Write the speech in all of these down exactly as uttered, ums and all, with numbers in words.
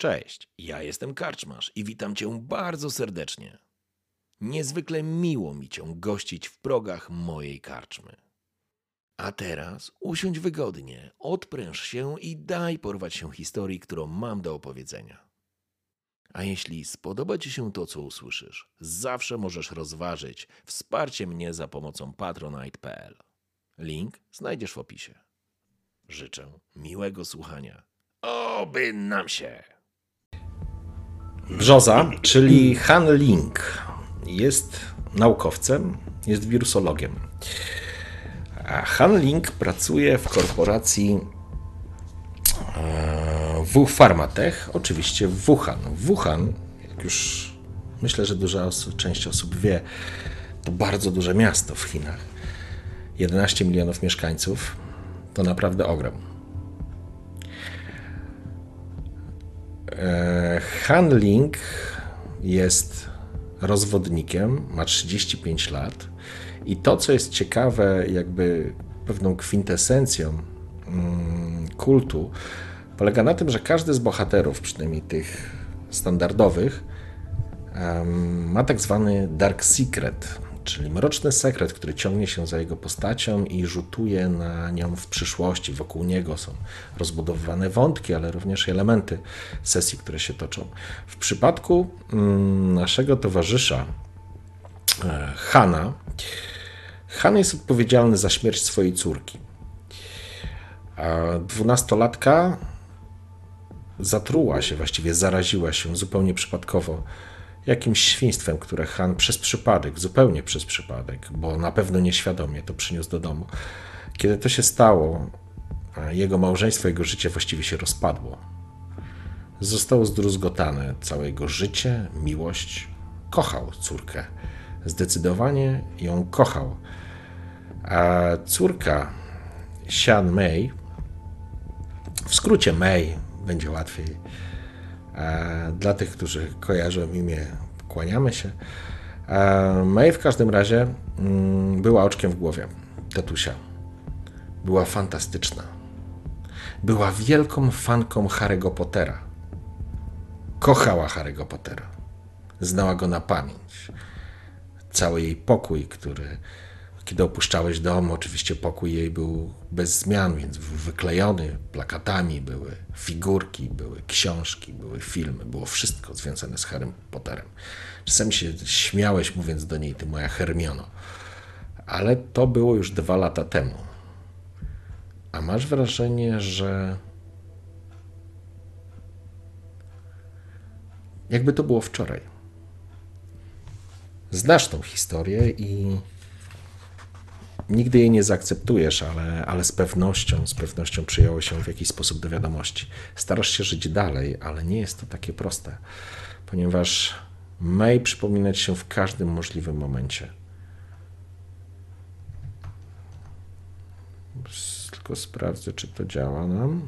Cześć, ja jestem Karczmarz i witam Cię bardzo serdecznie. Niezwykle miło mi Cię gościć w progach mojej karczmy. A teraz usiądź wygodnie, odpręż się i daj porwać się historii, którą mam do opowiedzenia. A jeśli spodoba Ci się to, co usłyszysz, zawsze możesz rozważyć wsparcie mnie za pomocą patronite kropka p l. Link znajdziesz w opisie. Życzę miłego słuchania. Oby nam się! Brzoza, czyli Han Ling, jest naukowcem, jest wirusologiem. A Han Ling pracuje w korporacji W Pharmatech, oczywiście w Wuhan. Wuhan, jak już myślę, że duża osób, część osób wie, to bardzo duże miasto w Chinach. jedenaście milionów mieszkańców, to naprawdę ogrom. Han Ling jest rozwodnikiem, ma trzydzieści pięć lat i to, co jest ciekawe, jakby pewną kwintesencją kultu, polega na tym, że każdy z bohaterów, przynajmniej tych standardowych, ma tak zwany dark secret, czyli mroczny sekret, który ciągnie się za jego postacią i rzutuje na nią w przyszłości. Wokół niego są rozbudowywane wątki, ale również elementy sesji, które się toczą. W przypadku naszego towarzysza Hana, Han jest odpowiedzialny za śmierć swojej córki. A dwunastolatka zatruła się, właściwie zaraziła się zupełnie przypadkowo jakimś świństwem, które Han przez przypadek, zupełnie przez przypadek, bo na pewno nieświadomie to przyniósł do domu. Kiedy to się stało, jego małżeństwo, jego życie właściwie się rozpadło. Zostało zdruzgotane całe jego życie, miłość. Kochał córkę. Zdecydowanie ją kochał. A córka Xian Mei, w skrócie Mei, będzie łatwiej, dla tych, którzy kojarzą imię, kłaniamy się. Mei w każdym razie była oczkiem w głowie tatusia. Była fantastyczna. Była wielką fanką Harry'ego Pottera. Kochała Harry'ego Pottera. Znała go na pamięć. Cały jej pokój, który, kiedy opuszczałeś dom, oczywiście pokój jej był bez zmian, więc był wyklejony plakatami, były figurki, były książki, były filmy, było wszystko związane z Harrym Potterem. Czasami się śmiałeś, mówiąc do niej, ty moja Hermiono, ale to było już dwa lata temu. A masz wrażenie, że jakby to było wczoraj. Znasz tą historię i nigdy jej nie zaakceptujesz, ale, ale z pewnością, z pewnością przyjęło się w jakiś sposób do wiadomości. Starasz się żyć dalej, ale nie jest to takie proste, ponieważ Mei przypominać się w każdym możliwym momencie. Tylko sprawdzę, czy to działa nam.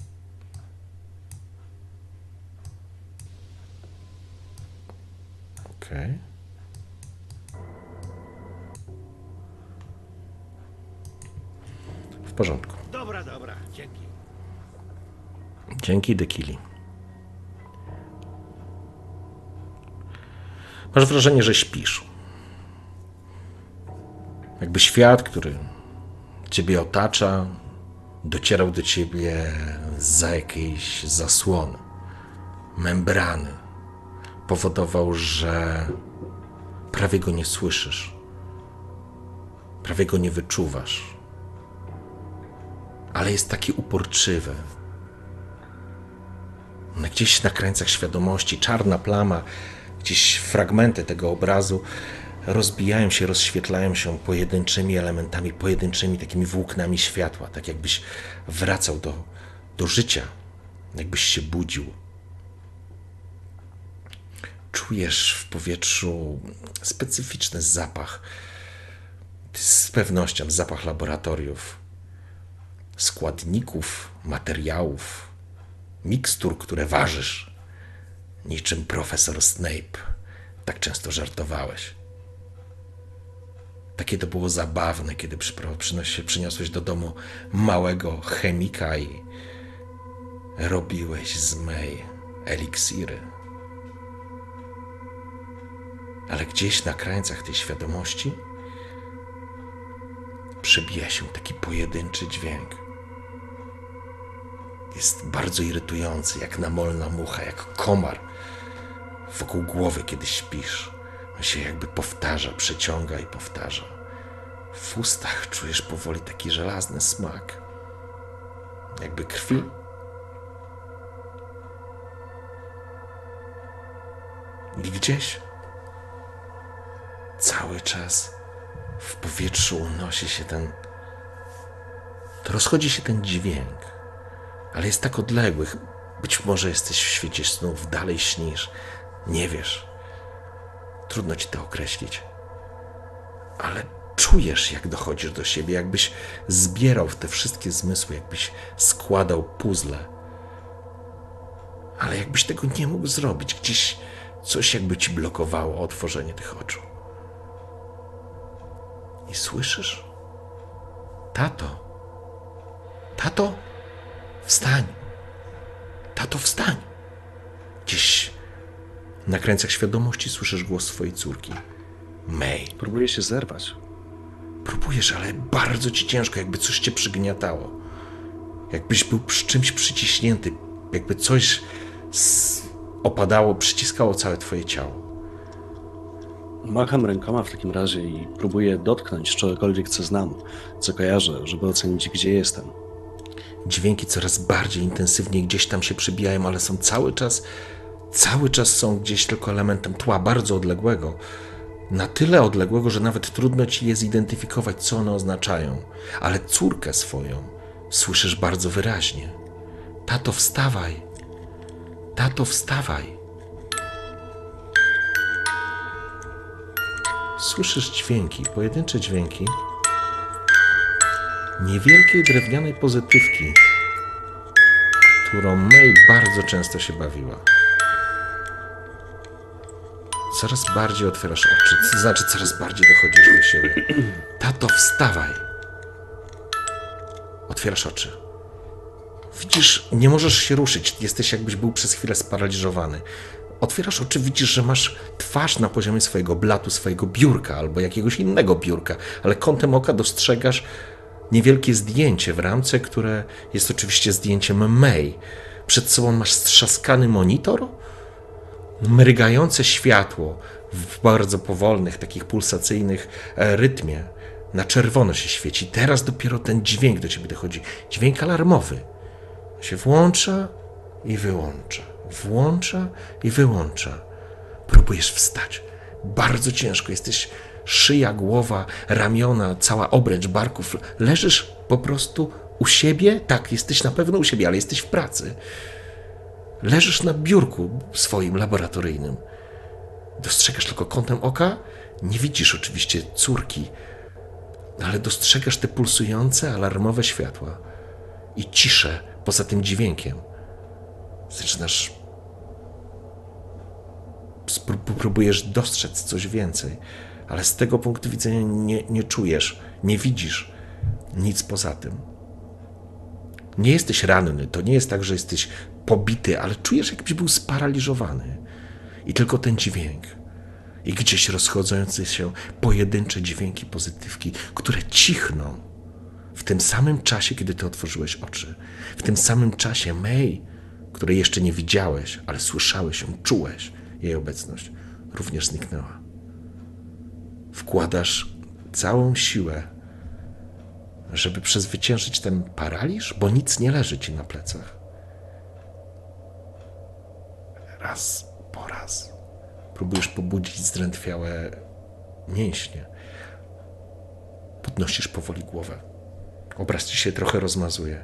Okej. Okay. W porządku. Dobra, dobra, dzięki. Dzięki, Dekili. Masz wrażenie, że śpisz. Jakby świat, który ciebie otacza, docierał do ciebie zza jakiejś zasłony, membrany. Powodował, że prawie go nie słyszysz, prawie go nie wyczuwasz. Ale jest taki uporczywy. Gdzieś na krańcach świadomości, czarna plama, gdzieś fragmenty tego obrazu rozbijają się, rozświetlają się pojedynczymi elementami, pojedynczymi takimi włóknami światła, tak jakbyś wracał do, do życia, jakbyś się budził. Czujesz w powietrzu specyficzny zapach, z pewnością zapach laboratoriów, składników, materiałów, mikstur, które ważysz, niczym profesor Snape. Tak często żartowałeś. Takie to było zabawne, kiedy przyniosłeś do domu małego chemika i robiłeś z Mei eliksiry. Ale gdzieś na krańcach tej świadomości przebija się taki pojedynczy dźwięk. Jest bardzo irytujący, jak namolna mucha, jak komar wokół głowy, kiedy śpisz. On się jakby powtarza, przeciąga i powtarza. W ustach czujesz powoli taki żelazny smak, jakby krwi. I gdzieś cały czas w powietrzu unosi się ten, to rozchodzi się ten dźwięk, ale jest tak odległy. Być może jesteś w świecie snów, dalej śnisz, nie wiesz. Trudno ci to określić, ale czujesz, jak dochodzisz do siebie, jakbyś zbierał w te wszystkie zmysły, jakbyś składał puzzle. Ale jakbyś tego nie mógł zrobić, gdzieś coś jakby ci blokowało otworzenie tych oczu. I słyszysz? Tato, tato, wstań, tato, wstań. Gdzieś na krańcach świadomości słyszysz głos swojej córki, May. Próbuję się zerwać. Próbujesz, ale bardzo ci ciężko, jakby coś cię przygniatało. Jakbyś był przy czymś przyciśnięty, jakby coś z... opadało, przyciskało całe twoje ciało. Macham rękoma w takim razie i próbuję dotknąć czegokolwiek, co znam, co kojarzę, żeby ocenić, gdzie jestem. Dźwięki coraz bardziej intensywnie gdzieś tam się przybijają, ale są cały czas, cały czas są gdzieś tylko elementem tła, bardzo odległego. Na tyle odległego, że nawet trudno ci je zidentyfikować, co one oznaczają. Ale córkę swoją słyszysz bardzo wyraźnie. Tato, wstawaj! Tato, wstawaj! Słyszysz dźwięki, pojedyncze dźwięki niewielkiej drewnianej pozytywki, którą May bardzo często się bawiła. Coraz bardziej otwierasz oczy, to znaczy coraz bardziej dochodzisz do siebie. Tato, wstawaj! Otwierasz oczy. Widzisz, nie możesz się ruszyć, jesteś jakbyś był przez chwilę sparaliżowany. Otwierasz oczy, widzisz, że masz twarz na poziomie swojego blatu, swojego biurka albo jakiegoś innego biurka, ale kątem oka dostrzegasz niewielkie zdjęcie w ramce, które jest oczywiście zdjęciem May. Przed sobą masz strzaskany monitor, mrygające światło w bardzo powolnych, takich pulsacyjnych rytmie. Na czerwono się świeci. Teraz dopiero ten dźwięk do ciebie dochodzi. Dźwięk alarmowy. Się włącza i wyłącza. Włącza i wyłącza. Próbujesz wstać. Bardzo ciężko. Jesteś szyja, głowa, ramiona, cała obręcz barków. Leżysz po prostu u siebie. Tak, jesteś na pewno u siebie, ale jesteś w pracy. Leżysz na biurku swoim laboratoryjnym. Dostrzegasz tylko kątem oka. Nie widzisz oczywiście córki, ale dostrzegasz te pulsujące, alarmowe światła i ciszę poza tym dźwiękiem. Zaczynasz... Próbujesz dostrzec coś więcej, ale z tego punktu widzenia nie, nie czujesz, nie widzisz nic poza tym. Nie jesteś ranny, to nie jest tak, że jesteś pobity, ale czujesz, jakbyś był sparaliżowany. I tylko ten dźwięk. I gdzieś rozchodzące się pojedyncze dźwięki pozytywki, które cichną w tym samym czasie, kiedy ty otworzyłeś oczy. W tym samym czasie May, której jeszcze nie widziałeś, ale słyszałeś ją, czułeś jej obecność, również zniknęła. Wkładasz całą siłę, żeby przezwyciężyć ten paraliż, bo nic nie leży ci na plecach. Raz po raz próbujesz pobudzić zdrętwiałe mięśnie. Podnosisz powoli głowę. Obraz ci się trochę rozmazuje.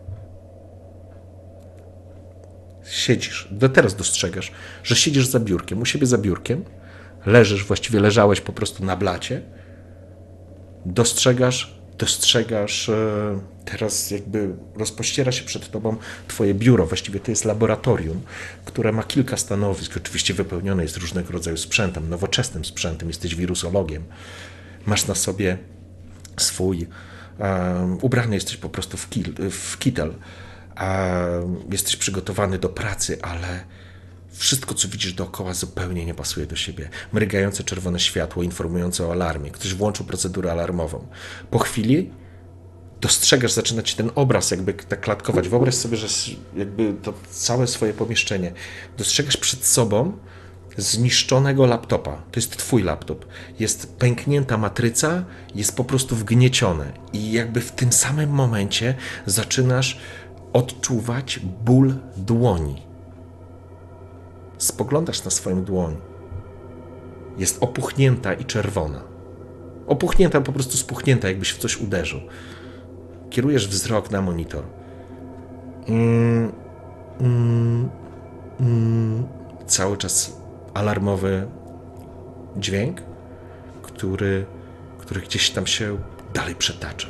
Siedzisz. Do teraz dostrzegasz, że siedzisz za biurkiem, u siebie za biurkiem. Leżysz, właściwie leżałeś po prostu na blacie. Dostrzegasz, dostrzegasz, e, teraz jakby rozpościera się przed tobą twoje biuro. Właściwie to jest laboratorium, które ma kilka stanowisk. Oczywiście wypełnione jest różnego rodzaju sprzętem, nowoczesnym sprzętem. Jesteś wirusologiem. Masz na sobie swój... Um, ubrany jesteś po prostu w, kil, w kitel. Um, jesteś przygotowany do pracy, ale Wszystko, co widzisz dookoła, zupełnie nie pasuje do siebie. Mrygające czerwone światło informujące o alarmie. Ktoś włączył procedurę alarmową. Po chwili dostrzegasz, zaczyna ci ten obraz jakby tak klatkować. Wyobraź sobie, że jakby to całe swoje pomieszczenie. Dostrzegasz przed sobą zniszczonego laptopa. To jest twój laptop. Jest pęknięta matryca, jest po prostu wgniecione. I jakby w tym samym momencie zaczynasz odczuwać ból dłoni. Spoglądasz na swoją dłoń. Jest opuchnięta i czerwona. Opuchnięta, po prostu spuchnięta, jakbyś w coś uderzył. Kierujesz wzrok na monitor. Mm, mm, mm. Cały czas alarmowy dźwięk, który, który gdzieś tam się dalej przetacza.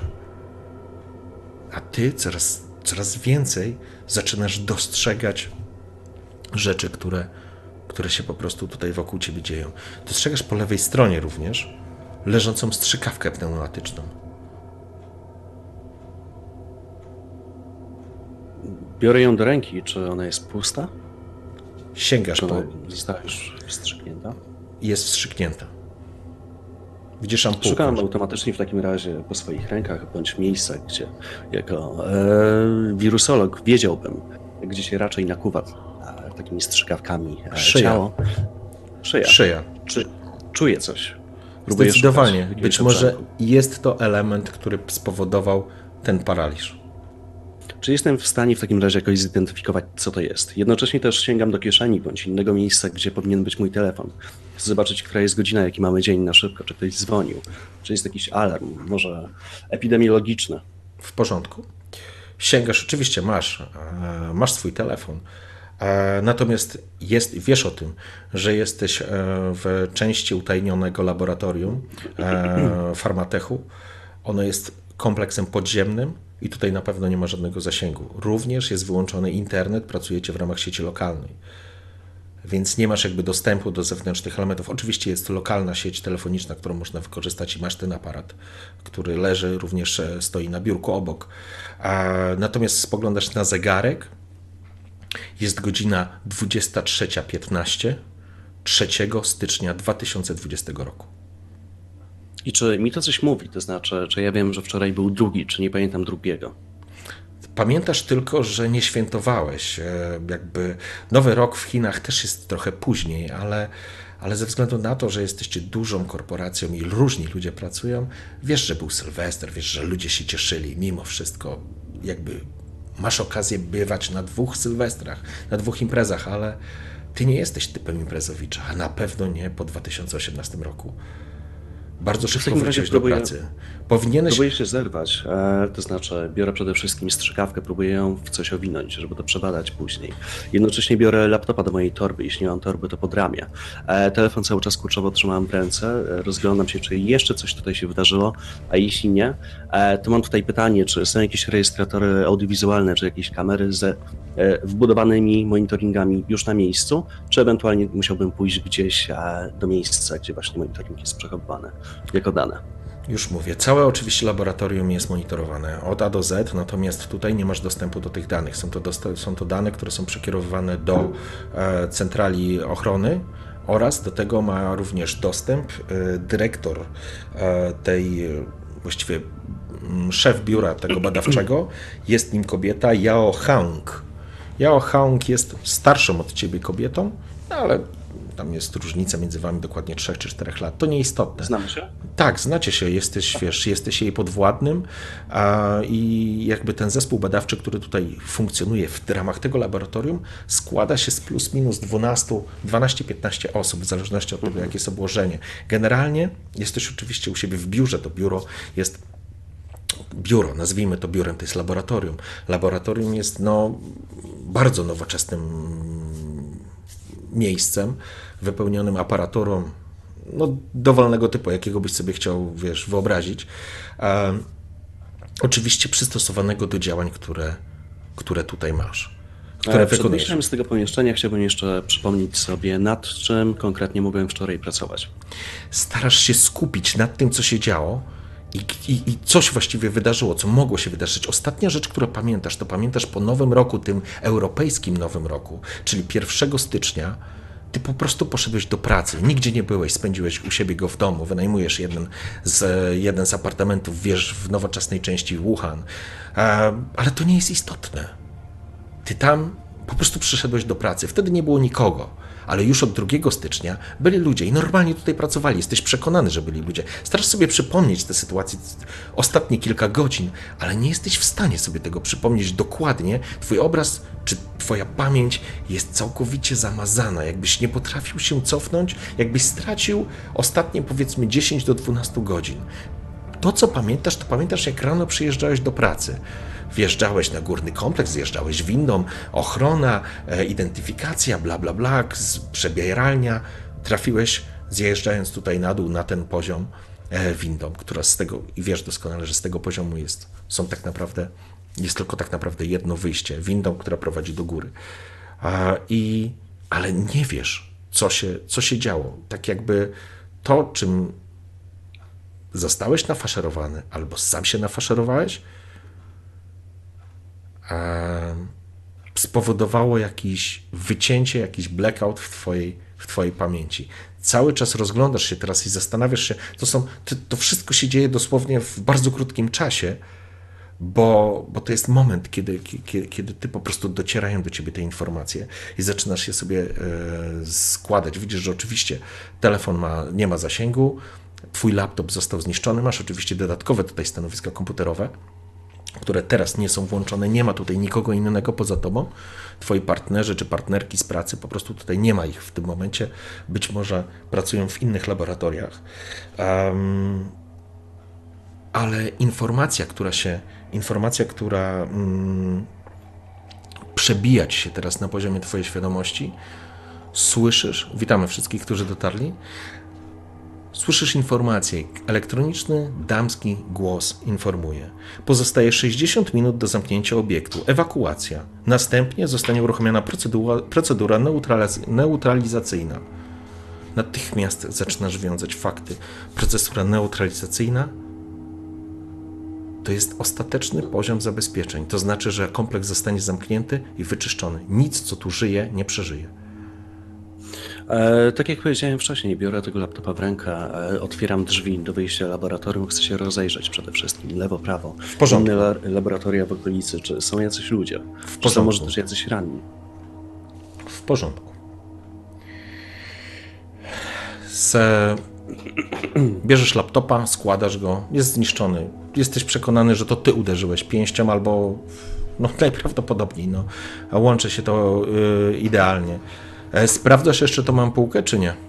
A ty coraz, coraz więcej zaczynasz dostrzegać rzeczy, które, które się po prostu tutaj wokół ciebie dzieją. Dostrzegasz po lewej stronie również leżącą strzykawkę pneumatyczną. Biorę ją do ręki. Czy ona jest pusta? Sięgasz Czy po... ona została już wstrzyknięta? Jest wstrzyknięta. Widzisz ampułkę. Szukam automatycznie w takim razie po swoich rękach bądź miejscach, gdzie jako e, wirusolog wiedziałbym, gdzie się raczej nakuwa e, takimi strzykawkami e, Szyja. ciało. Szyja. Szyja. Czy czuję coś? Próbuję Zdecydowanie. szukać jakiegoś Być może obszarku. jest to element, który spowodował ten paraliż. Czy jestem w stanie w takim razie jakoś zidentyfikować, co to jest? Jednocześnie też sięgam do kieszeni bądź innego miejsca, gdzie powinien być mój telefon. Chcę zobaczyć, która jest godzina, jaki mamy dzień na szybko, czy ktoś dzwonił, czy jest jakiś alarm, może epidemiologiczny. W porządku. Sięgasz, oczywiście masz, e, masz swój telefon, e, natomiast jest, wiesz o tym, że jesteś e, w części utajnionego laboratorium e, Farmatechu. Ono jest kompleksem podziemnym i tutaj na pewno nie ma żadnego zasięgu. Również jest wyłączony internet, pracujecie w ramach sieci lokalnej. Więc nie masz jakby dostępu do zewnętrznych elementów. Oczywiście jest to lokalna sieć telefoniczna, którą można wykorzystać i masz ten aparat, który leży, również stoi na biurku obok. Natomiast spoglądasz na zegarek, jest godzina dwudziesta trzecia piętnaście trzeciego stycznia dwa tysiące dwudziestego roku. I czy mi to coś mówi? To znaczy, czy ja wiem, że wczoraj był drugi, czy nie pamiętam drugiego? Pamiętasz tylko, że nie świętowałeś. Jakby Nowy Rok w Chinach też jest trochę później, ale, ale ze względu na to, że jesteście dużą korporacją i różni ludzie pracują, wiesz, że był Sylwester, wiesz, że ludzie się cieszyli. Mimo wszystko jakby masz okazję bywać na dwóch Sylwestrach, na dwóch imprezach, ale ty nie jesteś typem imprezowicza, a na pewno nie po dwa tysiące osiemnastym roku. Bardzo szybko wróciłeś do pracy. Powinieneś... Próbuję się zerwać, e, to znaczy biorę przede wszystkim strzykawkę, próbuję ją w coś owinąć, żeby to przebadać później. Jednocześnie biorę laptopa do mojej torby, jeśli nie mam torby, to pod ramię. E, telefon cały czas kurczowo trzymam w ręce, e, rozglądam się, czy jeszcze coś tutaj się wydarzyło, a jeśli nie, e, to mam tutaj pytanie, czy są jakieś rejestratory audiowizualne, czy jakieś kamery z e, wbudowanymi monitoringami już na miejscu, czy ewentualnie musiałbym pójść gdzieś e, do miejsca, gdzie właśnie monitoring jest przechowywany jako dane. Już mówię, całe oczywiście laboratorium jest monitorowane od A do Z, natomiast tutaj nie masz dostępu do tych danych. Są to, dosta- są to dane, które są przekierowywane do e, centrali ochrony oraz do tego ma również dostęp e, dyrektor e, tej, e, właściwie m, szef biura tego badawczego, jest nim kobieta Yao Hang. Yao Hang jest starszą od ciebie kobietą, no ale tam jest różnica między wami dokładnie trzech czy czterech lat. To nieistotne. Znamy się? Tak, znacie się, jesteś, wiesz, jesteś jej podwładnym a, i jakby ten zespół badawczy, który tutaj funkcjonuje w ramach tego laboratorium, składa się z plus minus dwanaście piętnaście osób, w zależności od tego, jakie jest obłożenie. Generalnie jesteś oczywiście u siebie w biurze, to biuro jest biuro, nazwijmy to biurem, to jest laboratorium. Laboratorium jest no, bardzo nowoczesnym miejscem, wypełnionym aparaturą no, dowolnego typu, jakiego byś sobie chciał, wiesz, wyobrazić. E, oczywiście przystosowanego do działań, które, które tutaj masz, które Przed wykonujesz. wyjściem z tego pomieszczenia chciałbym jeszcze przypomnieć sobie, nad czym konkretnie mogłem wczoraj pracować. Starasz się skupić nad tym, co się działo I, i, I coś właściwie wydarzyło, co mogło się wydarzyć. Ostatnia rzecz, którą pamiętasz, to pamiętasz po Nowym Roku, tym europejskim Nowym Roku, czyli pierwszego stycznia, ty po prostu poszedłeś do pracy, nigdzie nie byłeś, spędziłeś u siebie go w domu, wynajmujesz jeden z, jeden z apartamentów, wiesz, w nowoczesnej części Wuhan, ale to nie jest istotne. Ty tam po prostu przyszedłeś do pracy, wtedy nie było nikogo, ale już od drugiego stycznia byli ludzie i normalnie tutaj pracowali, jesteś przekonany, że byli ludzie. Starasz sobie przypomnieć tę sytuację ostatnie kilka godzin, ale nie jesteś w stanie sobie tego przypomnieć dokładnie. Twój obraz czy twoja pamięć jest całkowicie zamazana, jakbyś nie potrafił się cofnąć, jakbyś stracił ostatnie powiedzmy dziesięć do dwunastu godzin. To, co pamiętasz, to pamiętasz, jak rano przyjeżdżałeś do pracy. Wjeżdżałeś na górny kompleks, zjeżdżałeś windą, ochrona, e, identyfikacja, bla, bla, bla, przebieralnia. Trafiłeś, zjeżdżając tutaj na dół, na ten poziom e, windą, która z tego, i wiesz doskonale, że z tego poziomu jest, są tak naprawdę, jest tylko tak naprawdę jedno wyjście, windą, która prowadzi do góry. A, i, ale nie wiesz, co się, co się działo. Tak jakby to, czym zostałeś nafaszerowany, albo sam się nafaszerowałeś, spowodowało jakieś wycięcie, jakiś blackout w twojej, w twojej pamięci. Cały czas rozglądasz się teraz i zastanawiasz się, to, są, to, to wszystko się dzieje dosłownie w bardzo krótkim czasie, bo, bo to jest moment, kiedy, kiedy, kiedy ty po prostu docierają do ciebie te informacje i zaczynasz je sobie e, składać. Widzisz, że oczywiście telefon ma, nie ma zasięgu, twój laptop został zniszczony, masz oczywiście dodatkowe tutaj stanowiska komputerowe, które teraz nie są włączone, nie ma tutaj nikogo innego poza tobą, twoi partnerzy czy partnerki z pracy, po prostu tutaj nie ma ich w tym momencie, być może pracują w innych laboratoriach. Um, ale informacja, która się, informacja, która um, przebija ci się teraz na poziomie twojej świadomości, słyszysz, witamy wszystkich, którzy dotarli, słyszysz informację, elektroniczny, damski głos informuje. Pozostaje sześćdziesiąt minut do zamknięcia obiektu, ewakuacja. Następnie zostanie uruchomiona procedura, procedura neutraliz- neutralizacyjna. Natychmiast zaczynasz wiązać fakty. Procedura neutralizacyjna to jest ostateczny poziom zabezpieczeń. To znaczy, że kompleks zostanie zamknięty i wyczyszczony. Nic, co tu żyje, nie przeżyje. E, tak jak powiedziałem wcześniej, biorę tego laptopa w rękę, e, otwieram drzwi do wyjścia laboratorium, chcę się rozejrzeć przede wszystkim, lewo, prawo. W porządku. Inne la, laboratoria w okolicy, czy są jacyś ludzie, W czy są porządku. może też jacyś ranni. W porządku. Z... Bierzesz laptopa, składasz go, jest zniszczony. Jesteś przekonany, że to ty uderzyłeś pięścią albo no najprawdopodobniej, no. A łączy się to yy, idealnie. E, sprawdzasz jeszcze tą ampułkę, czy nie?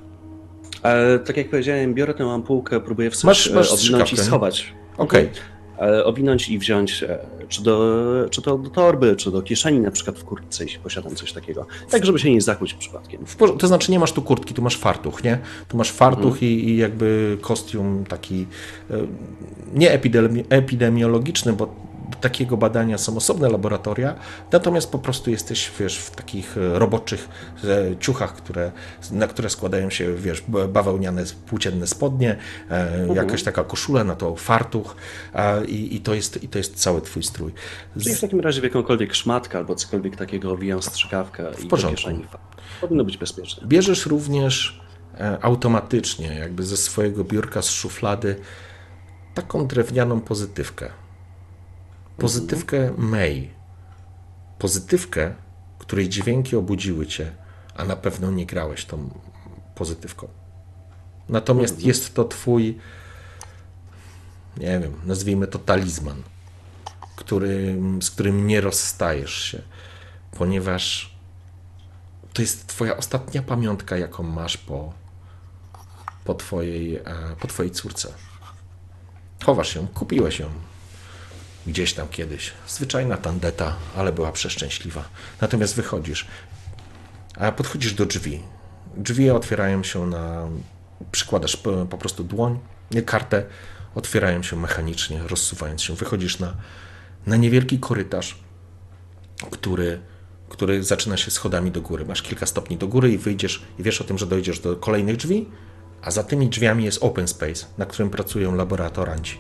E, tak jak powiedziałem, biorę tę ampułkę, próbuję w coś Masz- masz e, owinąć i strzykawkę, nie? schować. Okej. E, owinąć i wziąć e, czy do, czy to do torby, czy do kieszeni, na przykład w kurtce, jeśli posiadam coś takiego. Tak, żeby się nie zakłuć przypadkiem. W porządku. To znaczy nie masz tu kurtki, tu masz fartuch, nie? Tu masz fartuch i, i jakby kostium taki e, nie epidemi- epidemiologiczny, bo do takiego badania są osobne laboratoria, natomiast po prostu jesteś, wiesz, w takich e, roboczych e, ciuchach, które, na które składają się, wiesz, b- bawełniane płócienne spodnie, e, jakaś taka koszula, na to fartuch a, i, i, to jest, i to jest cały twój strój. Z, Czyli w takim razie w jakąkolwiek szmatkę albo cokolwiek takiego owijam strzykawkę i do porządku. kieszeni. Powinno być bezpieczne. Bierzesz również e, automatycznie, jakby ze swojego biurka, z szuflady, taką drewnianą pozytywkę. Pozytywkę May. Pozytywkę, której dźwięki obudziły cię, a na pewno nie grałeś tą pozytywką. Natomiast Mhm. jest to twój, nie wiem, nazwijmy to talizman, który, z którym nie rozstajesz się, ponieważ to jest twoja ostatnia pamiątka, jaką masz po, po, twojej, e, po twojej córce. Chowasz ją, kupiłeś ją gdzieś tam kiedyś. Zwyczajna tandeta, ale była przeszczęśliwa. Natomiast wychodzisz, a podchodzisz do drzwi. Drzwi otwierają się na... Przykładasz po, po prostu dłoń, nie kartę, otwierają się mechanicznie, rozsuwając się. Wychodzisz na, na niewielki korytarz, który, który zaczyna się schodami do góry. Masz kilka stopni do góry i wyjdziesz i wiesz o tym, że dojdziesz do kolejnych drzwi, A za tymi drzwiami jest open space, na którym pracują laboratoranci.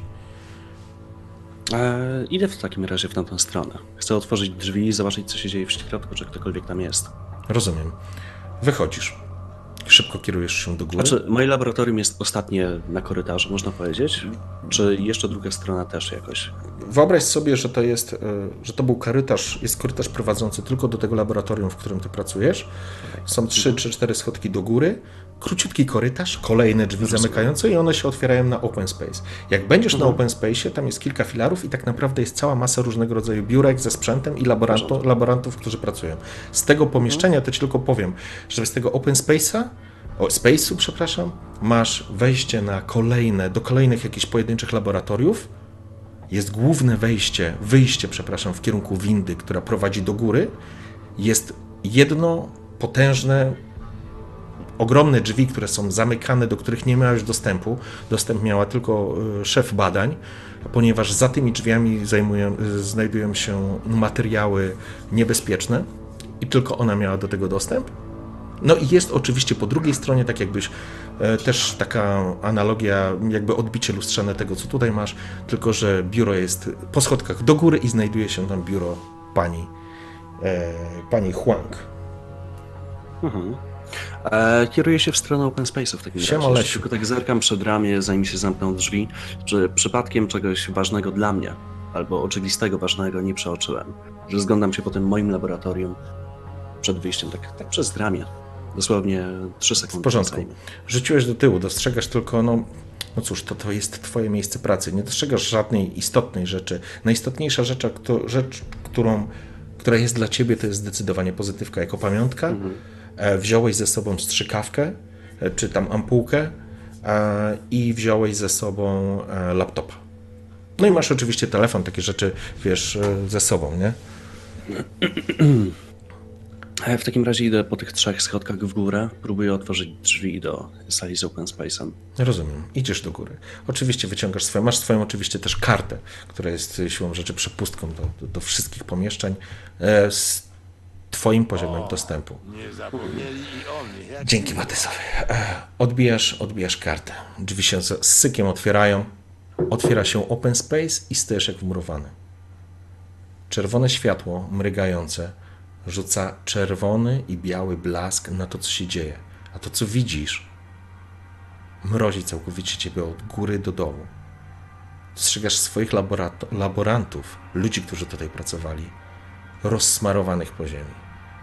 E, idę w takim razie w tamtą stronę. Chcę otworzyć drzwi i zobaczyć, co się dzieje w środku, czy ktokolwiek tam jest. Rozumiem. Wychodzisz. Szybko kierujesz się do góry. Znaczy, moje laboratorium jest ostatnie na korytarzu, można powiedzieć? Czy jeszcze druga strona też jakoś? Wyobraź sobie, że to jest, że to był korytarz, jest korytarz prowadzący tylko do tego laboratorium, w którym ty pracujesz. Są trzy czy cztery schodki do góry, króciutki korytarz, kolejne drzwi zamykające i one się otwierają na open space. Jak będziesz mhm. na open space, tam jest kilka filarów i tak naprawdę jest cała masa różnego rodzaju biurek ze sprzętem i laborantu, laborantów, którzy pracują. Z tego pomieszczenia, to ci tylko powiem, że z tego open space'a, o, space'u, przepraszam, masz wejście na kolejne, do kolejnych jakichś pojedynczych laboratoriów. Jest główne wejście, wyjście, przepraszam, w kierunku windy, która prowadzi do góry. Jest jedno potężne, ogromne drzwi, które są zamykane, do których nie miałeś dostępu. Dostęp miała tylko szef badań, ponieważ za tymi drzwiami zajmują, znajdują się materiały niebezpieczne i tylko ona miała do tego dostęp. No i jest oczywiście po drugiej stronie, tak jakbyś e, też taka analogia, jakby odbicie lustrzane tego, co tutaj masz, tylko że biuro jest po schodkach do góry i znajduje się tam biuro pani, e, pani Huang. Mhm. E, kieruję się w stronę open space'u w takim Siema, razie. Lesiu. Tylko tak zerkam przed ramię, zanim się zamkną drzwi, czy przypadkiem czegoś ważnego dla mnie, albo oczywistego ważnego nie przeoczyłem. Że rozglądam się po tym moim laboratorium przed wyjściem, tak, tak przez ramię. Dosłownie trzy sekundy. W porządku. Rzuciłeś do tyłu, dostrzegasz tylko, no, no cóż, to, to jest twoje miejsce pracy. Nie dostrzegasz żadnej istotnej rzeczy. Najistotniejsza rzecz, kto, rzecz którą, która jest dla ciebie, to jest zdecydowanie pozytywka jako pamiątka. Mhm. E, wziąłeś ze sobą strzykawkę, e, czy tam ampułkę e, i wziąłeś ze sobą e, laptopa. No i masz oczywiście telefon, takie rzeczy, wiesz, e, ze sobą, nie? W takim razie idę po tych trzech schodkach w górę, próbuję otworzyć drzwi do sali z open space'em. Rozumiem. Idziesz do góry. Oczywiście wyciągasz swoją, masz swoją oczywiście też kartę, która jest siłą rzeczy przepustką do, do, do wszystkich pomieszczeń e, z twoim poziomem o, dostępu. Nie zapomnieli i o mnie. Jak Dzięki Matysowi. E, odbijasz, odbijasz kartę. Drzwi się z sykiem otwierają. Otwiera się open space i stajesz jak wmurowany. Czerwone światło mrygające rzuca czerwony i biały blask na to, co się dzieje. A to, co widzisz, mrozi całkowicie ciebie od góry do dołu. Dostrzegasz swoich laborat- laborantów, ludzi, którzy tutaj pracowali, rozsmarowanych po ziemi.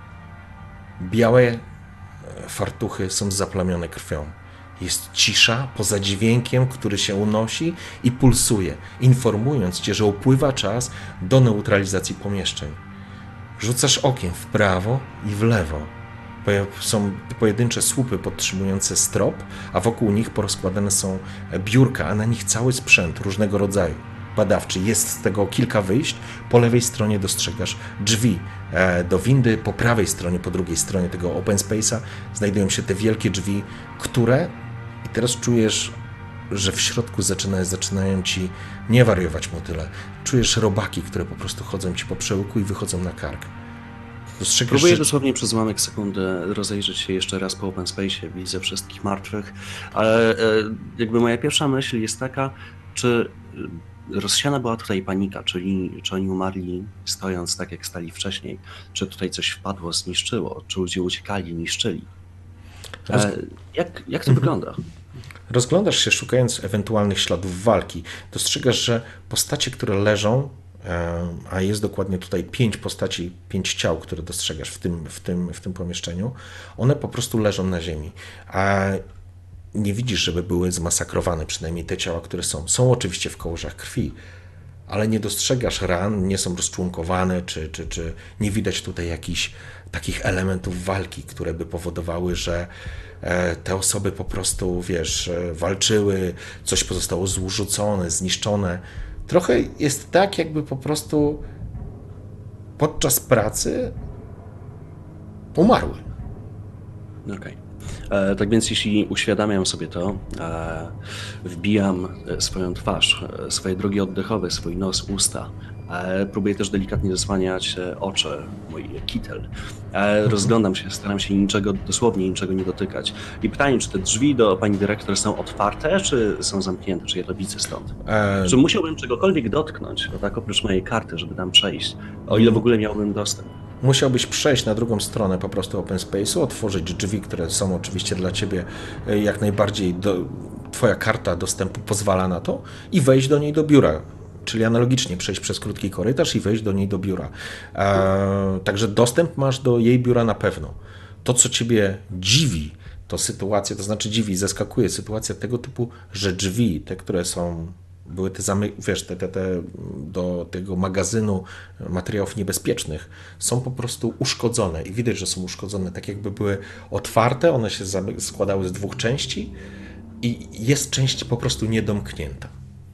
Białe fartuchy są zaplamione krwią. Jest cisza poza dźwiękiem, który się unosi i pulsuje, informując cię, że upływa czas do neutralizacji pomieszczeń. Rzucasz okiem w prawo i w lewo. Są pojedyncze słupy podtrzymujące strop, a wokół nich porozkładane są biurka, a na nich cały sprzęt różnego rodzaju badawczy. Jest z tego kilka wyjść. Po lewej stronie dostrzegasz drzwi do windy, po prawej stronie, po drugiej stronie tego open space'a znajdują się te wielkie drzwi, które i teraz czujesz, że w środku zaczyna, zaczynają ci nie wariować motyle. Czujesz robaki, które po prostu chodzą ci po przełyku i wychodzą na kark. Dostrzegasz, Próbuję że... dosłownie przez ułamek sekundy rozejrzeć się jeszcze raz po open space'ie, widzę wszystkich martwych, ale jakby moja pierwsza myśl jest taka, czy rozsiana była tutaj panika, czyli czy oni umarli stojąc tak jak stali wcześniej, czy tutaj coś wpadło, zniszczyło, czy ludzie uciekali, niszczyli. Roz... Jak, jak to mhm. wygląda? Rozglądasz się, szukając ewentualnych śladów walki. Dostrzegasz, że postacie, które leżą, a jest dokładnie tutaj pięć postaci, pięć ciał, które dostrzegasz w tym, w tym, w tym pomieszczeniu, one po prostu leżą na ziemi. A nie widzisz, żeby były zmasakrowane, przynajmniej te ciała, które są. Są oczywiście w kołżach krwi, ale nie dostrzegasz ran, nie są rozczłonkowane, czy, czy, czy nie widać tutaj jakichś takich elementów walki, które by powodowały, że te osoby po prostu, wiesz, walczyły, coś pozostało zrzucone, zniszczone. Trochę jest tak, jakby po prostu podczas pracy umarły. Okej. Okay. Tak więc jeśli uświadamiam sobie to, e, wbijam swoją twarz, swoje drogi oddechowe, swój nos, usta E, próbuję też delikatnie zasłaniać e, oczy, mój kitel. E, rozglądam się, staram się niczego, dosłownie niczego nie dotykać. I pytanie, czy te drzwi do pani dyrektor są otwarte, czy są zamknięte, czy ja to widzę stąd? E, Czy musiałbym czegokolwiek dotknąć, bo tak oprócz mojej karty, żeby tam przejść, o ile w ogóle miałbym dostęp? Musiałbyś przejść na drugą stronę po prostu open space'u, otworzyć drzwi, które są oczywiście dla ciebie e, jak najbardziej, do, twoja karta dostępu pozwala na to i wejść do niej do biura. Czyli analogicznie przejść przez krótki korytarz i wejść do niej do biura. E, także dostęp masz do jej biura na pewno. To, co ciebie dziwi, to sytuacja, to znaczy dziwi, zaskakuje sytuacja tego typu, że drzwi, te, które są, były te zamy, wiesz, te, te, te do tego magazynu materiałów niebezpiecznych, są po prostu uszkodzone i widać, że są uszkodzone, tak jakby były otwarte, one się składały z dwóch części i jest część po prostu niedomknięta.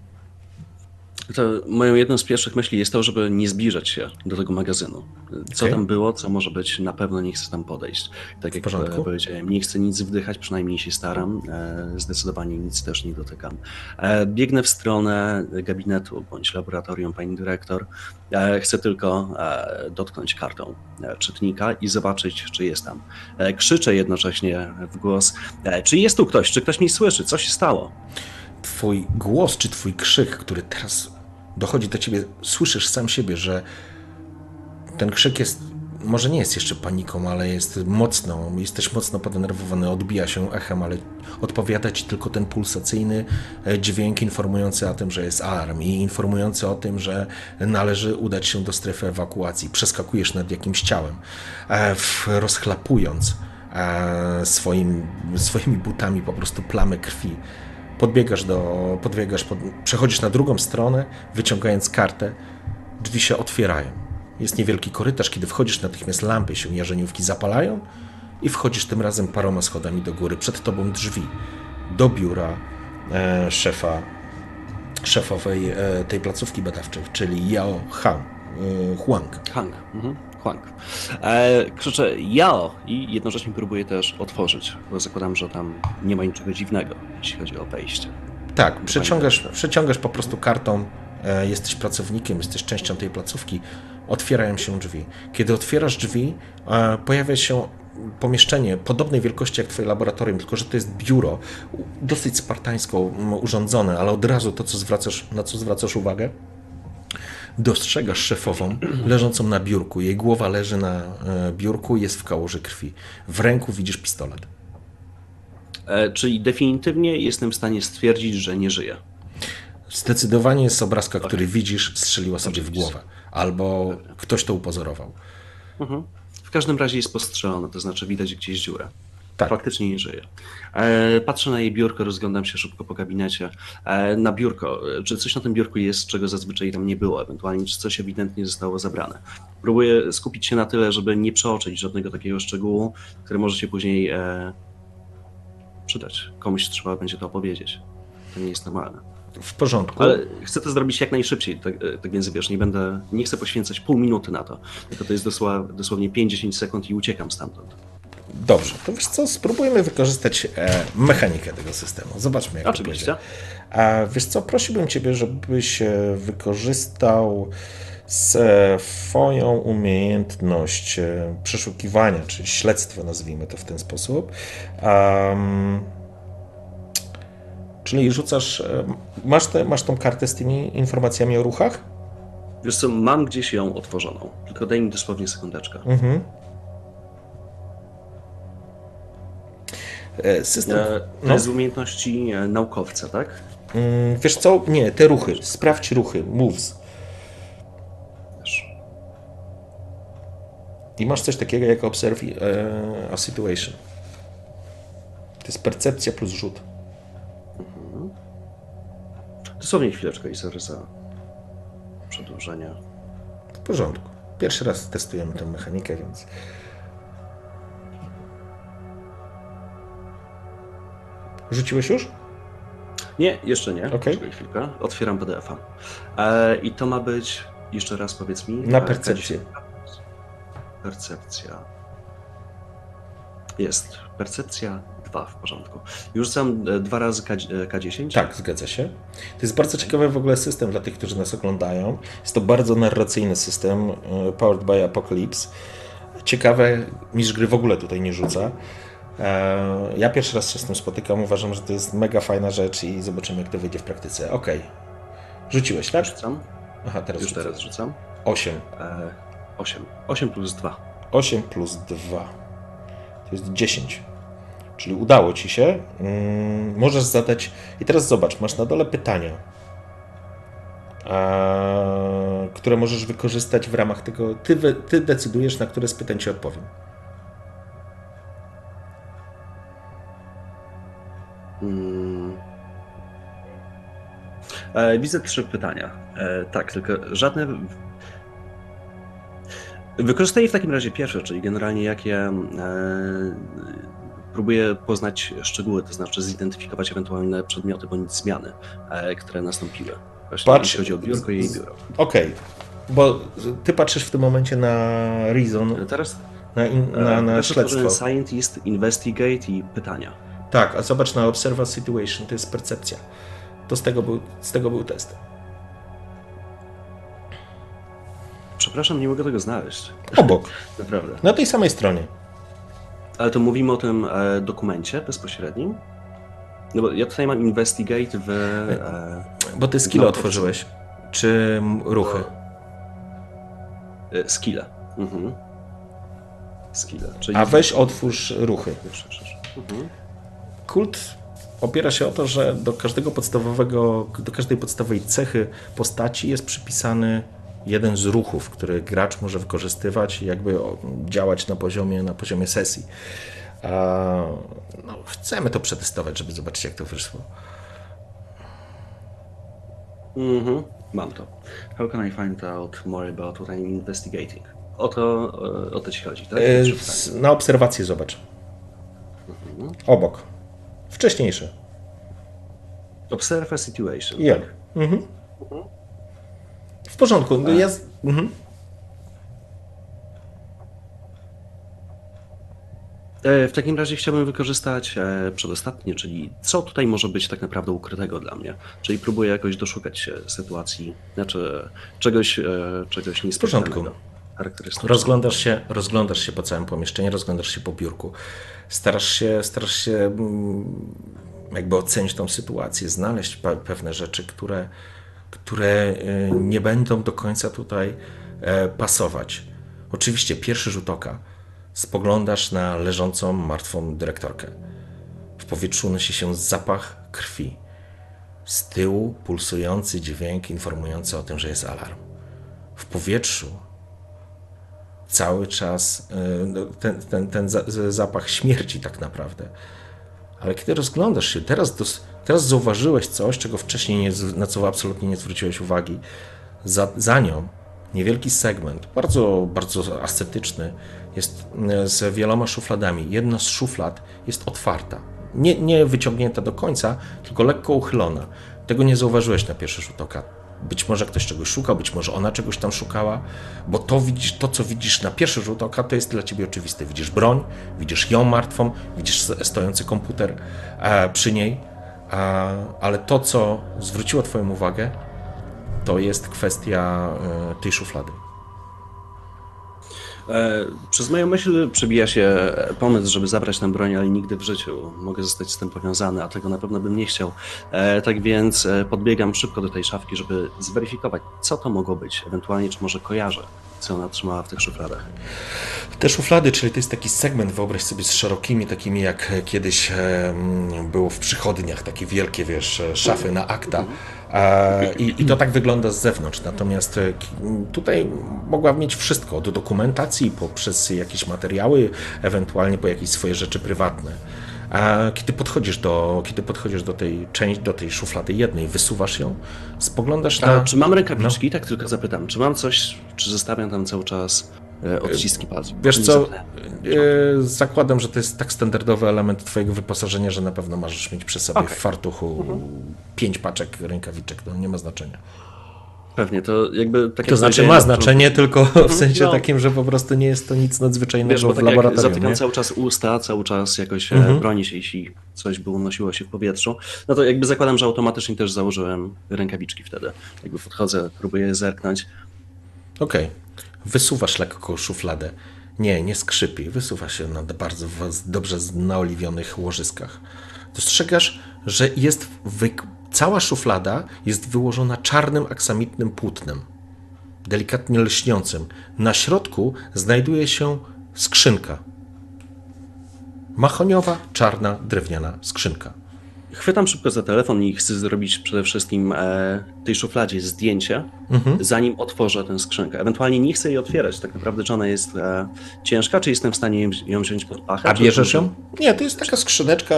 To moją jedną z pierwszych myśli jest to, żeby nie zbliżać się do tego magazynu. Co Okej. tam było, co może być, na pewno nie chcę tam podejść. Tak jak porządku. powiedziałem, nie chcę nic wdychać, przynajmniej się staram. E, Zdecydowanie nic też nie dotykam. E, Biegnę w stronę gabinetu bądź laboratorium pani dyrektor. E, Chcę tylko e, dotknąć kartą e, czytnika i zobaczyć, czy jest tam. E, Krzyczę jednocześnie w głos, e, czy jest tu ktoś, czy ktoś mnie słyszy, co się stało? Twój głos czy twój krzyk, który teraz dochodzi do ciebie, słyszysz sam siebie, że ten krzyk jest, może nie jest jeszcze paniką, ale jest mocno, jesteś mocno podenerwowany, odbija się echem, ale odpowiada ci tylko ten pulsacyjny dźwięk informujący o tym, że jest alarm i informujący o tym, że należy udać się do strefy ewakuacji. Przeskakujesz nad jakimś ciałem, rozchlapując swoim, swoimi butami po prostu plamy krwi. Podbiegasz do, podbiegasz, pod, przechodzisz na drugą stronę, wyciągając kartę, drzwi się otwierają. Jest niewielki korytarz, kiedy wchodzisz, natychmiast lampy się jarzeniówki zapalają i wchodzisz tym razem paroma schodami do góry. Przed tobą drzwi do biura e, szefa, szefowej e, tej placówki badawczej, czyli Yao Han, e, Huang. Hang. Mhm. Huang. E, krzyczę Yao i jednocześnie próbuję też otworzyć, bo zakładam, że tam nie ma niczego dziwnego, jeśli chodzi o wejście. Tak, przeciągasz, przeciągasz po prostu kartą, e, jesteś pracownikiem, jesteś częścią tej placówki, otwierają się drzwi. Kiedy otwierasz drzwi, e, pojawia się pomieszczenie podobnej wielkości jak twoje laboratorium, tylko że to jest biuro, dosyć spartańsko m, urządzone, ale od razu to, co zwracasz, na co zwracasz uwagę, dostrzegasz szefową leżącą na biurku. Jej głowa leży na e, biurku, jest w kałuży krwi. W ręku widzisz pistolet. E, czyli definitywnie jestem w stanie stwierdzić, że nie żyje. Zdecydowanie z obrazka, który widzisz, strzeliła sobie w Oczywiście. głowę. Albo ktoś to upozorował. Mhm. W każdym razie jest postrzelone, to znaczy widać gdzieś dziurę. Tak. Faktycznie nie żyje. E, patrzę na jej biurko, rozglądam się szybko po gabinecie. E, na biurko, czy coś na tym biurku jest, czego zazwyczaj tam nie było, ewentualnie czy coś ewidentnie zostało zabrane. Próbuję skupić się na tyle, żeby nie przeoczyć żadnego takiego szczegółu, który może się później e, przydać. Komuś trzeba będzie to opowiedzieć. To nie jest normalne. W porządku. Ale chcę to zrobić jak najszybciej, tak, tak więc wiesz, nie będę, nie chcę poświęcać pół minuty na to, tylko to jest dosła, dosłownie pięć do dziesięciu sekund i uciekam stamtąd. Dobrze, to wiesz co, spróbujmy wykorzystać e, mechanikę tego systemu. Zobaczmy, jak Oczywiście. to pójdzie. A wiesz co, prosiłbym Ciebie, żebyś e, wykorzystał swoją umiejętność e, przeszukiwania, czy śledztwa, nazwijmy to w ten sposób. Um, czyli rzucasz, e, masz, te, masz tą kartę z tymi informacjami o ruchach? Wiesz co, mam gdzieś ją otworzoną, tylko daj mi dosłownie sekundeczkę. Mhm. E, System. E, To no. jest z umiejętności e, naukowca, tak? Mm, Wiesz co? Nie, te ruchy. Sprawdź ruchy. Moves. Wiesz. I masz coś takiego jak observe e, a situation. To jest percepcja plus rzut. Dosłownie chwileczkę i sorry za przedłużenie. W porządku. Pierwszy raz testujemy tę mechanikę, więc... Rzuciłeś już? Nie, jeszcze nie. Okej. Czekaj chwilkę. Otwieram P D F-a. E, I to ma być, jeszcze raz powiedz mi. Na e, percepcję. Percepcja. Jest. Percepcja dwa, w porządku. Już rzucam e, dwa razy K dziesięć? Tak, zgadza się. To jest bardzo ciekawy w ogóle system dla tych, którzy nas oglądają. Jest to bardzo narracyjny system, e, powered by Apocalypse. Ciekawe, mistrz gry w ogóle tutaj nie rzuca. E, Ja pierwszy raz się z tym spotykam, uważam, że to jest mega fajna rzecz i zobaczymy, jak to wyjdzie w praktyce. Okej. Rzuciłeś, tak? Rzucam. Aha, teraz Już rzucę. teraz rzucam. osiem. E, osiem. osiem plus dwa. osiem plus dwa. To jest dziesięć. Czyli udało ci się. Mm, możesz zadać. I teraz zobacz, masz na dole pytania, a, które możesz wykorzystać w ramach tego. Ty, wy- ty decydujesz, na które z pytań ci odpowiem. Mm. E, widzę trzy pytania. E, tak, tylko żadne. Wykorzystuję w takim razie pierwsze, czyli generalnie jak ja e, próbuję poznać szczegóły, to znaczy zidentyfikować ewentualne przedmioty bądź zmiany, e, które nastąpiły. Właśnie Patrz- jeśli chodzi o biurko i jej biuro. Okej, bo ty patrzysz w tym momencie na Reason, Teraz na, in, na, e, na teraz otworzyłem śledztwo. Scientist, Investigate i pytania. Tak, a zobacz na Observe a Situation, to jest percepcja. To z tego był, z tego był test. Przepraszam, nie mogę tego znaleźć. Obok, Naprawdę. na tej samej stronie. Ale to mówimy o tym e, dokumencie bezpośrednim? No bo ja tutaj mam Investigate w... E, Bo ty skille No, otworzyłeś. Czy m- ruchy? e, skille. Mhm. Skille. Czyli... A weź otwórz ruchy. Proszę, proszę. Mhm. Kult opiera się o to, że do każdego podstawowego, do każdej podstawowej cechy postaci jest przypisany jeden z ruchów, który gracz może wykorzystywać i jakby o- działać na poziomie, na poziomie sesji. A, no, chcemy to przetestować, żeby zobaczyć, jak to wyszło. Mhm. Mam to. How can I find out more about what I'm investigating? O to, e, o to ci chodzi, tak? E, Trzy s- pytania. Na obserwację zobacz. Obok. Wcześniejszy. Observe a situation. Ja. Mhm. W porządku. No ja... z- mhm. E, W takim razie chciałbym wykorzystać e, przedostatnie, czyli co tutaj może być tak naprawdę ukrytego dla mnie. Czyli próbuję jakoś doszukać się sytuacji, znaczy czegoś, e, czegoś niespecjalnego. porządku. Charakterystycznego. Rozglądasz się, rozglądasz się po całym pomieszczeniu, rozglądasz się po biurku. Starasz się, starasz się mm, jakby ocenić tą sytuację, znaleźć pe- pewne rzeczy, które, które y, nie będą do końca tutaj e, pasować. Oczywiście pierwszy rzut oka. Spoglądasz na leżącą, martwą dyrektorkę. W powietrzu unosi się zapach krwi. Z tyłu pulsujący dźwięk informujący o tym, że jest alarm. W powietrzu cały czas y, no, ten, ten, ten za- z- zapach śmierci tak naprawdę. Ale kiedy rozglądasz się, teraz, dos, teraz zauważyłeś coś, czego wcześniej nie, z- na co absolutnie nie zwróciłeś uwagi. Za, za nią niewielki segment, bardzo, bardzo ascetyczny, jest y, z wieloma szufladami. Jedna z szuflad jest otwarta. Nie, nie wyciągnięta do końca, tylko lekko uchylona. Tego nie zauważyłeś na pierwszy rzut oka. Być może ktoś czegoś szukał, być może ona czegoś tam szukała, bo to, widzisz, to co widzisz na pierwszy rzut oka, to jest dla ciebie oczywiste. Widzisz broń, widzisz ją martwą, widzisz stojący komputer e, przy niej, e, ale to, co zwróciło twoją uwagę, to jest kwestia e, tej szuflady. E, Przez moją myśl przebija się pomysł, żeby zabrać tę broń, ale nigdy w życiu mogę zostać z tym powiązany, a tego na pewno bym nie chciał. E, Tak więc e, podbiegam szybko do tej szafki, żeby zweryfikować, co to mogło być, ewentualnie czy może kojarzę, co ona trzymała w tych szufladach. Te szuflady, czyli to jest taki segment, wyobraź sobie, z szerokimi, takimi jak kiedyś e, było w przychodniach, takie wielkie, wiesz, szafy na akta. E, I, I to tak wygląda z zewnątrz. Natomiast e, ki- tutaj mogła mieć wszystko, od dokumentacji, poprzez jakieś materiały, ewentualnie po jakieś swoje rzeczy prywatne. A kiedy podchodzisz do, kiedy podchodzisz do tej części, do tej szuflady jednej, wysuwasz ją, spoglądasz A na... czy mam rękawiczki? Tak tylko zapytam. Czy mam coś, czy zostawiam tam cały czas e, odciski palców? Wiesz Nie co, zapomnę. e, zakładam, że to jest tak standardowy element twojego wyposażenia, że na pewno możesz mieć przy sobie Okej. w fartuchu pięć paczek rękawiczek, to nie ma znaczenia. Pewnie, to jakby tak To jak znaczy powiedziałem ma na znaczenie, tylko w sensie No. takim, że po prostu nie jest to nic nadzwyczajnego Wiesz, bo w tak jak laboratorium. zatykam Nie? cały czas usta, cały czas jakoś Mhm. mhm. broni się, jeśli coś by unosiło się w powietrzu, no to jakby zakładam, że automatycznie też założyłem rękawiczki wtedy. Jakby podchodzę, próbuję zerknąć. Okej. Wysuwasz lekko szufladę. Nie, nie skrzypi. Wysuwa się na bardzo dobrze naoliwionych łożyskach. Dostrzegasz, że jest wy... cała szuflada jest wyłożona czarnym aksamitnym płótnem, delikatnie lśniącym. Na środku znajduje się skrzynka. Mahoniowa, czarna, drewniana skrzynka. Chwytam szybko za telefon i chcę zrobić przede wszystkim e, tej szufladzie zdjęcie, mhm. zanim otworzę tę skrzynkę. Ewentualnie nie chcę jej otwierać, tak naprawdę, czy ona jest e, ciężka, czy jestem w stanie ją wziąć pod pachę. A bierzesz czy... ją? Nie, to jest taka skrzyneczka,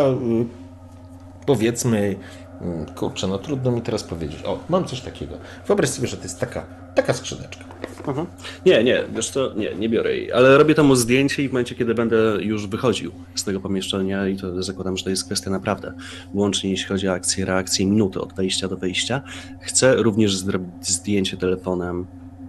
powiedzmy, kurczę, no trudno mi teraz powiedzieć. O, mam coś takiego. Wyobraź sobie, że to jest taka, taka skrzyneczka. Mhm. Nie, nie, wiesz co, nie, nie biorę jej, ale robię temu zdjęcie i w momencie, kiedy będę już wychodził z tego pomieszczenia i to zakładam, że to jest kwestia naprawdę, wyłącznie jeśli chodzi o akcję, reakcję, minuty od wejścia do wyjścia, chcę również zrobić zdjęcie telefonem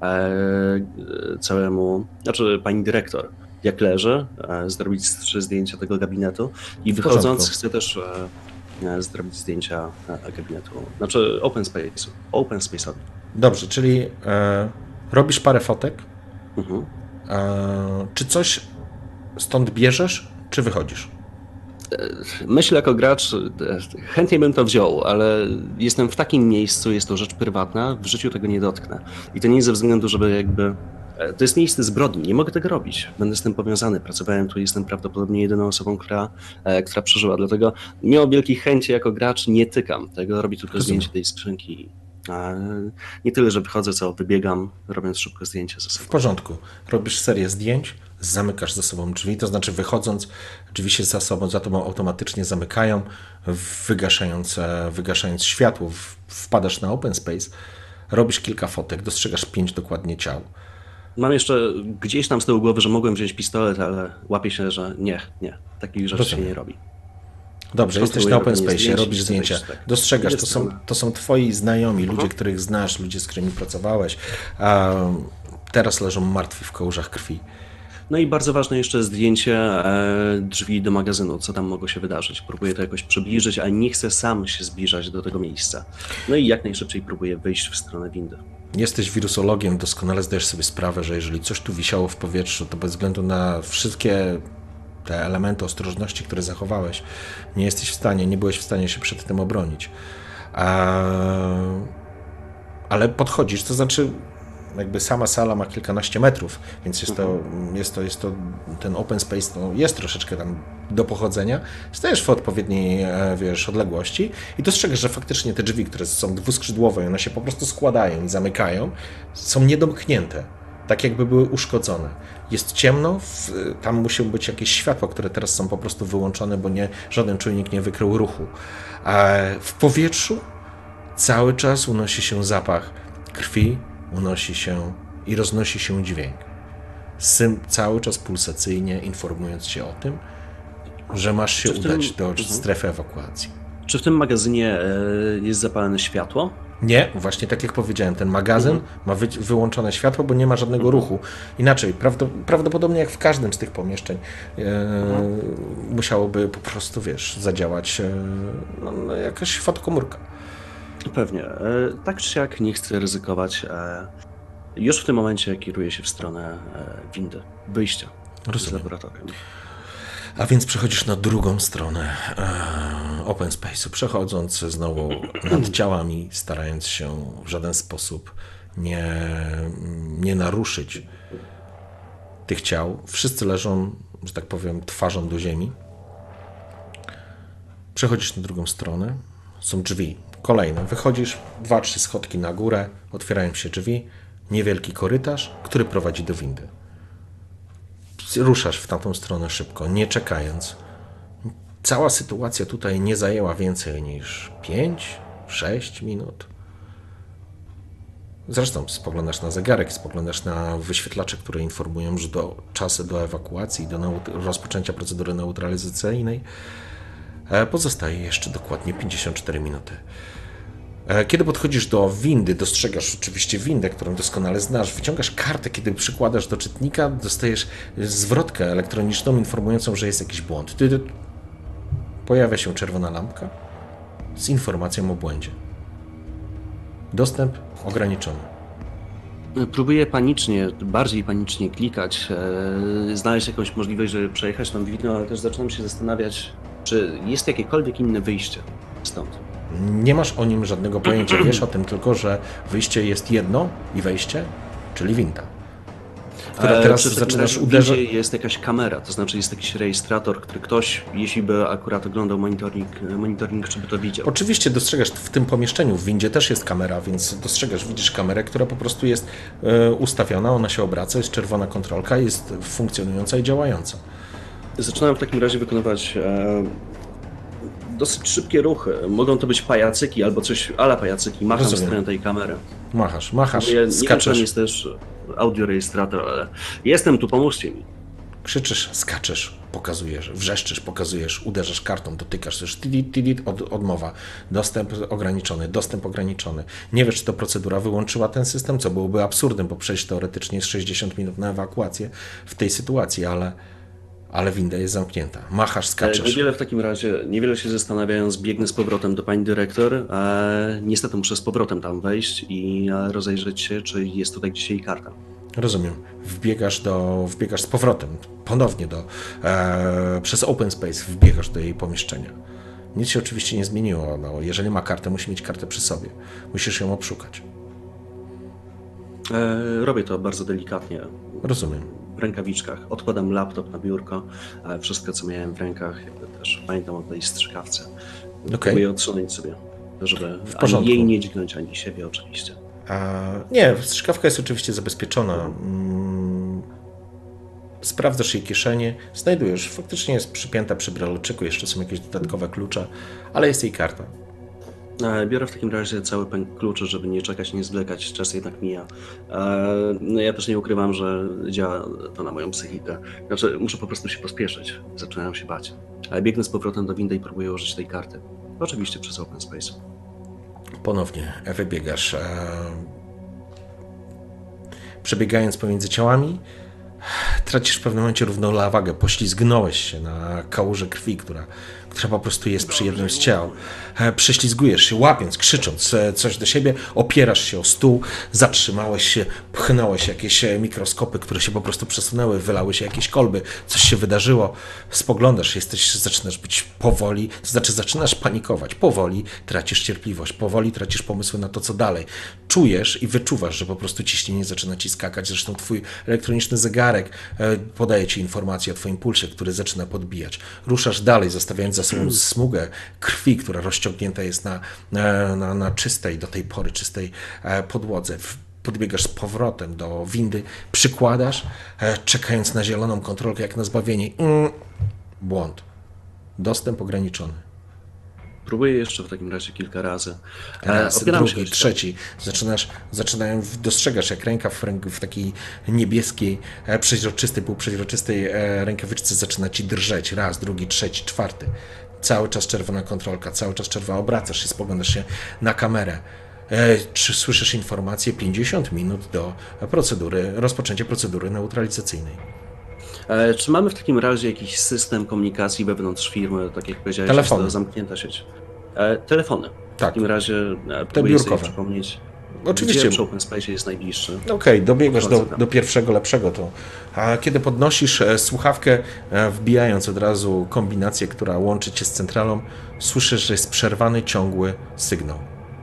e, całemu, znaczy pani dyrektor, jak leży, e, zrobić trzy zdjęcia tego gabinetu i wychodząc chcę też e, zrobić zdjęcia e, gabinetu, znaczy open space'u, open space'owi. Dobrze, czyli e, robisz parę fotek. Mhm. E, czy coś stąd bierzesz, czy wychodzisz? Myślę jako gracz, chętnie bym to wziął, ale jestem w takim miejscu, jest to rzecz prywatna, w życiu tego nie dotknę. I to nie ze względu, żeby jakby... To jest miejsce zbrodni, nie mogę tego robić. Będę z tym powiązany, pracowałem tu, jestem prawdopodobnie jedyną osobą, która, która przeżyła. Dlatego mimo wielkich chęci jako gracz nie tykam tego, robię tylko Rozumiem. zdjęcie tej skrzynki. Nie tyle, że wychodzę, co wybiegam, robiąc szybko zdjęcie ze sobą. W porządku. Robisz serię zdjęć, zamykasz za sobą drzwi, to znaczy wychodząc, drzwi się za sobą, za tobą automatycznie zamykają, wygaszając, wygaszając światło, wpadasz na open space, robisz kilka fotek, dostrzegasz pięć dokładnie ciał. Mam jeszcze gdzieś tam z tyłu głowy, że mogłem wziąć pistolet, ale łapię się, że nie, nie, takich rzeczy się nie robi. Dobrze, jesteś na open space, robisz zdjęcia, tak. dostrzegasz, to są, to są twoi znajomi, ludzie, których znasz, ludzie, z którymi pracowałeś, a teraz leżą martwi w kałużach krwi. No i bardzo ważne jeszcze zdjęcie e, drzwi do magazynu, co tam mogło się wydarzyć. Próbuję to jakoś przybliżyć, ale nie chcę sam się zbliżać do tego miejsca. No i jak najszybciej próbuję wyjść w stronę windy. Jesteś wirusologiem, doskonale zdajesz sobie sprawę, że jeżeli coś tu wisiało w powietrzu, to bez względu na wszystkie te elementy ostrożności, które zachowałeś, nie jesteś w stanie, nie byłeś w stanie się przed tym obronić. A... Ale podchodzisz, to znaczy jakby sama sala ma kilkanaście metrów, więc jest to, jest to, jest to ten open space no, jest troszeczkę tam do pochodzenia. Stajesz w odpowiedniej, wiesz, odległości i dostrzegasz, że faktycznie te drzwi, które są dwuskrzydłowe i one się po prostu składają i zamykają, są niedomknięte, tak jakby były uszkodzone. Jest ciemno, w, tam muszą być jakieś światła, które teraz są po prostu wyłączone, bo nie, żaden czujnik nie wykrył ruchu. A w powietrzu cały czas unosi się zapach krwi, unosi się i roznosi się dźwięk. Sym cały czas pulsacyjnie informując cię o tym, że masz się tym... udać do mhm. strefy ewakuacji. Czy w tym magazynie jest zapalone światło? Nie, właśnie tak jak powiedziałem, ten magazyn mhm. ma wy wyłączone światło, bo nie ma żadnego mhm. ruchu. Inaczej, prawdo prawdopodobnie jak w każdym z tych pomieszczeń e, mhm. musiałoby po prostu, wiesz, zadziałać e, no, jakaś fotokomórka. Pewnie. E, tak czy siak nie chcę ryzykować. E, już w tym momencie kieruję się w stronę e, windy, wyjścia Rozumiem. z laboratorium. A więc przechodzisz na drugą stronę e, open space'u, przechodząc znowu nad ciałami, starając się w żaden sposób nie, nie naruszyć tych ciał. Wszyscy leżą, że tak powiem, twarzą do ziemi. Przechodzisz na drugą stronę, są drzwi kolejne. Wychodzisz, dwa, trzy schodki na górę, otwierają się drzwi, niewielki korytarz, który prowadzi do windy. Ruszasz w tamtą stronę szybko, nie czekając. Cała sytuacja tutaj nie zajęła więcej niż pięć sześć minut. Zresztą spoglądasz na zegarek, spoglądasz na wyświetlacze, które informują, że do czasy do ewakuacji, do rozpoczęcia procedury neutralizacyjnej pozostaje jeszcze dokładnie pięćdziesiąt cztery minuty. E, Kiedy podchodzisz do windy, dostrzegasz oczywiście windę, którą doskonale znasz, wyciągasz kartę, kiedy przykładasz do czytnika, dostajesz zwrotkę elektroniczną informującą, że jest jakiś błąd. Ty, ty, pojawia się czerwona lampka z informacją o błędzie. Dostęp ograniczony. Próbuję panicznie, bardziej panicznie klikać, e, znaleźć jakąś możliwość, żeby przejechać tą windą, ale też zaczynam się zastanawiać, czy jest jakiekolwiek inne wyjście stąd. Nie masz o nim żadnego pojęcia. Wiesz o tym tylko, że wyjście jest jedno i wejście, czyli winda, która teraz Czy w takim zaczynasz razie w uderzać. windzie jest jakaś kamera, to znaczy jest jakiś rejestrator, który ktoś, jeśli by akurat oglądał monitoring, monitoring czy by to widział. Oczywiście dostrzegasz w tym pomieszczeniu, w windzie też jest kamera, więc dostrzegasz, widzisz kamerę, która po prostu jest e, ustawiona, ona się obraca, jest czerwona kontrolka, jest funkcjonująca i działająca. Zaczynam w takim razie wykonywać e, dosyć szybkie ruchy. Mogą to być pajacyki albo coś ala pajacyki. Macham w Rozumiem. stronę tej kamery. Machasz, machasz, Ja nie wiem, czy tam skaczesz, jest też audiorejestrator, ale jestem tu, pomóżcie mi. krzyczysz, skaczesz, pokazujesz, wrzeszczysz, pokazujesz, uderzasz kartą, dotykasz, już tidit, tidit, od, odmowa, dostęp ograniczony, dostęp ograniczony. Nie wiesz, czy to procedura wyłączyła ten system, co byłoby absurdem, bo przejść teoretycznie jest sześćdziesiąt minut na ewakuację w tej sytuacji, ale, ale winda jest zamknięta. Machasz, skaczesz. Niewiele w takim razie, niewiele się zastanawiając, biegnę z powrotem do pani dyrektor. E, niestety muszę z powrotem tam wejść i e, rozejrzeć się, czy jest tutaj gdzieś jej karta. Rozumiem. Wbiegasz, do, wbiegasz z powrotem, ponownie do, e, przez open space wbiegasz do jej pomieszczenia. Nic się oczywiście nie zmieniło. No, jeżeli ma kartę, musi mieć kartę przy sobie. Musisz ją obszukać. E, robię to bardzo delikatnie. Rozumiem. W rękawiczkach. Odkładam laptop na biurko. E, wszystko, co miałem w rękach, jakby też pamiętam o tej strzykawce. Okej. Próbuję odsunąć sobie, żeby W ani porządku. jej nie dźgnąć, ani siebie oczywiście. A, nie, strzykawka jest oczywiście zabezpieczona. Mm, sprawdzasz jej kieszenie, znajdujesz, faktycznie jest przypięta przy breloczyku, jeszcze są jakieś dodatkowe klucze, ale jest jej karta. E, Biorę w takim razie cały pęk kluczy, żeby nie czekać, nie zwlekać, czas jednak mija. E, No ja też nie ukrywam, że działa to na moją psychikę. Znaczy, muszę po prostu się pospieszyć. Zaczynam się bać. Ale biegnę z powrotem do windy i próbuję użyć tej karty. Oczywiście przez open space. Ponownie wybiegasz. E, przebiegając pomiędzy ciałami, tracisz w pewnym momencie równowagę, poślizgnąłeś się na kałuży krwi, która, która po prostu jest przy jednym z ciał. E, Prześlizgujesz się, łapiąc, krzycząc e, coś do siebie, opierasz się o stół, zatrzymałeś się, pchnąłeś jakieś e, mikroskopy, które się po prostu przesunęły, wylały się jakieś kolby, coś się wydarzyło, spoglądasz, jesteś, zaczynasz być powoli, to znaczy zaczynasz panikować, powoli tracisz cierpliwość, powoli tracisz pomysły na to, co dalej. Czujesz i wyczuwasz, że po prostu ciśnienie zaczyna ci skakać, zresztą twój elektroniczny zegarek e, podaje ci informację o twoim pulsie, który zaczyna podbijać. Ruszasz dalej, zostawiając za sobą smugę krwi, która rozciągnięta jest na, na, na, na czystej, do tej pory czystej e, podłodze. W- Podbiegasz z powrotem do windy, przykładasz, e, czekając na zieloną kontrolkę jak na zbawienie. Mm, błąd. Dostęp ograniczony. Próbuję jeszcze w takim razie kilka razy. E, Raz, opieram się drugi, o trzeci. Zaczynasz, zaczynają, dostrzegasz jak ręka w, ręk, w takiej niebieskiej, e, przeźroczystej, półprzeźroczystej e, rękawiczce zaczyna ci drżeć. Raz, drugi, trzeci, czwarty. Cały czas czerwona kontrolka, cały czas czerwona. Obracasz się, spoglądasz się na kamerę. E, czy słyszysz informację? pięćdziesiąt minut do procedury, rozpoczęcia procedury neutralizacyjnej. E, Czy mamy w takim razie jakiś system komunikacji wewnątrz firmy, tak jak powiedziałeś, Telefony. jest to zamknięta sieć? E, telefony. W Tak. takim razie e, próbuję sobie biurkowe. przypomnieć, Oczywiście. gdzie przy open space jest najbliższy. Okej, dobiegasz do, Podchodzę tam. do pierwszego, lepszego. To, a kiedy podnosisz e, słuchawkę, e, wbijając od razu kombinację, która łączy cię z centralą, słyszysz, że jest przerwany, ciągły sygnał.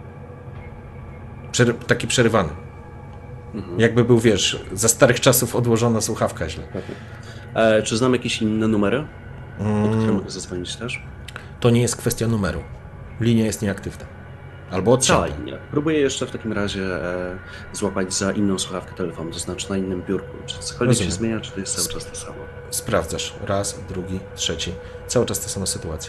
Przery, taki przerywany. Jakby był, wiesz, za starych czasów odłożona słuchawka źle. E, czy znam jakieś inne numery, pod które mogę zadzwonić też? To nie jest kwestia numeru. Linia jest nieaktywna. Albo Cała odcięta. linia. Próbuję jeszcze w takim razie e, złapać za inną słuchawkę telefonu, to znaczy na innym biurku. Czy cokolwiek się Rozumiem. zmienia, czy to jest cały czas to samo? Sprawdzasz. Raz, drugi, trzeci. Cały czas ta sama sytuacja.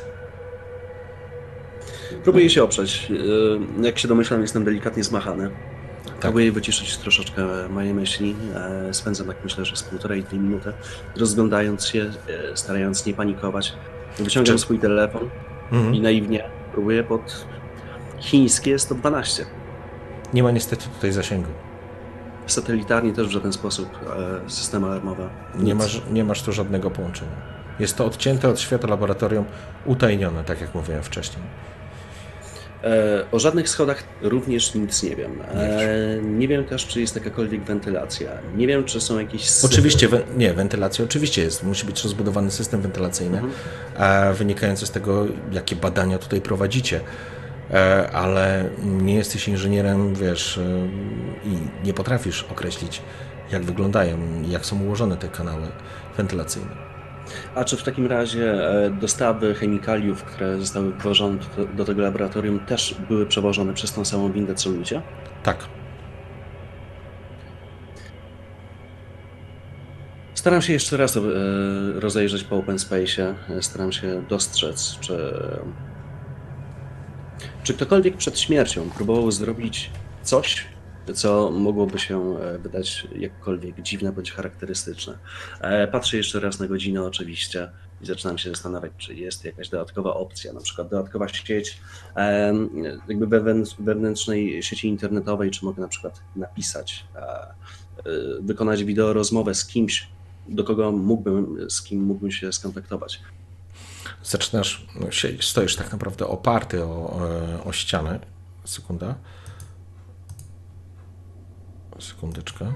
Próbuję się oprzeć. E, jak się domyślam, jestem delikatnie zmachany. Próbuję wyciszyć troszeczkę moje myśli. E, spędzam, tak myślę, że z półtorej, dwie minuty, rozglądając się, e, starając nie panikować. Wyciągam Czy- swój telefon Mhm. i naiwnie próbuję pod Chińskie sto dwanaście. Nie ma niestety tutaj zasięgu. Satelitarnie też w żaden sposób e, systemy alarmowe. Nie masz, nie masz tu żadnego połączenia. Jest to odcięte od świata laboratorium, utajnione, tak jak mówiłem wcześniej. E, o żadnych schodach również nic nie wiem. E, nie wiem też, czy jest jakakolwiek wentylacja. Nie wiem, czy są jakieś... syfy. Oczywiście, we, nie, wentylacja oczywiście jest. Musi być rozbudowany system wentylacyjny, Mhm. e, wynikający z tego, jakie badania tutaj prowadzicie. E, ale nie jesteś inżynierem, wiesz, e, i nie potrafisz określić, jak wyglądają, jak są ułożone te kanały wentylacyjne. A czy w takim razie e, dostawy chemikaliów, które zostały wywożone do, do tego laboratorium, też były przewożone przez tą samą windę co ludzie? Tak. Staram się jeszcze raz e, rozejrzeć po open space'ie. E, Staram się dostrzec, czy, czy ktokolwiek przed śmiercią próbował zrobić coś, co mogłoby się e, wydać jakkolwiek dziwne bądź charakterystyczne. E, Patrzę jeszcze raz na godzinę oczywiście i zaczynam się zastanawiać, czy jest jakaś dodatkowa opcja, na przykład dodatkowa sieć e, jakby wewnętrz- wewnętrznej sieci internetowej, czy mogę na przykład napisać, e, e, wykonać wideo rozmowę z kimś, do kogo mógłbym, z kim mógłbym się skontaktować. Zaczynasz, no, sie- stoisz tak naprawdę oparty o, e, o ścianę. Sekunda. Sekundeczkę.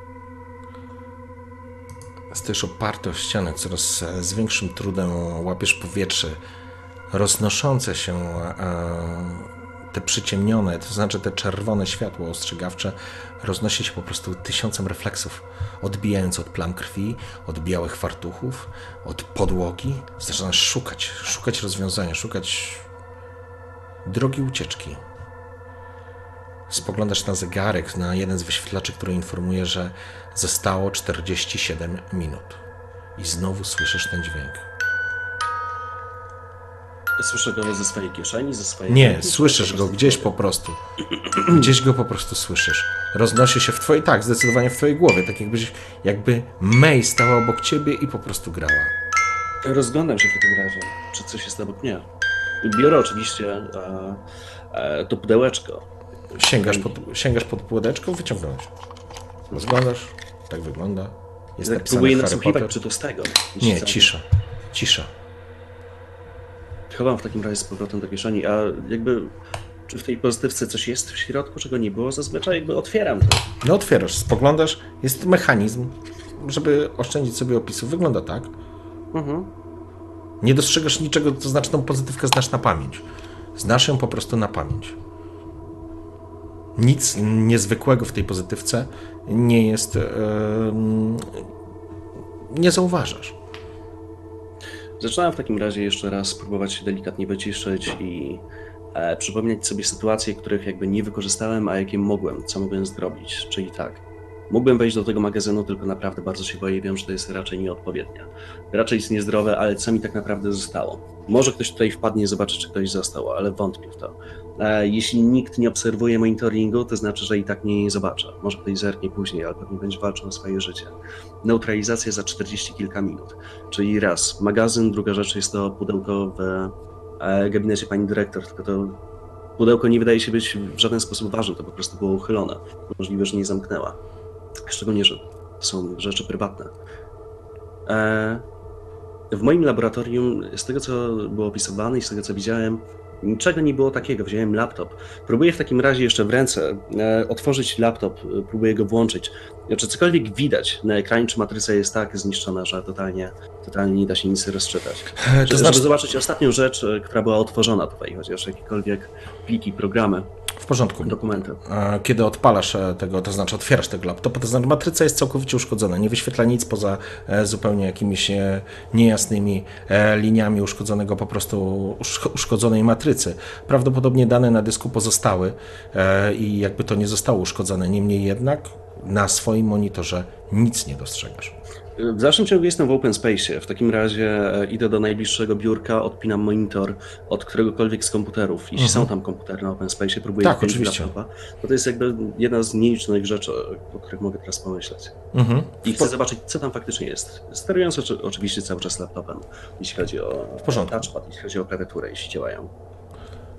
Stoisz oparty o ścianę, coraz z większym trudem łapiesz powietrze, roznoszące się e, te przyciemnione, to znaczy te czerwone światło ostrzegawcze roznosi się po prostu tysiącem refleksów, odbijając od plam krwi, od białych fartuchów, od podłogi. Zaczynasz szukać, szukać rozwiązania, szukać drogi ucieczki. Spoglądasz na zegarek, na jeden z wyświetlaczy, który informuje, że zostało czterdzieści siedem minut. I znowu słyszysz ten dźwięk. Słyszę go ze swojej kieszeni, ze swojej... Nie, słyszysz go gdzieś po prostu. Gdzieś go po prostu słyszysz. Roznosi się w twojej, tak, zdecydowanie w twojej głowie. Tak jakbyś, jakby May stała obok ciebie i po prostu grała. Rozglądam się w takim razie, czy coś jest obok mnie. Biorę oczywiście e, e, to pudełeczko. Sięgasz pod, sięgasz pod płodeczką, wyciągnąłeś. Rozglądasz, tak wygląda. Jest Tak napisane próbuję Harry nasłuchiwać, Potter. czy to z tego. Nie, Jeśli cisza. Cisza. Chowam w takim razie z powrotem do kieszeni, a jakby czy w tej pozytywce coś jest w środku, czego nie było zazwyczaj? Jakby otwieram to. No otwierasz, spoglądasz, jest mechanizm, żeby oszczędzić sobie opisu. Wygląda tak. Mhm. Nie dostrzegasz niczego, to znaczy tą pozytywkę znasz na pamięć. Znasz ją po prostu na pamięć. Nic niezwykłego w tej pozytywce nie jest... Yy, nie zauważasz. Zaczynam w takim razie jeszcze raz próbować się delikatnie wyciszyć i e, przypomnieć sobie sytuacje, których jakby nie wykorzystałem, a jakie mogłem, co mogłem zrobić. Czyli tak, mógłbym wejść do tego magazynu, tylko naprawdę bardzo się boję i wiem, że to jest raczej nieodpowiednia. Raczej jest niezdrowe, ale co mi tak naprawdę zostało? Może ktoś tutaj wpadnie, zobaczy, czy ktoś został, ale wątpię w to. E, jeśli nikt nie obserwuje monitoringu, to znaczy, że i tak mnie nie zobaczę. Może ktoś zerknie później, ale pewnie będzie walczył o swoje życie. Neutralizacja za czterdzieści kilka minut. Czyli raz, magazyn, druga rzecz jest to pudełko w e, gabinecie pani dyrektor, tylko to pudełko nie wydaje się być w żaden sposób ważne, to po prostu było uchylone. Możliwe, że nie zamknęła. Szczególnie, że są rzeczy prywatne. E, w moim laboratorium, z tego co było opisywane i z tego co widziałem, niczego nie było takiego. Wziąłem laptop. Próbuję w takim razie jeszcze w ręce e, otworzyć laptop, e, próbuję go włączyć. Czy cokolwiek widać na ekranie, czy matryca jest tak zniszczona, że totalnie, totalnie nie da się nic rozczytać. To Żeby znaczy, zobaczyć ostatnią rzecz, e, która była otworzona tutaj, chociaż jakiekolwiek pliki, programy, w porządku. dokumenty. E, Kiedy odpalasz e, tego, to znaczy otwierasz tego laptopa, to znaczy matryca jest całkowicie uszkodzona. Nie wyświetla nic poza e, zupełnie jakimiś e, niejasnymi e, liniami uszkodzonego, po prostu usz- uszkodzonej matrycy. Prawdopodobnie dane na dysku pozostały e, i jakby to nie zostało uszkodzone. Niemniej jednak na swoim monitorze nic nie dostrzegasz. W dalszym ciągu jestem w open space. W takim razie e, idę do najbliższego biurka, odpinam monitor od któregokolwiek z komputerów. Jeśli Mhm. są tam komputery na open space, próbuję Tak, odpalić oczywiście. laptopa. To, to jest jakby jedna z nielicznych rzeczy, o których mogę teraz pomyśleć. Mhm. I chcę zobaczyć, co tam faktycznie jest. Sterując oczy- oczywiście cały czas laptopem, jeśli chodzi o W porządku. touchpad, jeśli chodzi o klawiaturę, jeśli działają.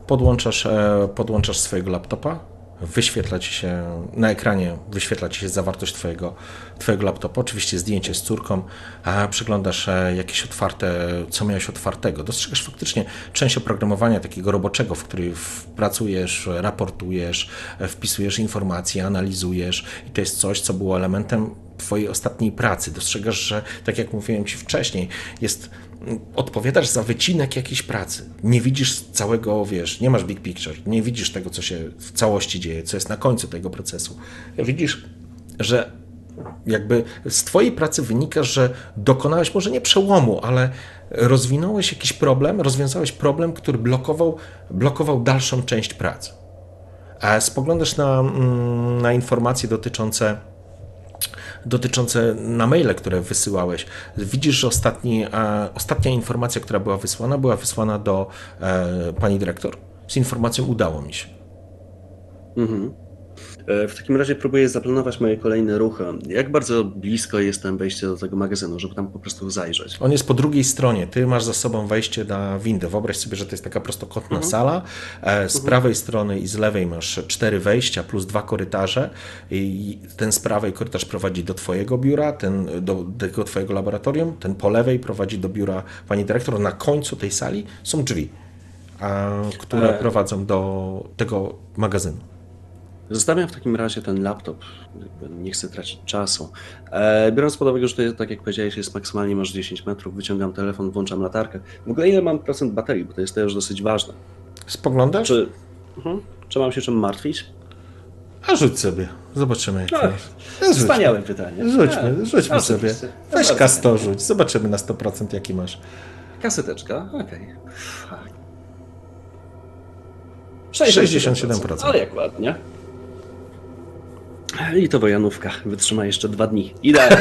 podłączasz, e, podłączasz swojego laptopa, wyświetla ci się, na ekranie wyświetla ci się zawartość twojego, twojego laptopa, oczywiście zdjęcie z córką, a przeglądasz e, jakieś otwarte, co miałeś otwartego. Dostrzegasz faktycznie część oprogramowania takiego roboczego, w którym pracujesz, raportujesz, e, wpisujesz informacje, analizujesz i to jest coś, co było elementem twojej ostatniej pracy. Dostrzegasz, że tak jak mówiłem ci wcześniej, jest odpowiadasz za wycinek jakiejś pracy. Nie widzisz całego, wiesz, nie masz big picture, nie widzisz tego, co się w całości dzieje, co jest na końcu tego procesu. Widzisz, że jakby z twojej pracy wynika, że dokonałeś może nie przełomu, ale rozwinąłeś jakiś problem, rozwiązałeś problem, który blokował, blokował dalszą część pracy. A spoglądasz na, na informacje dotyczące dotyczące na maile, które wysyłałeś. Widzisz, że ostatni, e, ostatnia informacja, która była wysłana, była wysłana do e, pani dyrektor z informacją udało mi się. Mhm. W takim razie próbuję zaplanować moje kolejne ruchy. Jak bardzo blisko jestem wejścia do tego magazynu, żeby tam po prostu zajrzeć? On jest po drugiej stronie. Ty masz za sobą wejście na windę. Wyobraź sobie, że to jest taka prostokątna mhm. sala. Z mhm. prawej strony i z lewej masz cztery wejścia plus dwa korytarze. I ten z prawej korytarz prowadzi do twojego biura, ten do tego twojego laboratorium, ten po lewej prowadzi do biura pani dyrektor. Na końcu tej sali są drzwi, które e... prowadzą do tego magazynu. Zostawiam w takim razie ten laptop, nie chcę tracić czasu. E, biorąc pod uwagę, że to jest, tak jak powiedziałeś, jest maksymalnie masz dziesięć metrów, wyciągam telefon, włączam latarkę. W ogóle ile mam procent baterii, bo to jest też dosyć ważne. Spoglądasz? Czy, uh-huh, czy mam się czym martwić? A rzuć sobie, zobaczymy jak no, to jest. Wspaniałe pytanie. Rzućmy, A, rzućmy a, sobie. Weź K sto rzuć, zobaczymy na sto procent jaki masz. Kaseteczka, okej. Okay. sześćdziesiąt siedem procent. Ale jak ładnie. I to wojanówka wytrzyma jeszcze dwa dni. Idealnie.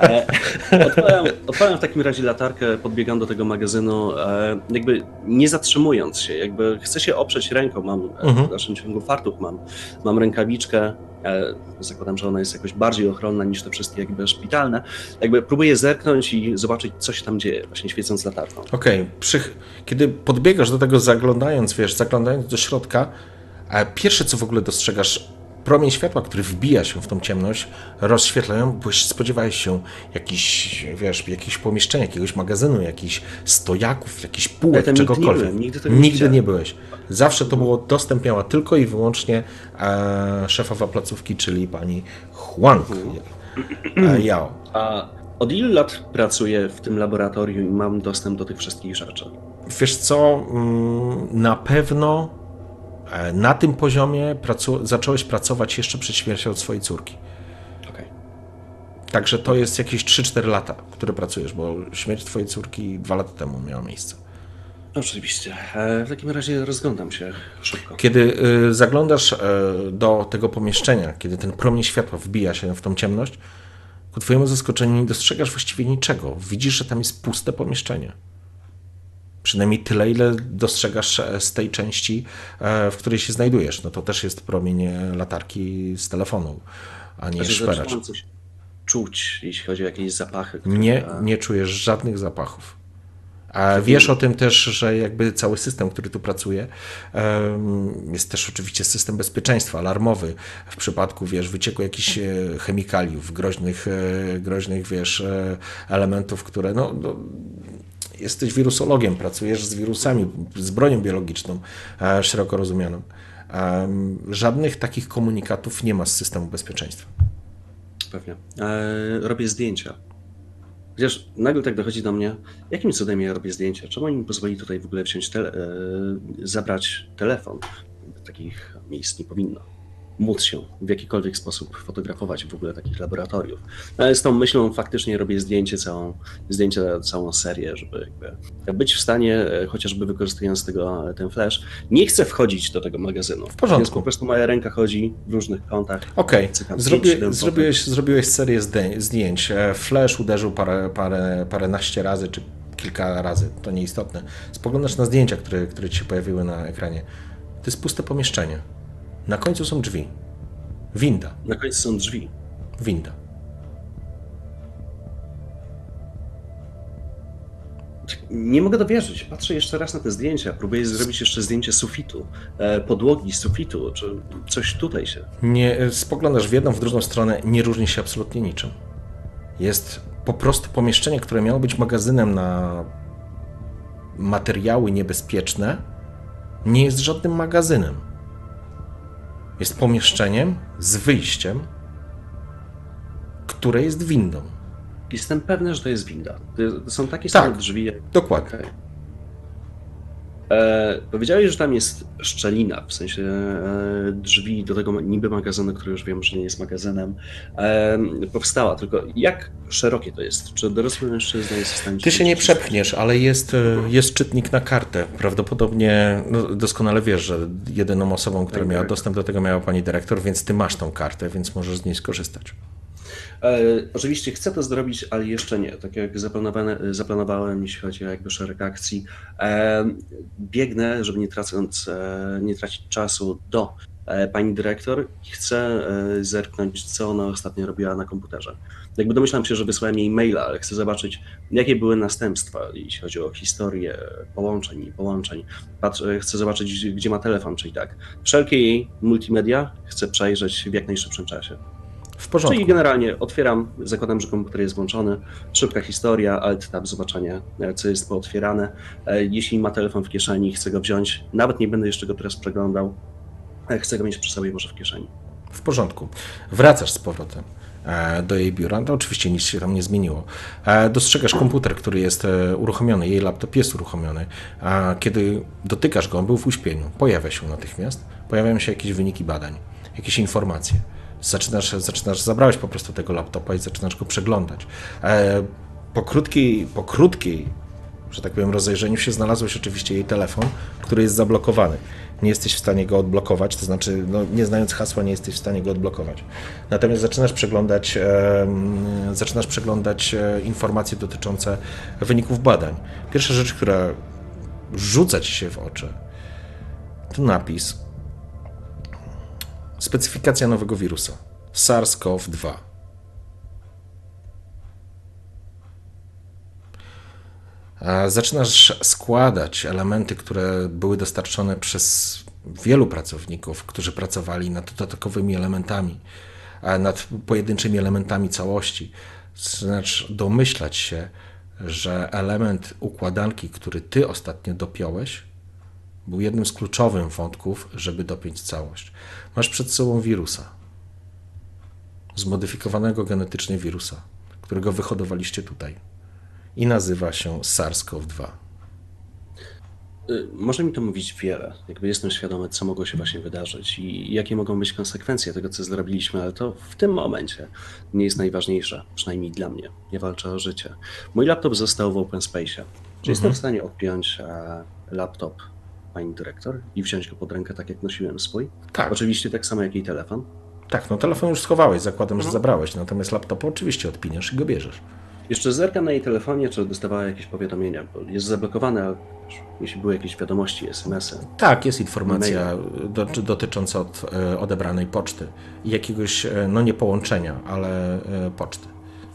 Odpalam, odpalam w takim razie latarkę, podbiegam do tego magazynu, jakby nie zatrzymując się, jakby chcę się oprzeć ręką, mam mhm. w dalszym ciągu fartuch, mam, mam rękawiczkę, zakładam, że ona jest jakoś bardziej ochronna niż te wszystkie jakby szpitalne, jakby próbuję zerknąć i zobaczyć, co się tam dzieje, właśnie świecąc latarką. Okej, okay. Kiedy podbiegasz do tego zaglądając, wiesz, zaglądając do środka, pierwsze co w ogóle dostrzegasz, promień światła, który wbija się w tą ciemność, rozświetlają, bo spodziewałeś się jakichś, wiesz, jakiegoś pomieszczenia, jakiegoś magazynu, jakichś stojaków, jakichś półek, ja czegokolwiek. Nigdy, nigdy, nigdy nie, nie byłeś. Zawsze to było, dostęp miała tylko i wyłącznie e, szefowa placówki, czyli pani Huang e, Yao. A od ilu lat pracuję w tym laboratorium i mam dostęp do tych wszystkich rzeczy? Wiesz co, na pewno na tym poziomie pracu- zacząłeś pracować jeszcze przed śmiercią swojej córki. Okay. Także to jest jakieś trzy cztery lata, które pracujesz, bo śmierć twojej córki dwa lata temu miała miejsce. Oczywiście. W takim razie rozglądam się szybko. Kiedy zaglądasz do tego pomieszczenia, kiedy ten promień światła wbija się w tą ciemność, ku twojemu zaskoczeniu nie dostrzegasz właściwie niczego. Widzisz, że tam jest puste pomieszczenie. Przynajmniej tyle, ile dostrzegasz z tej części, w której się znajdujesz. No to też jest promień latarki z telefonu, a nie szperacz. Zaczynam coś czuć, jeśli chodzi o jakieś zapachy. Które... Nie, nie czujesz żadnych zapachów. A wiesz o tym też, że jakby cały system, który tu pracuje, jest też oczywiście system bezpieczeństwa, alarmowy. W przypadku, wiesz, wycieku jakichś chemikaliów, groźnych, groźnych wiesz, elementów, które no, no jesteś wirusologiem, pracujesz z wirusami, z bronią biologiczną, szeroko rozumianą. Żadnych takich komunikatów nie ma z systemu bezpieczeństwa. Pewnie. E, robię zdjęcia. Chociaż nagle tak dochodzi do mnie, jakim cudem ja robię zdjęcia? Czemu oni mi pozwolili tutaj w ogóle wziąć, tele, e, zabrać telefon? Takich miejsc nie powinno. Móc się w jakikolwiek sposób fotografować w ogóle takich laboratoriów. Ale z tą myślą faktycznie robię zdjęcie, całą, zdjęcie, całą serię, żeby jakby być w stanie, chociażby wykorzystując tego, ten flash, nie chcę wchodzić do tego magazynu. W porządku. Więc po prostu moja ręka chodzi w różnych kątach. Okej, okay. Zrobi, zrobiłeś, zrobiłeś serię zdjęć. Flash uderzył parę, parę, paręnaście razy, czy kilka razy, to nieistotne. Spoglądasz na zdjęcia, które, które ci się pojawiły na ekranie. To jest puste pomieszczenie. Na końcu są drzwi. Winda. Na końcu są drzwi. Winda. Nie mogę dowierzyć. Patrzę jeszcze raz na te zdjęcia. Próbuję zrobić jeszcze zdjęcie sufitu, e, podłogi sufitu, czy coś tutaj się. Nie, spoglądasz w jedną, w drugą stronę, nie różni się absolutnie niczym. Jest po prostu pomieszczenie, które miało być magazynem na materiały niebezpieczne, nie jest żadnym magazynem. Jest pomieszczeniem z wyjściem, które jest windą. Jestem pewny, że to jest winda. To są takie Tak. same drzwi. jak- Dokładnie. Okej. E, powiedziałeś, że tam jest szczelina, w sensie e, drzwi do tego niby magazynu, który już wiem, że nie jest magazynem, e, powstała. Tylko jak szerokie to jest? Czy dorosły mężczyzna jest w stanie... Ty się nie przeczytać? przepchniesz, ale jest, jest czytnik na kartę. Prawdopodobnie, no doskonale wiesz, że jedyną osobą, która Pani miała dyrektor. dostęp do tego, miała pani dyrektor, więc ty masz tą kartę, więc możesz z niej skorzystać. E, oczywiście chcę to zrobić, ale jeszcze nie. Tak jak zaplanowane, zaplanowałem, jeśli chodzi o jakby szereg akcji, e, biegnę, żeby nie, tracąc, e, nie tracić czasu do e, pani dyrektor i chcę e, zerknąć, co ona ostatnio robiła na komputerze. Jakby domyślam się, że wysłałem jej maila, ale chcę zobaczyć, jakie były następstwa, jeśli chodzi o historię połączeń i połączeń. Patrz, e, chcę zobaczyć, gdzie ma telefon, czyli tak. Wszelkie jej multimedia chcę przejrzeć w jak najszybszym czasie. W porządku. Czyli generalnie otwieram, zakładam, że komputer jest włączony, szybka historia, alt tab, zobaczenie, co jest pootwierane. E, Jeśli ma telefon w kieszeni, chcę go wziąć, nawet nie będę jeszcze go teraz przeglądał, e, chcę go mieć przy sobie może w kieszeni. W porządku. Wracasz z powrotem e, do jej biura. No, oczywiście nic się tam nie zmieniło. E, Dostrzegasz komputer, który jest e, uruchomiony. Jej laptop jest uruchomiony. A kiedy dotykasz go, on był w uśpieniu. Pojawia się natychmiast. Pojawiają się jakieś wyniki badań, jakieś informacje. Zaczynasz, zaczynasz, zabrałeś po prostu tego laptopa i zaczynasz go przeglądać. E, po krótkiej, po krótkiej, że tak powiem, rozejrzeniu się znalazłeś oczywiście jej telefon, który jest zablokowany. Nie jesteś w stanie go odblokować, to znaczy, no, nie znając hasła, nie jesteś w stanie go odblokować. Natomiast zaczynasz przeglądać, e, zaczynasz przeglądać e, informacje dotyczące wyników badań. Pierwsza rzecz, która rzuca ci się w oczy, to napis specyfikacja nowego wirusa SARS-CoV dwa. Zaczynasz składać elementy, które były dostarczone przez wielu pracowników, którzy pracowali nad dodatkowymi elementami, nad pojedynczymi elementami całości. Zaczynasz domyślać się, że element układanki, który ty ostatnio dopiąłeś, był jednym z kluczowych wątków, żeby dopiąć całość. Masz przed sobą wirusa, zmodyfikowanego genetycznie wirusa, którego wyhodowaliście tutaj i nazywa się SARS-CoV dwa. Y, Może mi to mówić wiele, jakby jestem świadomy, co mogło się właśnie wydarzyć i jakie mogą być konsekwencje tego, co zrobiliśmy, ale to w tym momencie nie jest najważniejsze, przynajmniej dla mnie. Ja walczę o życie. Mój laptop został w open space'ie. Czy jestem w stanie odpiąć e, laptop pani dyrektor i wziąć go pod rękę tak, jak nosiłem swój? Tak. Oczywiście tak samo jak jej telefon. Tak, no telefon już schowałeś, zakładam, że zabrałeś, natomiast laptopa oczywiście odpinasz i go bierzesz. Jeszcze zerkam na jej telefonie, czy dostawała jakieś powiadomienia, bo jest zablokowane, ale jeśli były jakieś wiadomości, es em esy. Tak, jest informacja do, dotycząca od, e, odebranej poczty i jakiegoś, e, no nie połączenia, ale e, poczty.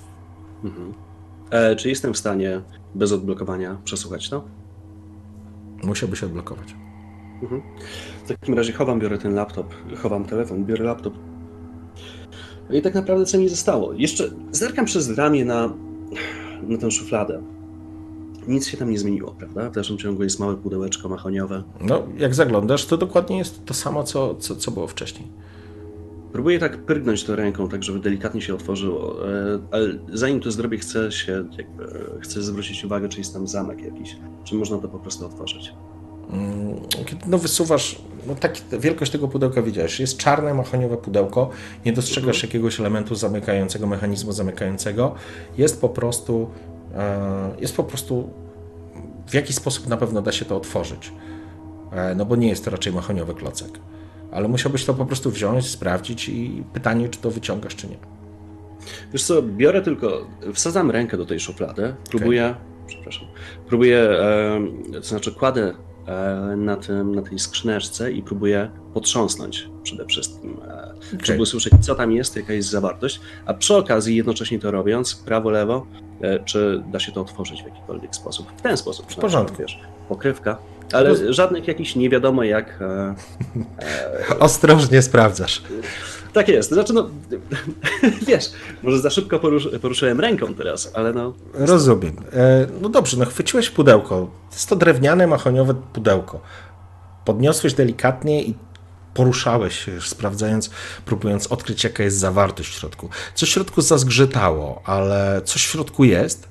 E, czy jestem w stanie bez odblokowania przesłuchać to? Musiałbyś odblokować. W takim razie chowam, biorę ten laptop, chowam telefon, biorę laptop. I tak naprawdę co mi zostało? Jeszcze zerkam przez ramię na, na tę szufladę. Nic się tam nie zmieniło, prawda? W dalszym ciągu jest małe pudełeczko mahoniowe. No, jak zaglądasz, to dokładnie jest to samo, co, co, co było wcześniej. Próbuję tak pyrgnąć to ręką, tak żeby delikatnie się otworzyło, e, ale zanim to zrobię, chcę się jakby, chcę zwrócić uwagę, czy jest tam zamek jakiś, czy można to po prostu otworzyć. Kiedy no wysuwasz, no tak, wielkość tego pudełka widziałeś, jest czarne, mahoniowe pudełko, nie dostrzegasz Mhm. jakiegoś elementu zamykającego, mechanizmu zamykającego, jest po prostu, e, jest po prostu, w jaki sposób na pewno da się to otworzyć, e, no bo nie jest to raczej mahoniowy klocek, ale musiałbyś to po prostu wziąć, sprawdzić i pytanie, czy to wyciągasz, czy nie. Wiesz co, biorę tylko, wsadzam rękę do tej szuflady, próbuję, przepraszam, próbuję, e, to znaczy kładę e, na, tym, na tej skrzyneczce i próbuję potrząsnąć przede wszystkim, e, Okay. żeby usłyszeć, co tam jest, jaka jest zawartość, a przy okazji jednocześnie to robiąc, prawo, lewo, e, czy da się to otworzyć w jakikolwiek sposób. W ten sposób. W porządku. Wiesz, pokrywka, ale Roz... żadnych jakichś nie wiadomo jak... E, e, Ostrożnie sprawdzasz. Tak jest, znaczy no, wiesz, może za szybko porusz, poruszyłem ręką teraz, ale no... Rozumiem. E, no dobrze, no chwyciłeś pudełko. Jest to drewniane, mahoniowe pudełko. Podniosłeś delikatnie i poruszałeś się, sprawdzając, próbując odkryć, jaka jest zawartość w środku. Coś w środku zazgrzytało, ale coś w środku jest.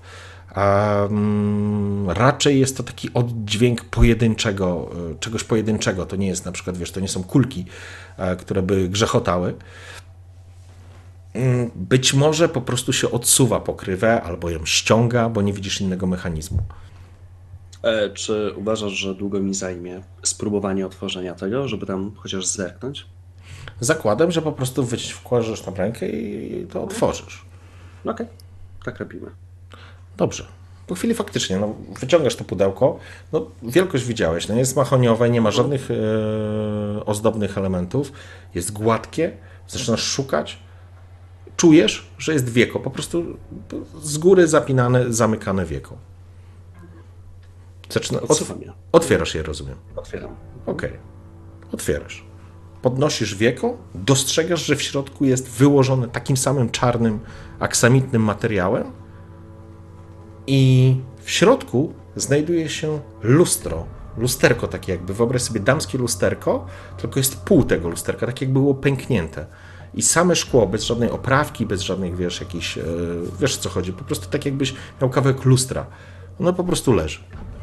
Um, raczej jest to taki oddźwięk pojedynczego, czegoś pojedynczego. To nie jest na przykład, wiesz, to nie są kulki, które by grzechotały. Być może po prostu się odsuwa pokrywę albo ją ściąga, bo nie widzisz innego mechanizmu. E, czy uważasz, że długo mi zajmie spróbowanie otworzenia tego, żeby tam chociaż zerknąć? Zakładam, że po prostu wkładziesz tam rękę i to otworzysz. Okej, okay. Tak robimy. Dobrze. Po chwili faktycznie, no, wyciągasz to pudełko, no, wielkość widziałeś, no, jest mahoniowe, nie ma żadnych e, ozdobnych elementów, jest gładkie, zaczynasz szukać, czujesz, że jest wieko, po prostu z góry zapinane, zamykane wieko. Zaczyna, otw otwierasz je, rozumiem. Otwieram. Okej, okay. Otwierasz. Podnosisz wieko, dostrzegasz, że w środku jest wyłożone takim samym czarnym, aksamitnym materiałem i w środku znajduje się lustro, lusterko takie jakby, wyobraź sobie damskie lusterko, tylko jest pół tego lusterka, tak jakby było pęknięte. I same szkło, bez żadnej oprawki, bez żadnych, wiesz, jakichś, wiesz o co chodzi, po prostu tak jakbyś miał kawałek lustra. Ono po prostu leży.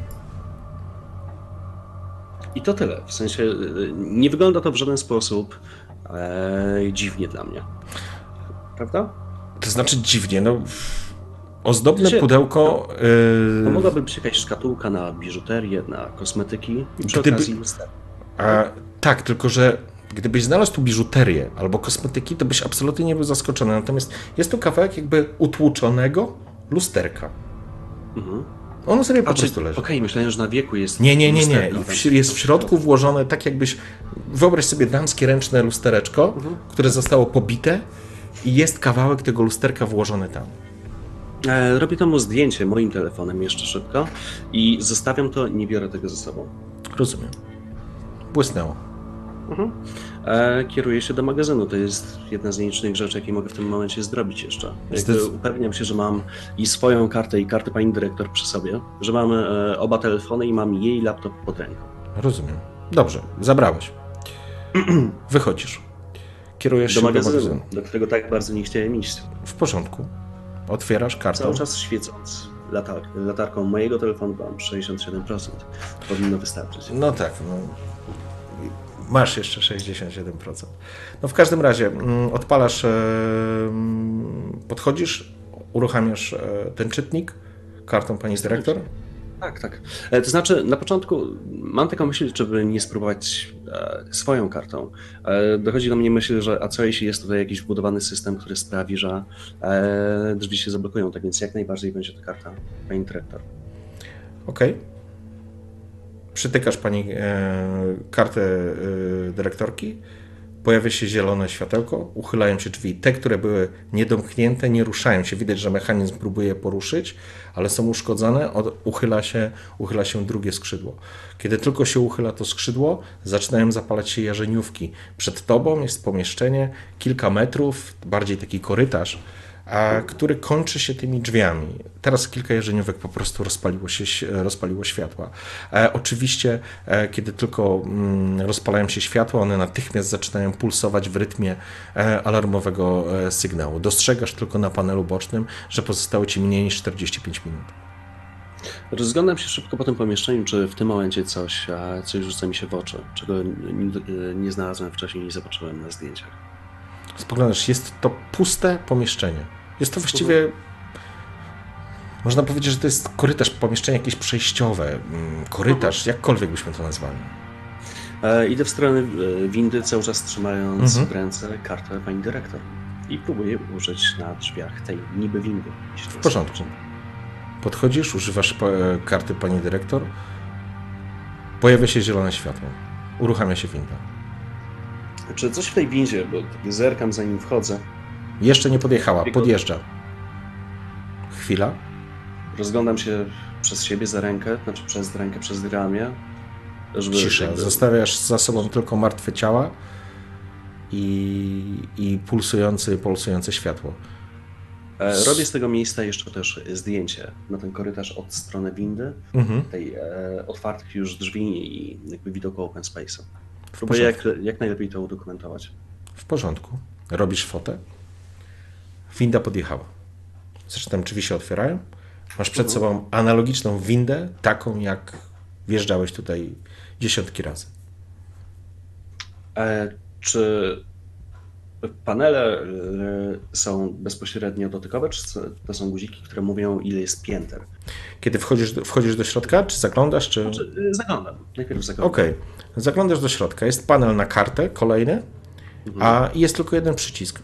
I to tyle. W sensie nie wygląda to w żaden sposób e, dziwnie dla mnie. Prawda? To znaczy dziwnie, no... Ozdobne Znaczy, pudełko... Yy... To mogłaby być jakaś szkatułka na biżuterię, na kosmetyki i przy Gdyby... okazji lusterko. A, tak, tylko że gdybyś znalazł tu biżuterię albo kosmetyki, to byś absolutnie nie był zaskoczony. Natomiast jest tu kawałek jakby utłuczonego lusterka. Mhm. Ono sobie po A, prostu czy... leży. Okej, okay, myślałem, że na wieku jest Nie, nie, nie, nie. lusterko, W, jest w środku włożone tak jakbyś... Wyobraź sobie damskie ręczne lustereczko, mhm. które zostało pobite i jest kawałek tego lusterka włożony tam. Robię temu zdjęcie moim telefonem jeszcze szybko i zostawiam to, nie biorę tego ze sobą. Rozumiem. Błysnęło. Mhm. E, kieruję się do magazynu. To jest jedna z nielicznych rzeczy, jakie mogę w tym momencie zrobić jeszcze. Jakby upewniam się, że mam i swoją kartę, i kartę pani dyrektor przy sobie, że mam e, oba telefony i mam jej laptop pod ręką. Rozumiem. Dobrze, zabrałeś. Wychodzisz. Kierujesz do się magazynu, do magazynu, do którego tak bardzo nie chciałem iść. W porządku. Otwierasz kartę. Cały czas świecąc latar latarką mojego telefonu, mam sześćdziesiąt siedem procent. Powinno wystarczyć. No tak. No. Masz jeszcze sześćdziesiąt siedem procent. No w każdym razie odpalasz, podchodzisz, uruchamiasz ten czytnik kartą pani dyrektor. Tak, tak. To znaczy, na początku mam taką myśl, żeby nie spróbować e, swoją kartą. E, dochodzi do mnie myśl, że a co jeśli jest tutaj jakiś wbudowany system, który sprawi, że e, drzwi się zablokują, tak więc jak najbardziej będzie to karta pani dyrektor. Okej. Okay. Przytykasz pani e, kartę e, dyrektorki, pojawia się zielone światełko, uchylają się drzwi. Te, które były niedomknięte, nie ruszają się. Widać, że mechanizm próbuje je poruszyć, ale są uszkodzone, od, uchyla się, uchyla się drugie skrzydło. Kiedy tylko się uchyla to skrzydło, zaczynają zapalać się jarzeniówki. Przed tobą jest pomieszczenie, kilka metrów, bardziej taki korytarz, a, który kończy się tymi drzwiami. Teraz kilka jarzeniówek po prostu rozpaliło się, rozpaliło światła. E, oczywiście, e, kiedy tylko mm, rozpalają się światła, one natychmiast zaczynają pulsować w rytmie e, alarmowego e, sygnału. Dostrzegasz tylko na panelu bocznym, że pozostało ci mniej niż czterdzieści pięć minut. Rozglądam się szybko po tym pomieszczeniu, czy w tym momencie coś, coś rzuca mi się w oczy, czego nie, nie znalazłem wcześniej, nie zobaczyłem na zdjęciach. Spoglądasz, jest to puste pomieszczenie. Jest to właściwie, mhm. można powiedzieć, że to jest korytarz, pomieszczenie jakieś przejściowe, korytarz, mhm. jakkolwiek byśmy to nazwali. E, idę w stronę windy, cały czas trzymając mhm. w ręce kartę pani dyrektor i próbuję użyć na drzwiach tej niby windy. W porządku. Podchodzisz, używasz karty pani dyrektor, Pojawia się zielone światło. Uruchamia się winda. Czy coś w tej windzie, bo tak zerkam zanim wchodzę. Jeszcze nie podjechała, podjeżdża. Chwila. Rozglądam się przez siebie za rękę, znaczy przez rękę, przez ramię. Żeby Cisza. jakby... Zostawiasz za sobą tylko martwe ciała i, i pulsujące, pulsujące światło. E, robię z tego miejsca jeszcze też zdjęcie na ten korytarz od strony windy, Mhm. tej e, otwartych już drzwi i jakby widoku open space'u. Próbuję jak, jak najlepiej to udokumentować. W porządku. Robisz fotę. Winda podjechała. Zresztą drzwi się otwierają. Masz przed sobą analogiczną windę, taką jak wjeżdżałeś tutaj dziesiątki razy. E, czy panele e, są bezpośrednio dotykowe, czy to są guziki, które mówią, ile jest pięter? Kiedy wchodzisz do, wchodzisz do środka, czy zaglądasz, czy... Znaczy, e, zaglądam. Najpierw zaglądam. Okej. Okay. Zaglądasz do środka. Jest panel na kartę, kolejny, mhm. a jest tylko jeden przycisk.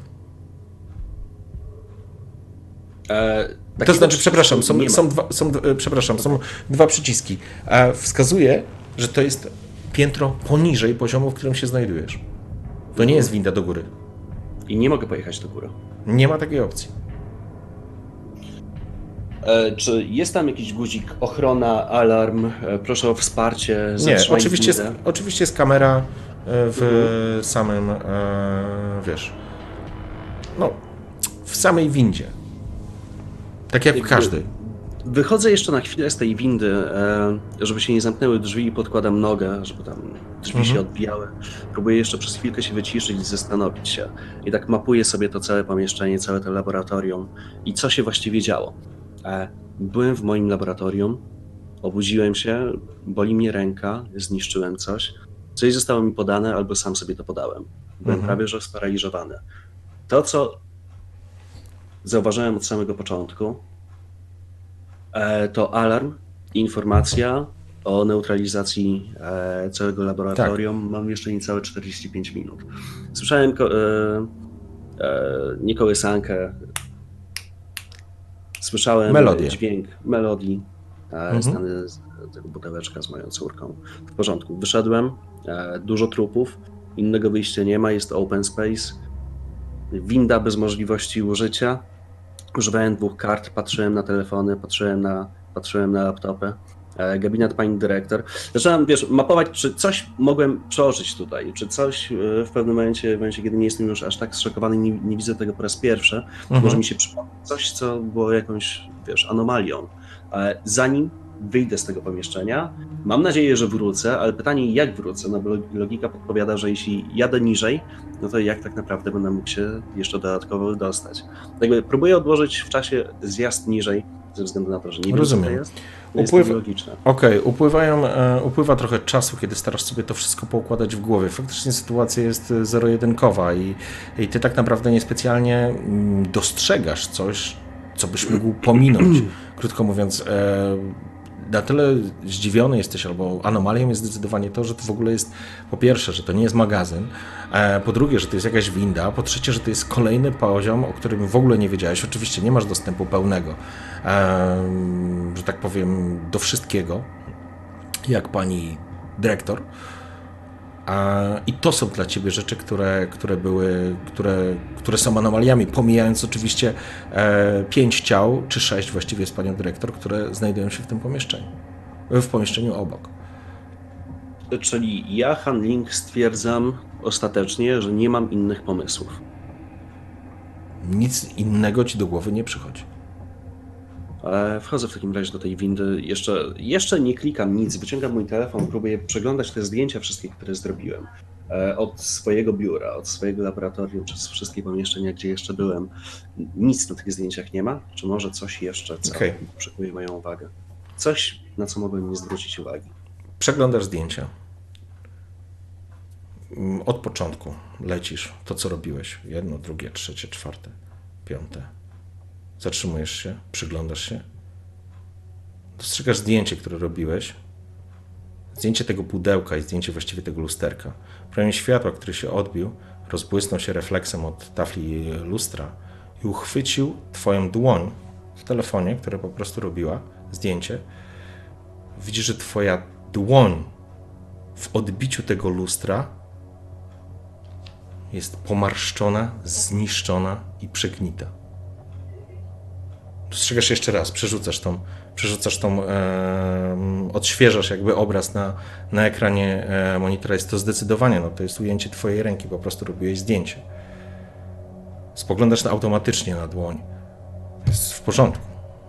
E, to znaczy, przepraszam, są, są, dwa, są, przepraszam, są dwa przyciski. A wskazuje, że to jest piętro poniżej poziomu, w którym się znajdujesz. To nie jest winda do góry. I nie mogę pojechać do góry. Nie ma takiej opcji. E, czy jest tam jakiś guzik, ochrona, alarm, e, proszę o wsparcie? Nie, oczywiście jest, oczywiście jest kamera w mhm. samym, e, wiesz, no, w samej windzie. Tak jak w każdej. Wychodzę jeszcze na chwilę z tej windy, żeby się nie zamknęły drzwi i podkładam nogę, żeby tam drzwi mhm. się odbijały. Próbuję jeszcze przez chwilkę się wyciszyć i zastanowić się. I tak mapuję sobie to całe pomieszczenie, całe to laboratorium i co się właściwie działo. Byłem w moim laboratorium, obudziłem się, boli mnie ręka, zniszczyłem coś. Coś zostało mi podane albo sam sobie to podałem. Byłem mhm. prawie że sparaliżowany. To, co zauważyłem od samego początku, to alarm, informacja o neutralizacji całego laboratorium. Tak. Mam jeszcze niecałe czterdzieści pięć minut. Słyszałem ko- e, e, nie kołysankę, słyszałem Melodię. dźwięk melodii mhm. znany z tego buteleczka z moją córką. W porządku, wyszedłem, e, dużo trupów, innego wyjścia nie ma, jest open space, winda bez możliwości użycia. Używałem dwóch kart, patrzyłem na telefony, patrzyłem na, patrzyłem na laptopy. E, gabinet pani dyrektor. Zacząłem, wiesz, mapować, czy coś mogłem przeoczyć tutaj, czy coś w pewnym momencie, w momencie kiedy nie jestem już aż tak zszokowany, nie, nie widzę tego po raz pierwszy, mhm. może mi się przypomnieć coś, co było jakąś, wiesz, anomalią. E, zanim wyjdę z tego pomieszczenia, mam nadzieję, że wrócę, ale pytanie, jak wrócę? No bo logika podpowiada, że jeśli jadę niżej, no to jak tak naprawdę będę mógł się jeszcze dodatkowo dostać? Jakby próbuję odłożyć w czasie zjazd niżej, ze względu na to, że nie wiem, Rozumiem. co to jest. To Upływ... jest logiczne. Okej, okay. Upływają, e, upływa trochę czasu, kiedy starasz sobie to wszystko poukładać w głowie. Faktycznie sytuacja jest zero-jedynkowa i, i ty tak naprawdę niespecjalnie mm, dostrzegasz coś, co byś mógł pominąć. Krótko mówiąc, e, na tyle zdziwiony jesteś, albo anomalią jest zdecydowanie to, że to w ogóle jest, po pierwsze, że to nie jest magazyn, po drugie, że to jest jakaś winda, po trzecie, że to jest kolejny poziom, o którym w ogóle nie wiedziałeś. Oczywiście nie masz dostępu pełnego, że tak powiem, do wszystkiego, jak pani dyrektor. I to są dla ciebie rzeczy, które, które były, które, które są anomaliami, pomijając oczywiście e, pięć ciał, czy sześć właściwie z panią dyrektor, które znajdują się w tym pomieszczeniu, w pomieszczeniu obok. Czyli ja, Han Ling, stwierdzam ostatecznie, że nie mam innych pomysłów. Nic innego ci do głowy nie przychodzi. Wchodzę w takim razie do tej windy, jeszcze, jeszcze nie klikam nic, wyciągam mój telefon, próbuję przeglądać te zdjęcia wszystkie, które zrobiłem. Od swojego biura, od swojego laboratorium, przez wszystkie pomieszczenia, gdzie jeszcze byłem. Nic na tych zdjęciach nie ma, czy może coś jeszcze, co okay. przykuje moją uwagę. Coś, na co mogłem nie zwrócić uwagi. Przeglądasz zdjęcia. Od początku lecisz to, co robiłeś. Jedno, drugie, trzecie, czwarte, piąte. Zatrzymujesz się, przyglądasz się. Dostrzegasz zdjęcie, które robiłeś. Zdjęcie tego pudełka i zdjęcie właściwie tego lusterka. Promień światła, który się odbił, rozbłysnął się refleksem od tafli lustra i uchwycił twoją dłoń w telefonie, która po prostu robiła zdjęcie. Widzisz, że twoja dłoń w odbiciu tego lustra jest pomarszczona, zniszczona i przegnita. Dostrzegasz jeszcze raz, przerzucasz tą, przerzucasz tą, e, odświeżasz jakby obraz na, na ekranie e, monitora. Jest to zdecydowanie, no to jest ujęcie twojej ręki, po prostu robiłeś zdjęcie. Spoglądasz na, automatycznie na dłoń. Jest w porządku.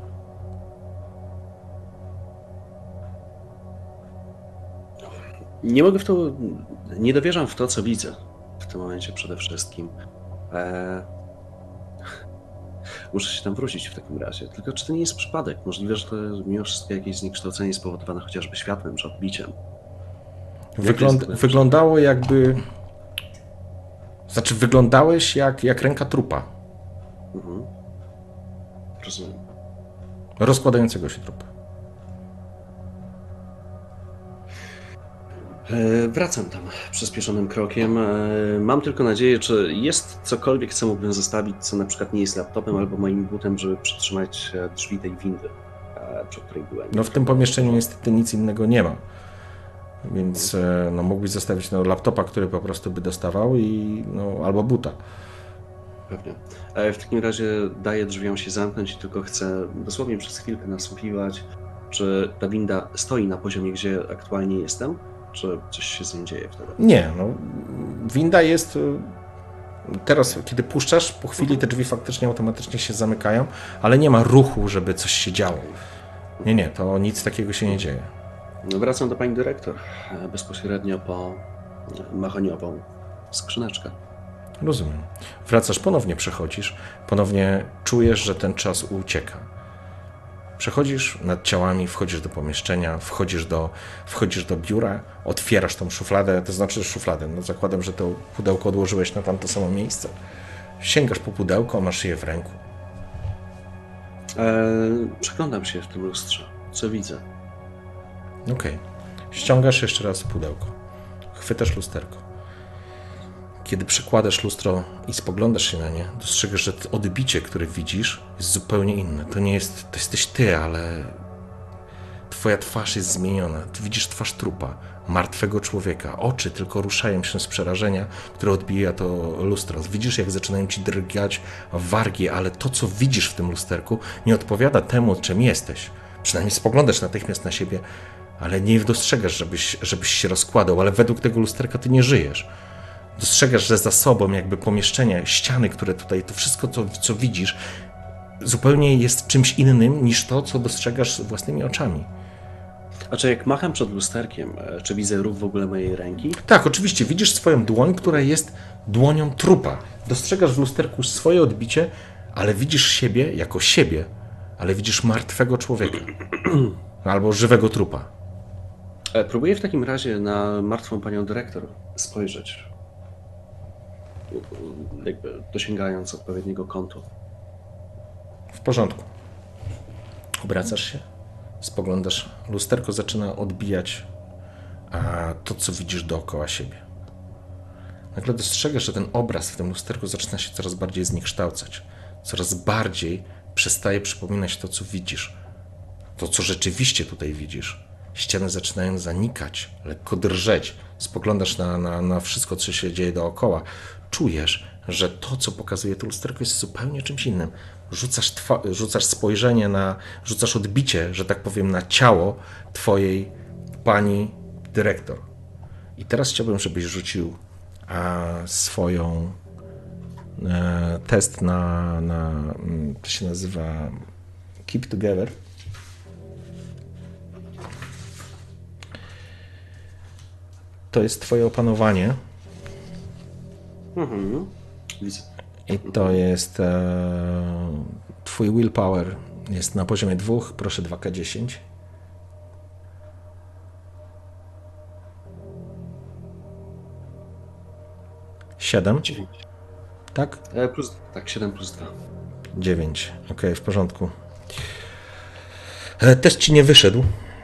Nie mogę w to, nie dowierzam w to, co widzę w tym momencie przede wszystkim. Eee, muszę się tam wrócić w takim razie. Tylko czy to nie jest przypadek? Możliwe, że to mimo wszystko jakieś zniekształcenie spowodowane chociażby światłem czy odbiciem. Wygląd wyglądało jakby... Znaczy, wyglądałeś jak, jak ręka trupa. Mhm. Rozumiem. Rozkładającego się trupa. Wracam tam przyspieszonym krokiem. Mam tylko nadzieję, czy jest cokolwiek, co mógłbym zostawić, co na przykład nie jest laptopem albo moim butem, żeby przytrzymać drzwi tej windy, przy której byłem. No w tym pomieszczeniu niestety nic innego nie ma. Więc no, mógłbyś zostawić no, laptopa, który po prostu by dostawał i no, albo buta. Pewnie. W takim razie daję drzwiom się zamknąć i tylko chcę dosłownie przez chwilkę nasłuchiwać, czy ta winda stoi na poziomie, gdzie aktualnie jestem, czy coś się z nią dzieje wtedy. Nie, no winda jest... Teraz, kiedy puszczasz, po chwili te drzwi faktycznie automatycznie się zamykają, ale nie ma ruchu, żeby coś się działo. Nie, nie, to nic takiego się nie dzieje. Wracam do pani dyrektor, bezpośrednio po mahoniową skrzyneczkę. Rozumiem. Wracasz, ponownie przechodzisz, ponownie czujesz, że ten czas ucieka. Przechodzisz nad ciałami, wchodzisz do pomieszczenia, wchodzisz do, wchodzisz do biura, otwierasz tą szufladę, to znaczy szufladę, no zakładam, że to pudełko odłożyłeś na tamto samo miejsce. Sięgasz po pudełko, masz je w ręku. Eee, przeglądam się w tym lustrze. Co widzę? Okej. Okay. Ściągasz jeszcze raz pudełko. Chwytasz lusterko. Kiedy przekładasz lustro i spoglądasz się na nie, dostrzegasz, że odbicie, które widzisz, jest zupełnie inne. To nie jest, to jesteś ty, ale twoja twarz jest zmieniona. Ty widzisz twarz trupa, martwego człowieka. Oczy tylko ruszają się z przerażenia, które odbija to lustro. Widzisz, jak zaczynają ci drgać wargi, ale to, co widzisz w tym lusterku, nie odpowiada temu, czym jesteś. Przynajmniej spoglądasz natychmiast na siebie, ale nie dostrzegasz, żebyś, żebyś się rozkładał, ale według tego lusterka ty nie żyjesz. Dostrzegasz, że za sobą jakby pomieszczenia, ściany, które tutaj, to wszystko, co, co widzisz, zupełnie jest czymś innym niż to, co dostrzegasz własnymi oczami. A czy jak macham przed lusterkiem, czy widzę ruch w ogóle mojej ręki? Tak, oczywiście. Widzisz swoją dłoń, która jest dłonią trupa. Dostrzegasz w lusterku swoje odbicie, ale widzisz siebie jako siebie, ale widzisz martwego człowieka. Albo żywego trupa. Próbuję w takim razie na martwą panią dyrektor spojrzeć. Jakby dosięgając odpowiedniego kątu. W porządku. Obracasz się, spoglądasz, lusterko zaczyna odbijać a to, co widzisz dookoła siebie. Nagle dostrzegasz, że ten obraz w tym lusterku zaczyna się coraz bardziej zniekształcać. Coraz bardziej przestaje przypominać to, co widzisz. To, co rzeczywiście tutaj widzisz. Ściany zaczynają zanikać, lekko drżeć. Spoglądasz na, na, na wszystko, co się dzieje dookoła. Czujesz, że to, co pokazuje to lusterko, jest zupełnie czymś innym. Rzucasz, twa- rzucasz spojrzenie na, rzucasz odbicie, że tak powiem, na ciało twojej pani dyrektor. I teraz chciałbym, żebyś rzucił a, swoją e, test na, na, to się nazywa Keep Together. To jest twoje opanowanie. Mhm. I to jest e, twój willpower jest na poziomie dwóch. Proszę dwa K dziesięć. siedem. dziewięć. Tak? E, plus, tak, siedem plus dwa. dziewięć. Ok, w porządku. E, test ci nie wyszedł.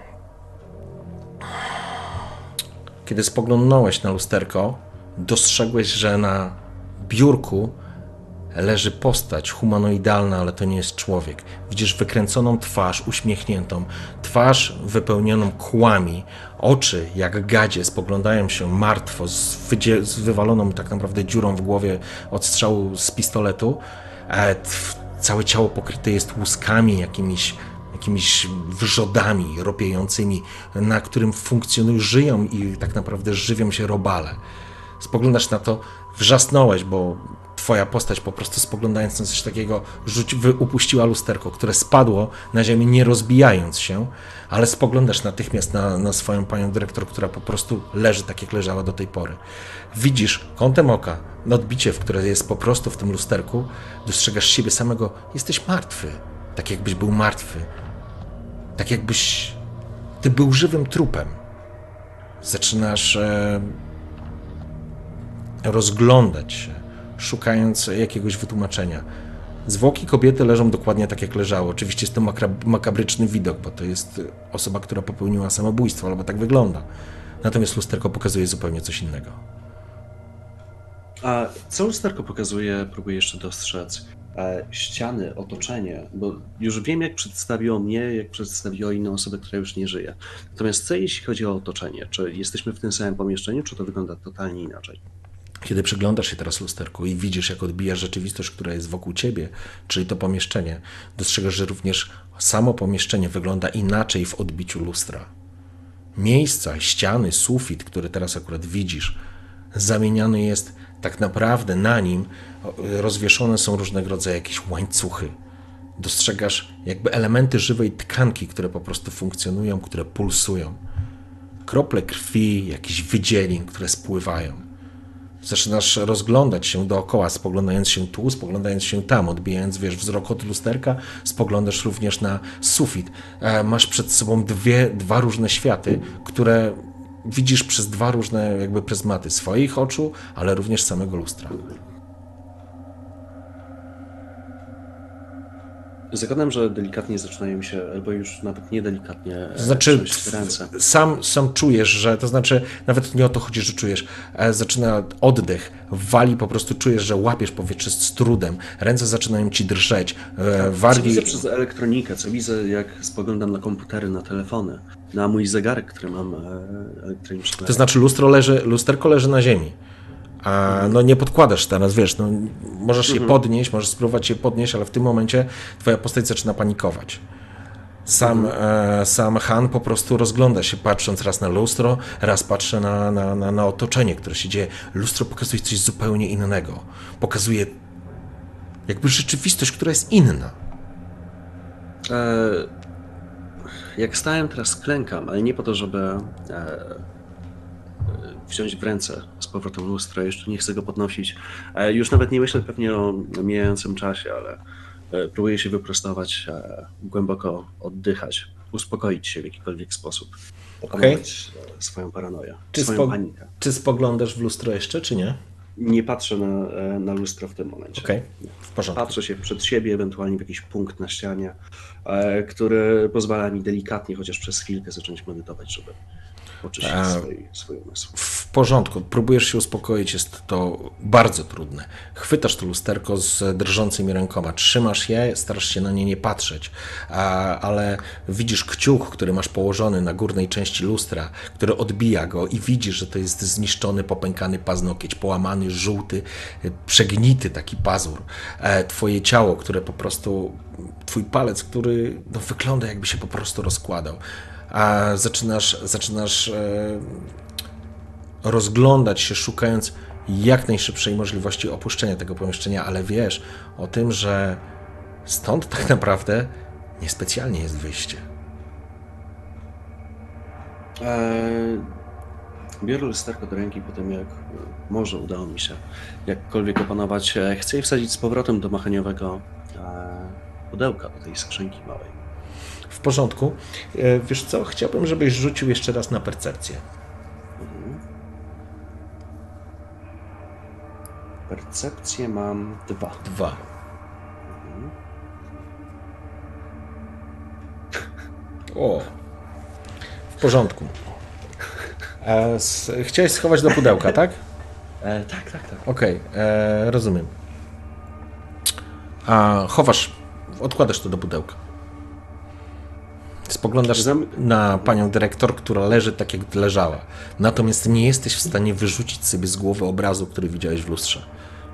Kiedy spoglądałeś na lusterko, dostrzegłeś, że na biurku leży postać humanoidalna, ale to nie jest człowiek. Widzisz wykręconą twarz, uśmiechniętą, twarz wypełnioną kłami, oczy jak gadzie spoglądają się martwo, z, wydzie- z wywaloną tak naprawdę dziurą w głowie od strzału z pistoletu. E, t- całe ciało pokryte jest łuskami, jakimiś, jakimiś wrzodami ropiejącymi, na którym funkcjonują, żyją i tak naprawdę żywią się robale. Spoglądasz na to, wrzasnąłeś, bo twoja postać po prostu spoglądając na coś takiego rzuci, wy, upuściła lusterko, które spadło na ziemię, nie rozbijając się, ale spoglądasz natychmiast na, na swoją panią dyrektor, która po prostu leży tak, jak leżała do tej pory. Widzisz kątem oka na odbicie, w które jest po prostu w tym lusterku, dostrzegasz siebie samego, jesteś martwy, tak jakbyś był martwy, tak jakbyś ty był żywym trupem. Zaczynasz e, rozglądać się, szukając jakiegoś wytłumaczenia. Zwłoki kobiety leżą dokładnie tak, jak leżały. Oczywiście jest to makra- makabryczny widok, bo to jest osoba, która popełniła samobójstwo, albo tak wygląda. Natomiast lusterko pokazuje zupełnie coś innego. A co lusterko pokazuje, próbuję jeszcze dostrzec, e, ściany, otoczenie, bo już wiem, jak przedstawiło mnie, jak przedstawiło inną osobę, która już nie żyje. Natomiast co jeśli chodzi o otoczenie? Czy jesteśmy w tym samym pomieszczeniu, czy to wygląda totalnie inaczej? Kiedy przyglądasz się teraz lusterku i widzisz, jak odbija rzeczywistość, która jest wokół ciebie, czyli to pomieszczenie, dostrzegasz, że również samo pomieszczenie wygląda inaczej w odbiciu lustra. Miejsca, ściany, sufit, który teraz akurat widzisz, zamieniany jest tak naprawdę na nim, rozwieszone są różnego rodzaju jakieś łańcuchy. Dostrzegasz jakby elementy żywej tkanki, które po prostu funkcjonują, które pulsują. Krople krwi, jakiś wydzielin, które spływają. Zaczynasz rozglądać się dookoła, spoglądając się tu, spoglądając się tam, odbijając, wiesz, wzrok od lusterka, spoglądasz również na sufit. E, masz przed sobą dwie, dwa różne światy, które widzisz przez dwa różne jakby pryzmaty swoich oczu, ale również samego lustra. Zakładam, że delikatnie zaczynają się, albo już nawet nie delikatnie, To znaczy, trząść ręce. sam, sam czujesz, że, to znaczy, nawet nie o to chodzi, że czujesz, e, zaczyna oddech, wali, po prostu czujesz, że łapiesz powietrze z trudem, ręce zaczynają ci drżeć, e, wargi... Co widzę przez elektronikę, co widzę, jak spoglądam na komputery, na telefony, na mój zegarek, który mam e, elektroniczny. To znaczy, lustro leży, lusterko leży na ziemi. A no nie podkładasz teraz, wiesz, no, możesz je podnieść, możesz spróbować je podnieść, ale w tym momencie twoja postać zaczyna panikować. Sam, e, sam Han po prostu rozgląda się, patrząc raz na lustro, raz patrzy na, na, na, na otoczenie, które się dzieje. Lustro pokazuje coś zupełnie innego. Pokazuje jakby rzeczywistość, która jest inna. E, jak stałem, teraz klękam, ale nie po to, żeby e, wziąć w ręce z powrotem lustro, jeszcze nie chcę go podnosić. E, już nawet nie myślę pewnie o mijającym czasie, ale e, próbuję się wyprostować, e, głęboko oddychać, uspokoić się w jakikolwiek sposób, opanować okay. swoją paranoję, czy swoją spo... panikę. Czy spoglądasz w lustro jeszcze, czy nie? Nie patrzę na, na lustro w tym momencie. Okej, okay. W porządku. Patrzę się przed siebie, ewentualnie w jakiś punkt na ścianie, e, który pozwala mi delikatnie, chociaż przez chwilkę, zacząć medytować, żeby oczyścić A... swój, swój umysł. W porządku, próbujesz się uspokoić, jest to bardzo trudne. Chwytasz to lusterko z drżącymi rękoma, trzymasz je, starasz się na nie nie patrzeć, ale widzisz kciuk, który masz położony na górnej części lustra, który odbija go i widzisz, że to jest zniszczony, popękany paznokieć, połamany, żółty, przegnity taki pazur. Twoje ciało, które po prostu, twój palec, który no, wygląda jakby się po prostu rozkładał. A zaczynasz, zaczynasz e, rozglądać się, szukając jak najszybszej możliwości opuszczenia tego pomieszczenia, ale wiesz o tym, że stąd tak naprawdę niespecjalnie jest wyjście. Eee, biorę lusterko do ręki po tym, jak może udało mi się jakkolwiek opanować. Chcę je wsadzić z powrotem do machaniowego e, pudełka, do tej skrzynki małej. W porządku. Wiesz co, chciałbym, żebyś rzucił jeszcze raz na percepcję. Mhm. Percepcję mam dwa. Dwa. Mhm. O. W porządku. E, s- chciałeś schować do pudełka, tak? E, tak, tak, tak. Okej, okay, rozumiem. a chowasz, odkładasz to do pudełka. Spoglądasz Zam- na panią dyrektor, która leży tak, jak leżała. Natomiast nie jesteś w stanie wyrzucić sobie z głowy obrazu, który widziałeś w lustrze.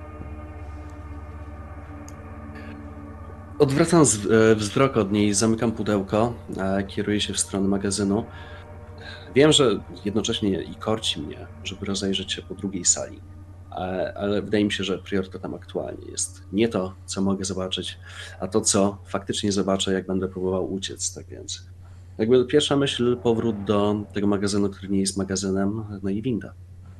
Odwracam z, e, wzrok od niej, zamykam pudełko, e, kieruję się w stronę magazynu. Wiem, że jednocześnie i korci mnie, żeby rozejrzeć się po drugiej sali, e, ale wydaje mi się, że priorytetem aktualnie jest nie to, co mogę zobaczyć, a to, co faktycznie zobaczę, jak będę próbował uciec. Tak więc jakby pierwsza myśl, powrót do tego magazynu, który nie jest magazynem, no i winda.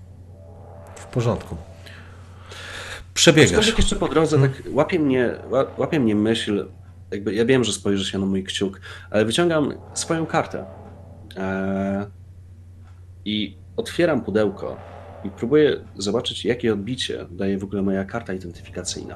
W porządku. Przebiegasz. Aczkolwiek jeszcze po drodze tak łapie mnie, ła- łapie mnie myśl, jakby ja wiem, że spojrzy się na mój kciuk, ale wyciągam swoją kartę e, i otwieram pudełko i próbuję zobaczyć, jakie odbicie daje w ogóle moja karta identyfikacyjna.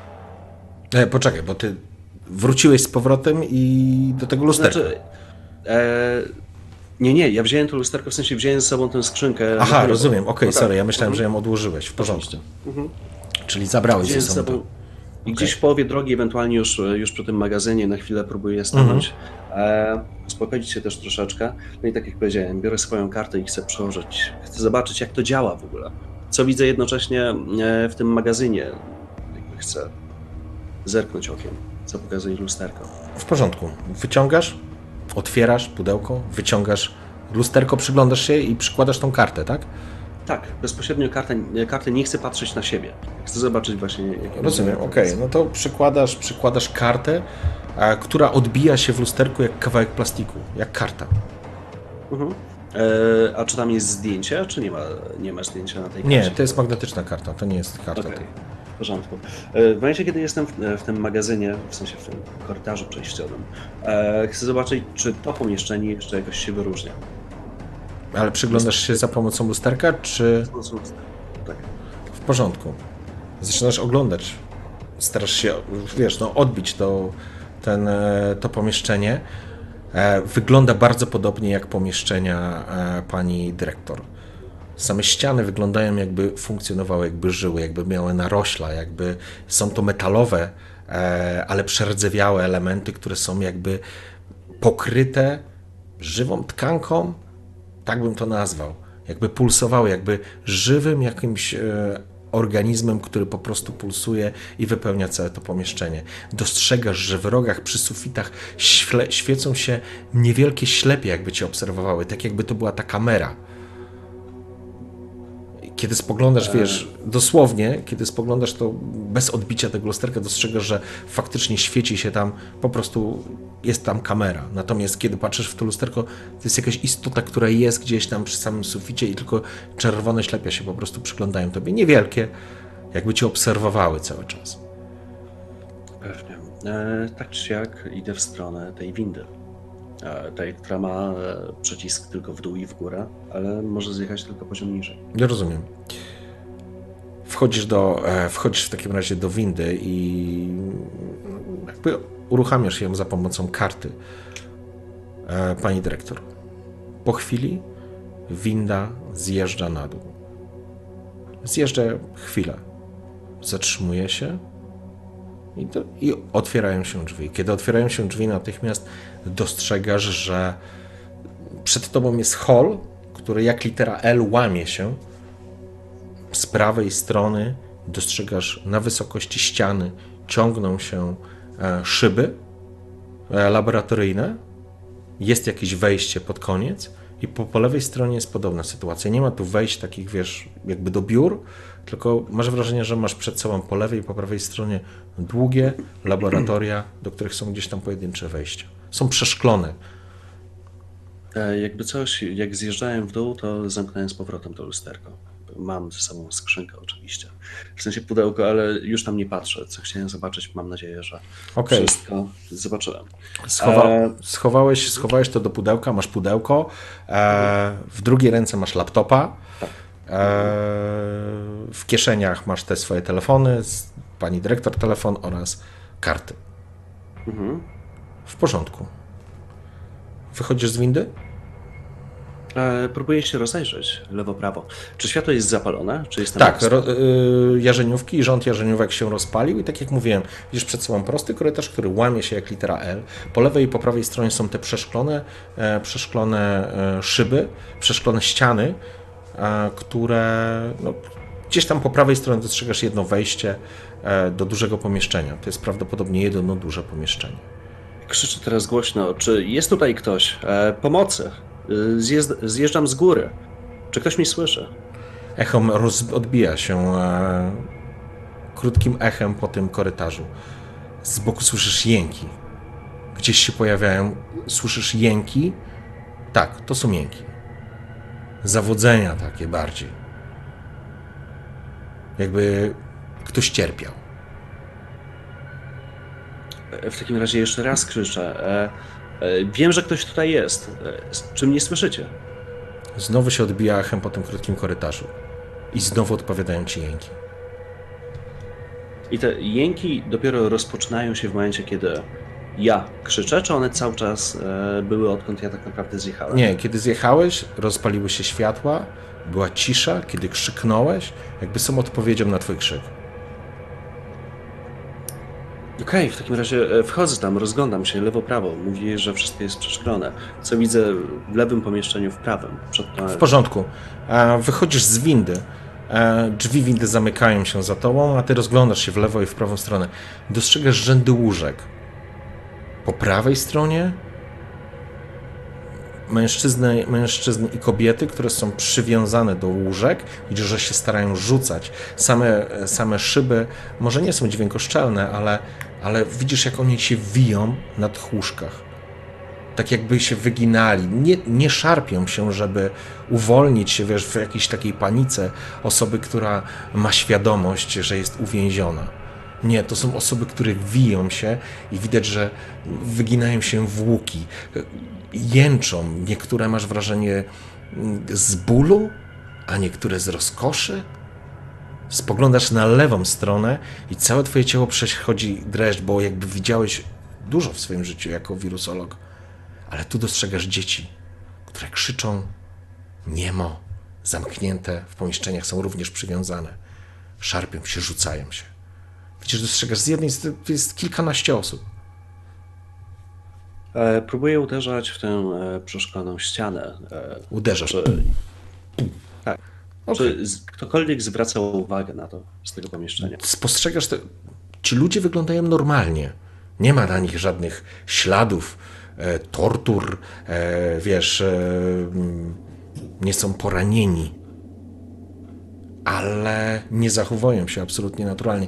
E, poczekaj, bo ty wróciłeś z powrotem i do tego lusterka. Znaczy, e, nie, nie, ja wziąłem to lusterko, w sensie wziąłem ze sobą tę skrzynkę. Aha, papierową. rozumiem, okej, No tak. sorry, ja myślałem, Mhm. że ją odłożyłeś, w porządku. Mhm. Czyli zabrałeś ze Wziąłem ze sobą. sobą to. i gdzieś w połowie drogi, ewentualnie już, już przy tym magazynie, na chwilę próbuję stanąć, e, uspokoić się też troszeczkę. No i tak jak powiedziałem, biorę swoją kartę i chcę przełożyć, chcę zobaczyć, jak to działa w ogóle. Co widzę jednocześnie e, w tym magazynie. Jakby chcę zerknąć okiem, co pokazuje lusterko. W porządku. Wyciągasz, otwierasz pudełko, wyciągasz lusterko, przyglądasz się i przykładasz tą kartę, tak? Tak, bezpośrednio kartę, kartę nie chcę patrzeć na siebie. Chcę zobaczyć właśnie... jakie Rozumiem, będzie okej. reakcja. No to przykładasz, przykładasz kartę, a, która odbija się w lusterku jak kawałek plastiku, jak karta. Mhm. E, a czy tam jest zdjęcie, czy nie ma, nie ma zdjęcia na tej karcie? Nie, to jest magnetyczna karta, to nie jest karta. Okej, tej. w porządku. E, W momencie, kiedy jestem w, w tym magazynie, w sensie w tym korytarzu przejściowym, e, chcę zobaczyć, czy to pomieszczenie jeszcze jakoś się wyróżnia. Ale przyglądasz się za pomocą lusterka, czy Tak. w porządku? Zaczynasz oglądać, starasz się, wiesz, no, odbić to, ten, e, to pomieszczenie. E, Wygląda bardzo podobnie jak pomieszczenia e, pani dyrektor. Same ściany wyglądają, jakby funkcjonowały, jakby żyły, jakby miały narośla, jakby są to metalowe, e, ale przerdzewiałe elementy, które są jakby pokryte żywą tkanką, tak bym to nazwał, jakby pulsowały, jakby żywym jakimś e, organizmem, który po prostu pulsuje i wypełnia całe to pomieszczenie. Dostrzegasz, że w rogach przy sufitach śle, świecą się niewielkie ślepie, jakby cię obserwowały, tak jakby to była ta kamera. Kiedy spoglądasz, wiesz, dosłownie, kiedy spoglądasz, to bez odbicia tego lusterka dostrzegasz, że faktycznie świeci się tam, po prostu jest tam kamera. Natomiast kiedy patrzysz w to lusterko, to jest jakaś istota, która jest gdzieś tam przy samym suficie i tylko czerwone ślepia się po prostu przyglądają tobie. Niewielkie, jakby cię obserwowały cały czas. Pewnie. E, tak czy siak idę w stronę tej windy. E, tej, która ma e, przycisk tylko w dół i w górę, ale może zjechać tylko poziom niżej. Ja rozumiem. Wchodzisz, do, e, wchodzisz w takim razie do windy i jakby uruchamiasz ją za pomocą karty e, pani dyrektor. Po chwili winda zjeżdża na dół. Zjeżdża chwilę. Zatrzymuje się i, to, i otwierają się drzwi. Kiedy otwierają się drzwi, natychmiast dostrzegasz, że przed tobą jest hol, który jak litera L łamie się. Z prawej strony dostrzegasz na wysokości ściany ciągną się e, szyby e, laboratoryjne. Jest jakieś wejście pod koniec i po, po lewej stronie jest podobna sytuacja. Nie ma tu wejść takich, wiesz, jakby do biur, tylko masz wrażenie, że masz przed sobą po lewej i po prawej stronie długie laboratoria, do których są gdzieś tam pojedyncze wejścia. Są przeszklone. E, jakby coś, jak zjeżdżałem w dół, to zamknąłem z powrotem to lusterko. Mam ze sobą skrzynkę oczywiście. W sensie pudełko, ale już tam nie patrzę. Co chciałem zobaczyć, mam nadzieję, że Okej. wszystko zobaczyłem. Schowa E, schowałeś, schowałeś to do pudełka, masz pudełko, e, w drugiej ręce masz laptopa, e, w kieszeniach masz te swoje telefony, z- pani dyrektor telefon oraz karty. mhm. W porządku. Wychodzisz z windy? E, próbuję się rozejrzeć lewo-prawo. Czy światło jest zapalone? Czy jest tam Tak, jasno? ro, y, jarzeniówki i rząd jarzeniówek się rozpalił i tak jak mówiłem, widzisz przed sobą prosty korytarz, który łamie się jak litera L. Po lewej i po prawej stronie są te przeszklone, e, przeszklone e, szyby, przeszklone ściany, e, które no, gdzieś tam po prawej stronie dostrzegasz jedno wejście e, do dużego pomieszczenia. To jest prawdopodobnie jedno duże pomieszczenie. Krzyczę teraz głośno. Czy jest tutaj ktoś? E, pomocy. E, zjeżdż, zjeżdżam z góry. Czy ktoś mnie słyszy? Echo roz, odbija się e, krótkim echem po tym korytarzu. Z boku słyszysz jęki. Gdzieś się pojawiają. Słyszysz jęki? Tak, to są jęki. Zawodzenia takie bardziej. Jakby ktoś cierpiał. E, w takim razie jeszcze raz krzyczę. E, e, wiem, że ktoś tutaj jest. E, czy mnie słyszycie? Znowu się odbija echem po tym krótkim korytarzu. I znowu odpowiadają ci jęki. I te jęki dopiero rozpoczynają się w momencie, kiedy ja krzyczę, czy one cały czas e, były, odkąd ja tak naprawdę zjechałem? Nie, kiedy zjechałeś, rozpaliły się światła, była cisza, kiedy krzyknąłeś, jakby są odpowiedzią na twój krzyk. Okej, okay, w takim razie e, wchodzę tam, rozglądam się lewo-prawo. Mówię, że wszystko jest przeszklone. Co widzę w lewym pomieszczeniu, w prawym. Przed W porządku. E, Wychodzisz z windy. E, Drzwi windy zamykają się za tobą, a ty rozglądasz się w lewo i w prawą stronę. Dostrzegasz rzędy łóżek. Po prawej stronie mężczyzny, mężczyzny i kobiety, które są przywiązane do łóżek. Widzisz, że się starają rzucać. Same, same szyby może nie są dźwiękoszczelne, ale, ale widzisz, jak oni się wiją na tych łóżkach. Tak jakby się wyginali. Nie, nie szarpią się, żeby uwolnić się, wiesz, w jakiejś takiej panice osoby, która ma świadomość, że jest uwięziona. Nie, to są osoby, które wiją się i widać, że wyginają się w łuki. Jęczą. Niektóre masz wrażenie z bólu, a niektóre z rozkoszy. Spoglądasz na lewą stronę i całe twoje ciało przechodzi dreszcz, bo jakby widziałeś dużo w swoim życiu jako wirusolog. Ale tu dostrzegasz dzieci, które krzyczą niemo, zamknięte w pomieszczeniach, są również przywiązane. Szarpią się, rzucają się. Widzisz, dostrzegasz z jednej strony, to jest kilkanaście osób. E, próbuję uderzać w tę e, przeszkloną ścianę. E, Uderzasz. Czy, tak. Okay. Czy z, ktokolwiek zwraca uwagę na to z tego pomieszczenia? Spostrzegasz, te, ci ludzie wyglądają normalnie. Nie ma na nich żadnych śladów, e, tortur, e, wiesz, e, nie są poranieni. Ale nie zachowują się absolutnie naturalnie.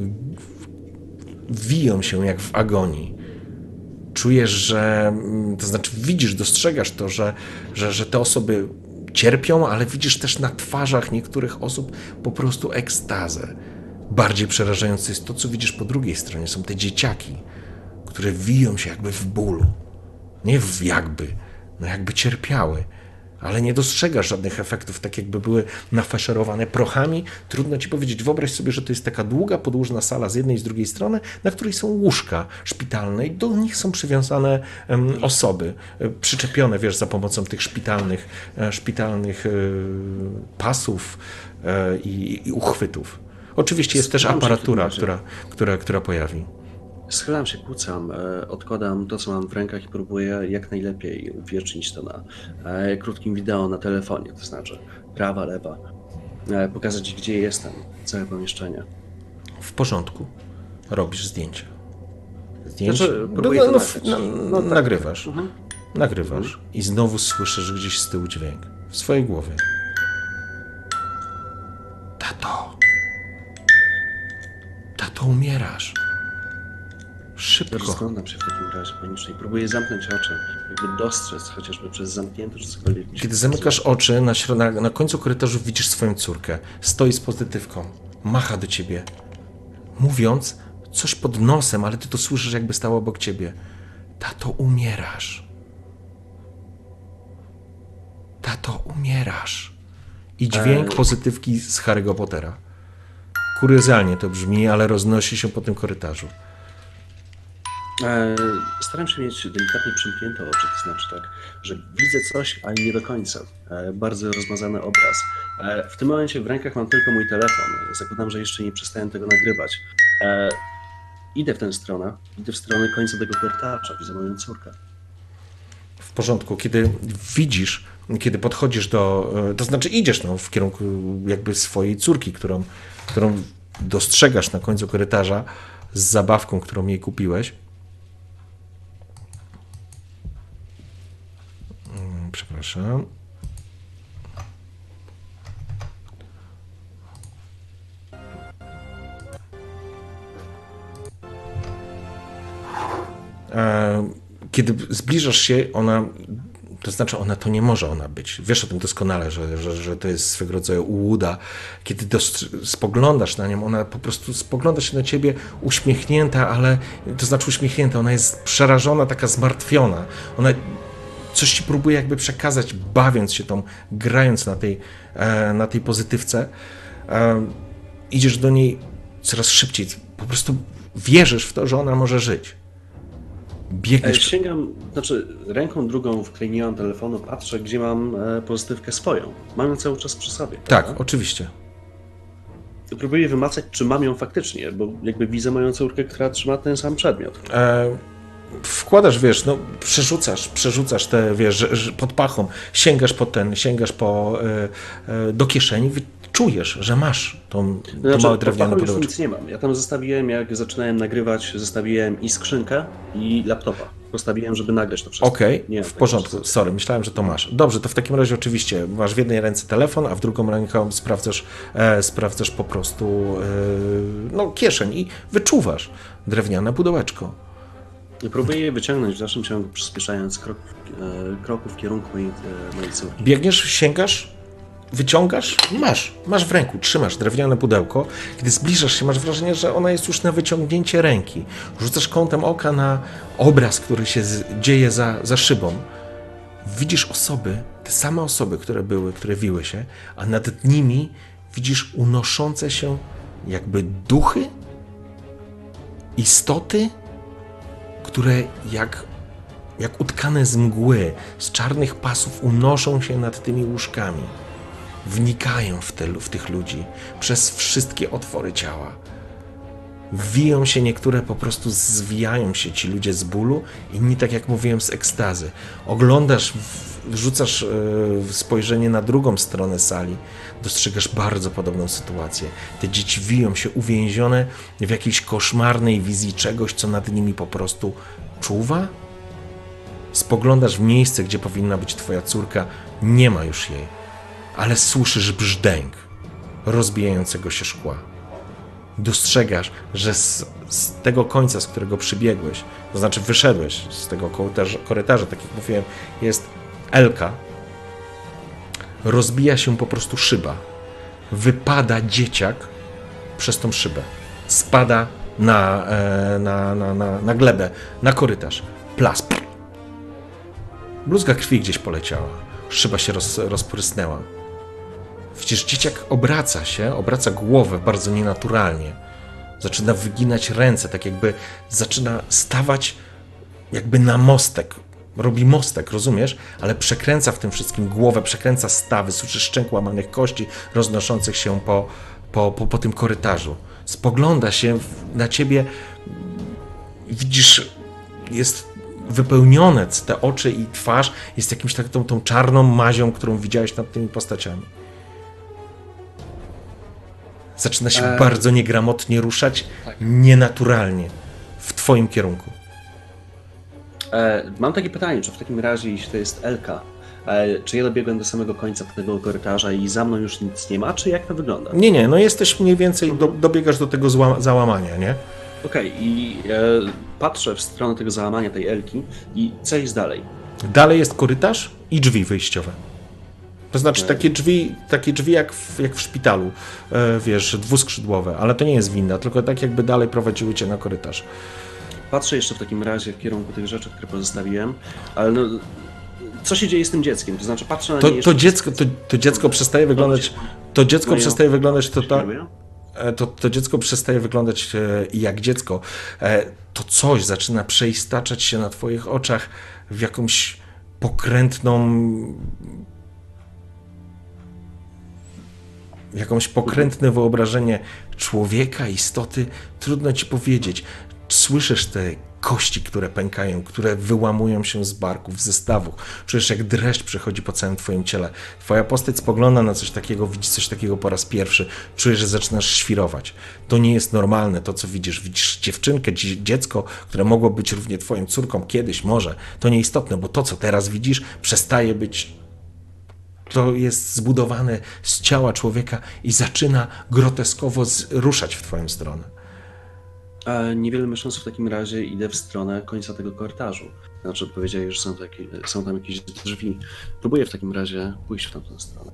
Wiją się jak w agonii. Czujesz, że, to znaczy widzisz, dostrzegasz to, że, że, że te osoby cierpią, ale widzisz też na twarzach niektórych osób po prostu ekstazę. Bardziej przerażające jest to, co widzisz po drugiej stronie. Są te dzieciaki, które wiją się jakby w bólu. Nie w jakby, no jakby cierpiały. Ale nie dostrzegasz żadnych efektów, tak jakby były nafaszerowane prochami. Trudno ci powiedzieć, wyobraź sobie, że to jest taka długa, podłużna sala z jednej i z drugiej strony, na której są łóżka szpitalne i do nich są przywiązane um, osoby, e, przyczepione, wiesz, za pomocą tych szpitalnych, e, szpitalnych e, pasów e, i, i uchwytów. Oczywiście jest też aparatura, która, która, która pojawi. Schylam się, kłócam, e, odkładam to, co mam w rękach i próbuję jak najlepiej uwiecznić to na e, krótkim wideo na telefonie, to znaczy prawa, lewa, e, pokazać, gdzie jestem, całe pomieszczenie. W porządku. Robisz zdjęcia. Zdjęcia? Znaczy, no, próbuję no, to no, nagrać. no, No tak. nagrywasz. Mhm. Nagrywasz. Mhm. I znowu słyszysz gdzieś z tyłu dźwięk. W swojej głowie. Tato. Tato, umierasz. Szybko. Rozglądam się w takim razie panicznie. Próbuję zamknąć oczy, jakby dostrzec chociażby przez zamknięte czy cokolwiek. Kiedy zamykasz oczy, na, środ- na, na końcu korytarzu widzisz swoją córkę. Stoi z pozytywką. Macha do ciebie. Mówiąc coś pod nosem, ale ty to słyszysz, jakby stała obok ciebie. Tato, umierasz. Tato, umierasz. I dźwięk Eee. pozytywki z Harry'ego Pottera. Kuriozalnie to brzmi, ale roznosi się po tym korytarzu. E, Staram się mieć delikatnie przymknięte oczy, to znaczy tak, że widzę coś, ale nie do końca. E, Bardzo rozmazany obraz. E, W tym momencie w rękach mam tylko mój telefon. Zakładam, że jeszcze nie przestałem tego nagrywać. E, Idę w tę stronę, idę w stronę końca tego korytarza, widzę moją córkę. W porządku, kiedy widzisz, kiedy podchodzisz do, to znaczy idziesz no, w kierunku jakby swojej córki, którą, którą dostrzegasz na końcu korytarza z zabawką, którą jej kupiłeś. Przepraszam. Kiedy zbliżasz się, ona, to znaczy ona to nie może ona być. Wiesz o tym doskonale, że, że, że to jest swego rodzaju ułuda. Kiedy dostr- spoglądasz na nią, ona po prostu spogląda się na ciebie uśmiechnięta, ale to znaczy uśmiechnięta, ona jest przerażona, taka zmartwiona. Ona coś ci próbuje jakby przekazać, bawiąc się tą, grając na tej, na tej pozytywce. Idziesz do niej coraz szybciej. Po prostu wierzysz w to, że ona może żyć. Biegniesz. Sięgam, znaczy ręką drugą, w której nie mam telefonu, patrzę, gdzie mam pozytywkę swoją. Mam ją cały czas przy sobie. Tak, prawda? oczywiście. Próbuję wymacać, czy mam ją faktycznie, bo jakby widzę moją córkę, która trzyma ten sam przedmiot. E, wkładasz, wiesz, no przerzucasz, przerzucasz te, wiesz, że, że pod pachą, sięgasz po ten, sięgasz po, e, e, do kieszeni, czujesz, że masz tą, tą Znaczy, małe drewniane już pudełeczko. nic nie mam. Ja tam zostawiłem, jak zaczynałem nagrywać, zostawiłem i skrzynkę, i laptopa. Postawiłem, żeby nagrać to wszystko. Okej, Nie, w tak porządku, po prostu. sorry, myślałem, że to masz. Dobrze, to w takim razie oczywiście masz w jednej ręce telefon, a w drugą ręką sprawdzasz, e, sprawdzasz po prostu e, no, kieszeń i wyczuwasz drewniane pudełeczko. Próbuję je wyciągnąć w dalszym ciągu, przyspieszając krok, e, kroku w kierunku mojej, e, mojej córki. Biegniesz, sięgasz, wyciągasz, masz, masz w ręku, trzymasz drewniane pudełko. Kiedy zbliżasz się, masz wrażenie, że ona jest już na wyciągnięcie ręki. Rzucasz kątem oka na obraz, który się z, dzieje za, za szybą. Widzisz osoby, te same osoby, które były, które wiły się, a nad nimi widzisz unoszące się jakby duchy, istoty, które jak, jak utkane z mgły, z czarnych pasów unoszą się nad tymi łóżkami. Wnikają w, te, w tych ludzi przez wszystkie otwory ciała. Wiją się niektóre, po prostu zwijają się ci ludzie z bólu, inni, tak jak mówiłem, z ekstazy. Oglądasz, rzucasz spojrzenie na drugą stronę sali, dostrzegasz bardzo podobną sytuację. Te dzieci wiją się uwięzione w jakiejś koszmarnej wizji czegoś, co nad nimi po prostu czuwa. Spoglądasz w miejsce, gdzie powinna być twoja córka, nie ma już jej, ale słyszysz brzdęk rozbijającego się szkła. Dostrzegasz, że z, z tego końca, z którego przybiegłeś, to znaczy wyszedłeś z tego korytarza, korytarza, tak jak mówiłem, jest Elka. Rozbija się po prostu szyba. Wypada dzieciak przez tą szybę. Spada na, na, na, na, na glebę, na korytarz. Plas. Bluzga krwi gdzieś poleciała. Szyba się roz, rozprysnęła. Przecież dzieciak obraca się, obraca głowę bardzo nienaturalnie. Zaczyna wyginać ręce, tak jakby zaczyna stawać jakby na mostek. Robi mostek, rozumiesz? Ale przekręca w tym wszystkim głowę, przekręca stawy, słyszysz szczęk łamanych kości roznoszących się po, po, po, po tym korytarzu. Spogląda się na ciebie, widzisz, jest wypełnione te oczy i twarz, jest jakimś taką tą czarną mazią, którą widziałeś nad tymi postaciami. Zaczyna się e... bardzo niegramotnie ruszać, tak. Nienaturalnie, w twoim kierunku. E, mam takie pytanie, czy w takim razie, jeśli to jest Elka, e, czy ja dobiegłem do samego końca tego korytarza i za mną już nic nie ma, czy jak to wygląda? Nie, nie, no jesteś mniej więcej, do, dobiegasz do tego zła, załamania, nie? Okej, okay, i e, patrzę w stronę tego załamania tej Elki i co jest dalej? Dalej jest korytarz i drzwi wyjściowe. To znaczy takie drzwi, takie drzwi jak w, jak w szpitalu, e, wiesz, dwuskrzydłowe, ale to nie jest winda, tylko tak jakby dalej prowadziły cię na korytarz. Patrzę jeszcze w takim razie w kierunku tych rzeczy, które pozostawiłem, ale no, co się dzieje z tym dzieckiem? To znaczy patrzę na To, nie jeszcze... to, dziecko, to, to dziecko przestaje wyglądać, to dziecko przestaje wyglądać to tak... to, to dziecko przestaje wyglądać jak dziecko. To coś zaczyna przeistaczać się na twoich oczach w jakąś pokrętną, jakąś pokrętne wyobrażenie człowieka, istoty. Trudno ci powiedzieć. Słyszysz te kości, które pękają, które wyłamują się z barków, ze stawów. Czujesz, jak dreszcz przechodzi po całym twoim ciele. Twoja postać spogląda na coś takiego, widzi coś takiego po raz pierwszy. Czujesz, że zaczynasz świrować. To nie jest normalne, to co widzisz. Widzisz dziewczynkę, dziecko, które mogło być równie twoją córką kiedyś, może. To nieistotne, bo to, co teraz widzisz, przestaje być... To jest zbudowane z ciała człowieka i zaczyna groteskowo ruszać w twoją stronę. A niewiele myśląc w takim razie idę w stronę końca tego korytarzu. Znaczy powiedziałeś, że są, takie, są tam jakieś drzwi. Próbuję w takim razie pójść w tamtą stronę.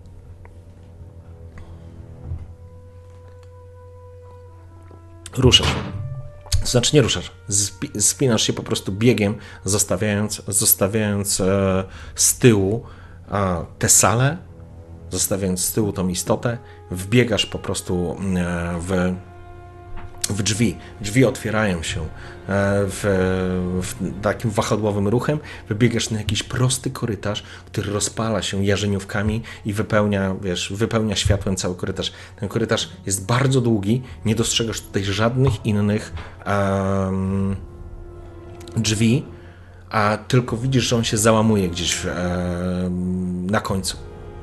Ruszasz. Znaczy nie ruszasz. Spi- spinasz się po prostu biegiem, zostawiając, zostawiając e, z tyłu e, tę salę, zostawiając z tyłu tą istotę. Wbiegasz po prostu e, w w drzwi. Drzwi otwierają się w, w takim wahadłowym ruchem. Wybiegasz na jakiś prosty korytarz, który rozpala się jarzeniówkami i wypełnia, wiesz, wypełnia światłem cały korytarz. Ten korytarz jest bardzo długi, nie dostrzegasz tutaj żadnych innych um, drzwi, a tylko widzisz, że on się załamuje gdzieś um, na końcu.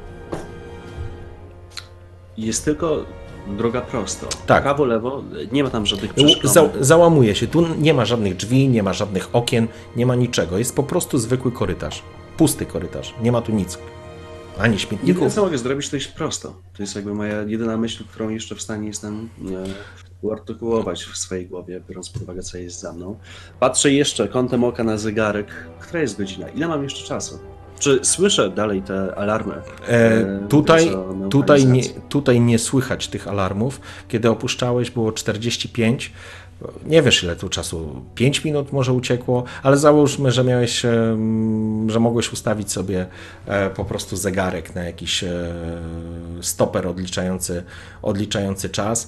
Jest tylko droga prosto. Tak. Prawo, lewo, nie ma tam żadnych przeszkód. Za, załamuje się. Tu nie ma żadnych drzwi, nie ma żadnych okien, nie ma niczego. Jest po prostu zwykły korytarz. Pusty korytarz. Nie ma tu nic. Ani śmietników. Jedyne, co mogę zrobić, to iść prosto. To jest jakby moja jedyna myśl, którą jeszcze w stanie jestem e, uartykułować w swojej głowie, biorąc pod uwagę, co jest za mną. Patrzę jeszcze kątem oka na zegarek. Która jest godzina? Ile mam jeszcze czasu? Czy słyszę dalej te alarmy? E, tutaj, tutaj, nie, tutaj nie słychać tych alarmów. Kiedy opuszczałeś, było czterdzieści pięć. Nie wiesz, ile tu czasu. pięć minut może uciekło, ale załóżmy, że miałeś, że mogłeś ustawić sobie po prostu zegarek na jakiś stoper odliczający, odliczający czas.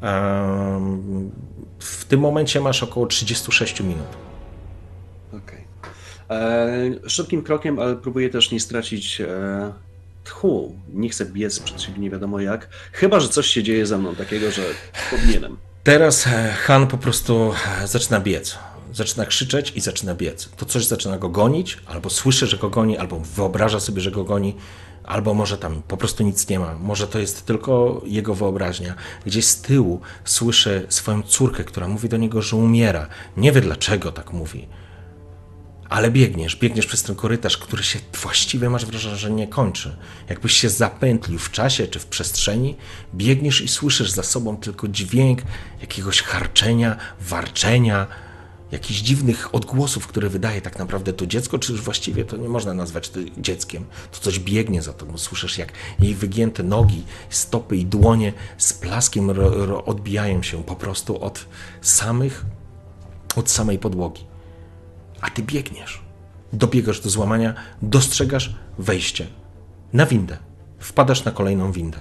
W tym momencie masz około trzydzieści sześć minut. Okej. E, szybkim krokiem, ale próbuję też nie stracić e, tchu. Nie chcę biec przed siebie nie wiadomo jak. Chyba że coś się dzieje ze mną takiego, że powinienem. Teraz Han po prostu zaczyna biec. Zaczyna krzyczeć i zaczyna biec. To coś zaczyna go gonić, albo słyszy, że go goni, albo wyobraża sobie, że go goni, albo może tam po prostu nic nie ma. Może to jest tylko jego wyobraźnia. Gdzieś z tyłu słyszy swoją córkę, która mówi do niego, że umiera. Nie wie, dlaczego tak mówi. Ale biegniesz, biegniesz przez ten korytarz, który się właściwie, masz wrażenie, że nie kończy. Jakbyś się zapętlił w czasie czy w przestrzeni, biegniesz i słyszysz za sobą tylko dźwięk jakiegoś harczenia, warczenia, jakichś dziwnych odgłosów, które wydaje tak naprawdę to dziecko, czy już właściwie to nie można nazwać to dzieckiem. To coś biegnie za tobą, słyszysz, jak jej wygięte nogi, stopy i dłonie z plaskiem ro, ro, odbijają się po prostu od samych, od samej podłogi. A ty biegniesz, dobiegasz do złamania, dostrzegasz wejście na windę. Wpadasz na kolejną windę.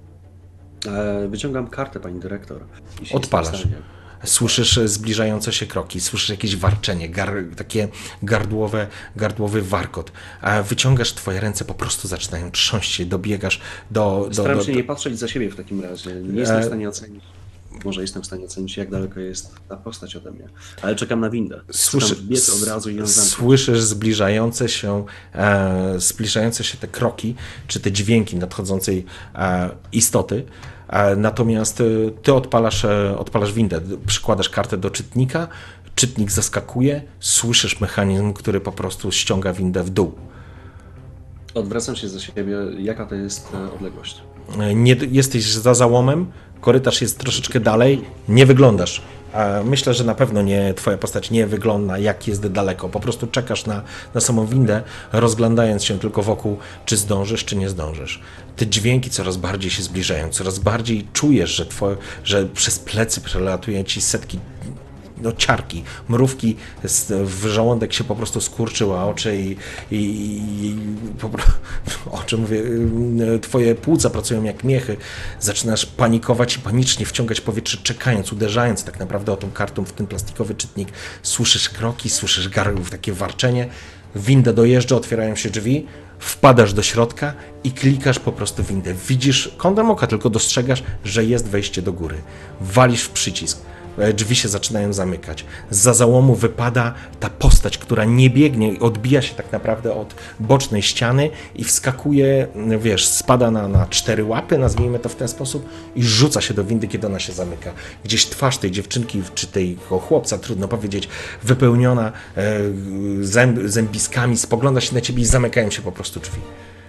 E, wyciągam kartę, pani dyrektor. Odpalasz. Słyszysz zbliżające się kroki, słyszysz jakieś warczenie, gar, takie gardłowe, gardłowy warkot. A wyciągasz, twoje ręce po prostu zaczynają trząść się, dobiegasz do... do Staram do, się do... nie patrzeć za siebie w takim razie. Nie jestem w stanie ocenić. Może jestem w stanie ocenić, jak daleko jest ta postać ode mnie. Ale czekam na windę. Słyszy, biec od razu i ją zamknąć. Słyszysz zbliżające się, e, zbliżające się te kroki, czy te dźwięki nadchodzącej e, istoty. E, natomiast ty odpalasz, e, odpalasz windę, przykładasz kartę do czytnika, czytnik zaskakuje, słyszysz mechanizm, który po prostu ściąga windę w dół. Odwracam się za siebie. Jaka to jest odległość? Nie, jesteś za załomem, korytarz jest troszeczkę dalej, nie wyglądasz. Myślę, że na pewno nie, twoja postać nie wygląda, jak jest daleko. Po prostu czekasz na, na samą windę, rozglądając się tylko wokół, czy zdążysz, czy nie zdążysz. Te dźwięki coraz bardziej się zbliżają, coraz bardziej czujesz, że, twoje, że przez plecy przelatuje ci setki no, ciarki, mrówki, w żołądek się po prostu skurczyła, oczy i, i, i po prostu, oczy mówię, twoje płuca pracują jak miechy, zaczynasz panikować i panicznie wciągać powietrze, czekając, uderzając tak naprawdę o tą kartą w ten plastikowy czytnik. Słyszysz kroki, słyszysz garów, takie warczenie, winda dojeżdża, otwierają się drzwi, wpadasz do środka i klikasz po prostu windę. Widzisz kątem oka, tylko dostrzegasz, że jest wejście do góry. Walisz w przycisk. Drzwi się zaczynają zamykać. Zza załomu wypada ta postać, która nie biegnie, odbija się tak naprawdę od bocznej ściany i wskakuje, wiesz, spada na, na cztery łapy, nazwijmy to w ten sposób, i rzuca się do windy, kiedy ona się zamyka. Gdzieś twarz tej dziewczynki, czy tego chłopca, trudno powiedzieć, wypełniona e, zęb, zębiskami, spogląda się na ciebie i zamykają się po prostu drzwi.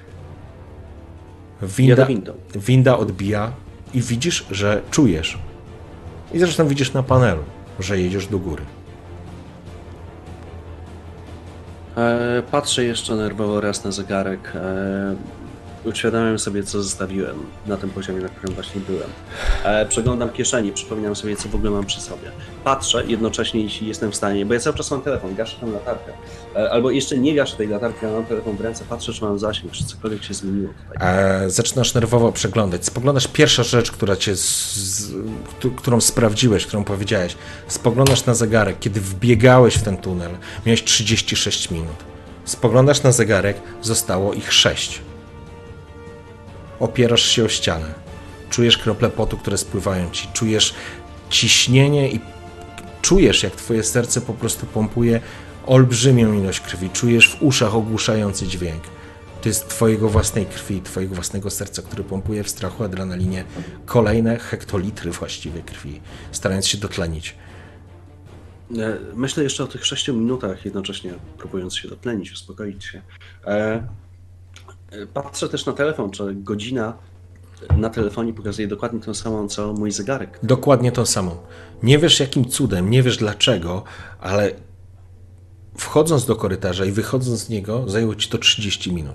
Winda, winda odbija i widzisz, że czujesz. I zresztą widzisz na panelu, że jedziesz do góry. E, patrzę jeszcze nerwowo raz na zegarek. E, uświadamiam sobie, co zostawiłem na tym poziomie, na którym właśnie byłem. E, przeglądam kieszeni, przypominam sobie, co w ogóle mam przy sobie. Patrzę jednocześnie, jeśli jestem w stanie, bo ja cały czas mam telefon, gaszę tę latarkę. E, albo jeszcze nie gaszę tej latarki, ale mam telefon w ręce, patrzę, czy mam zasięg, czy cokolwiek się zmieniło tutaj. E, zaczynasz nerwowo przeglądać. Spoglądasz, pierwsza rzecz, która cię z, z, którą sprawdziłeś, którą powiedziałeś. Spoglądasz na zegarek, kiedy wbiegałeś w ten tunel, miałeś trzydzieści sześć minut. Spoglądasz na zegarek, zostało ich sześć. Opierasz się o ścianę. Czujesz krople potu, które spływają ci. Czujesz ciśnienie i czujesz, jak twoje serce po prostu pompuje olbrzymią ilość krwi. Czujesz w uszach ogłuszający dźwięk. To jest twojego własnej krwi, twojego własnego serca, który pompuje w strachu, adrenalinie kolejne hektolitry właściwie krwi, starając się dotlenić. Myślę jeszcze o tych sześciu minutach, jednocześnie próbując się dotlenić, uspokoić się. E Patrzę też na telefon, czy godzina na telefonie pokazuje dokładnie tą samą, co mój zegarek. Dokładnie tą samą. Nie wiesz jakim cudem, nie wiesz dlaczego, ale wchodząc do korytarza i wychodząc z niego, zajęło ci to trzydzieści minut.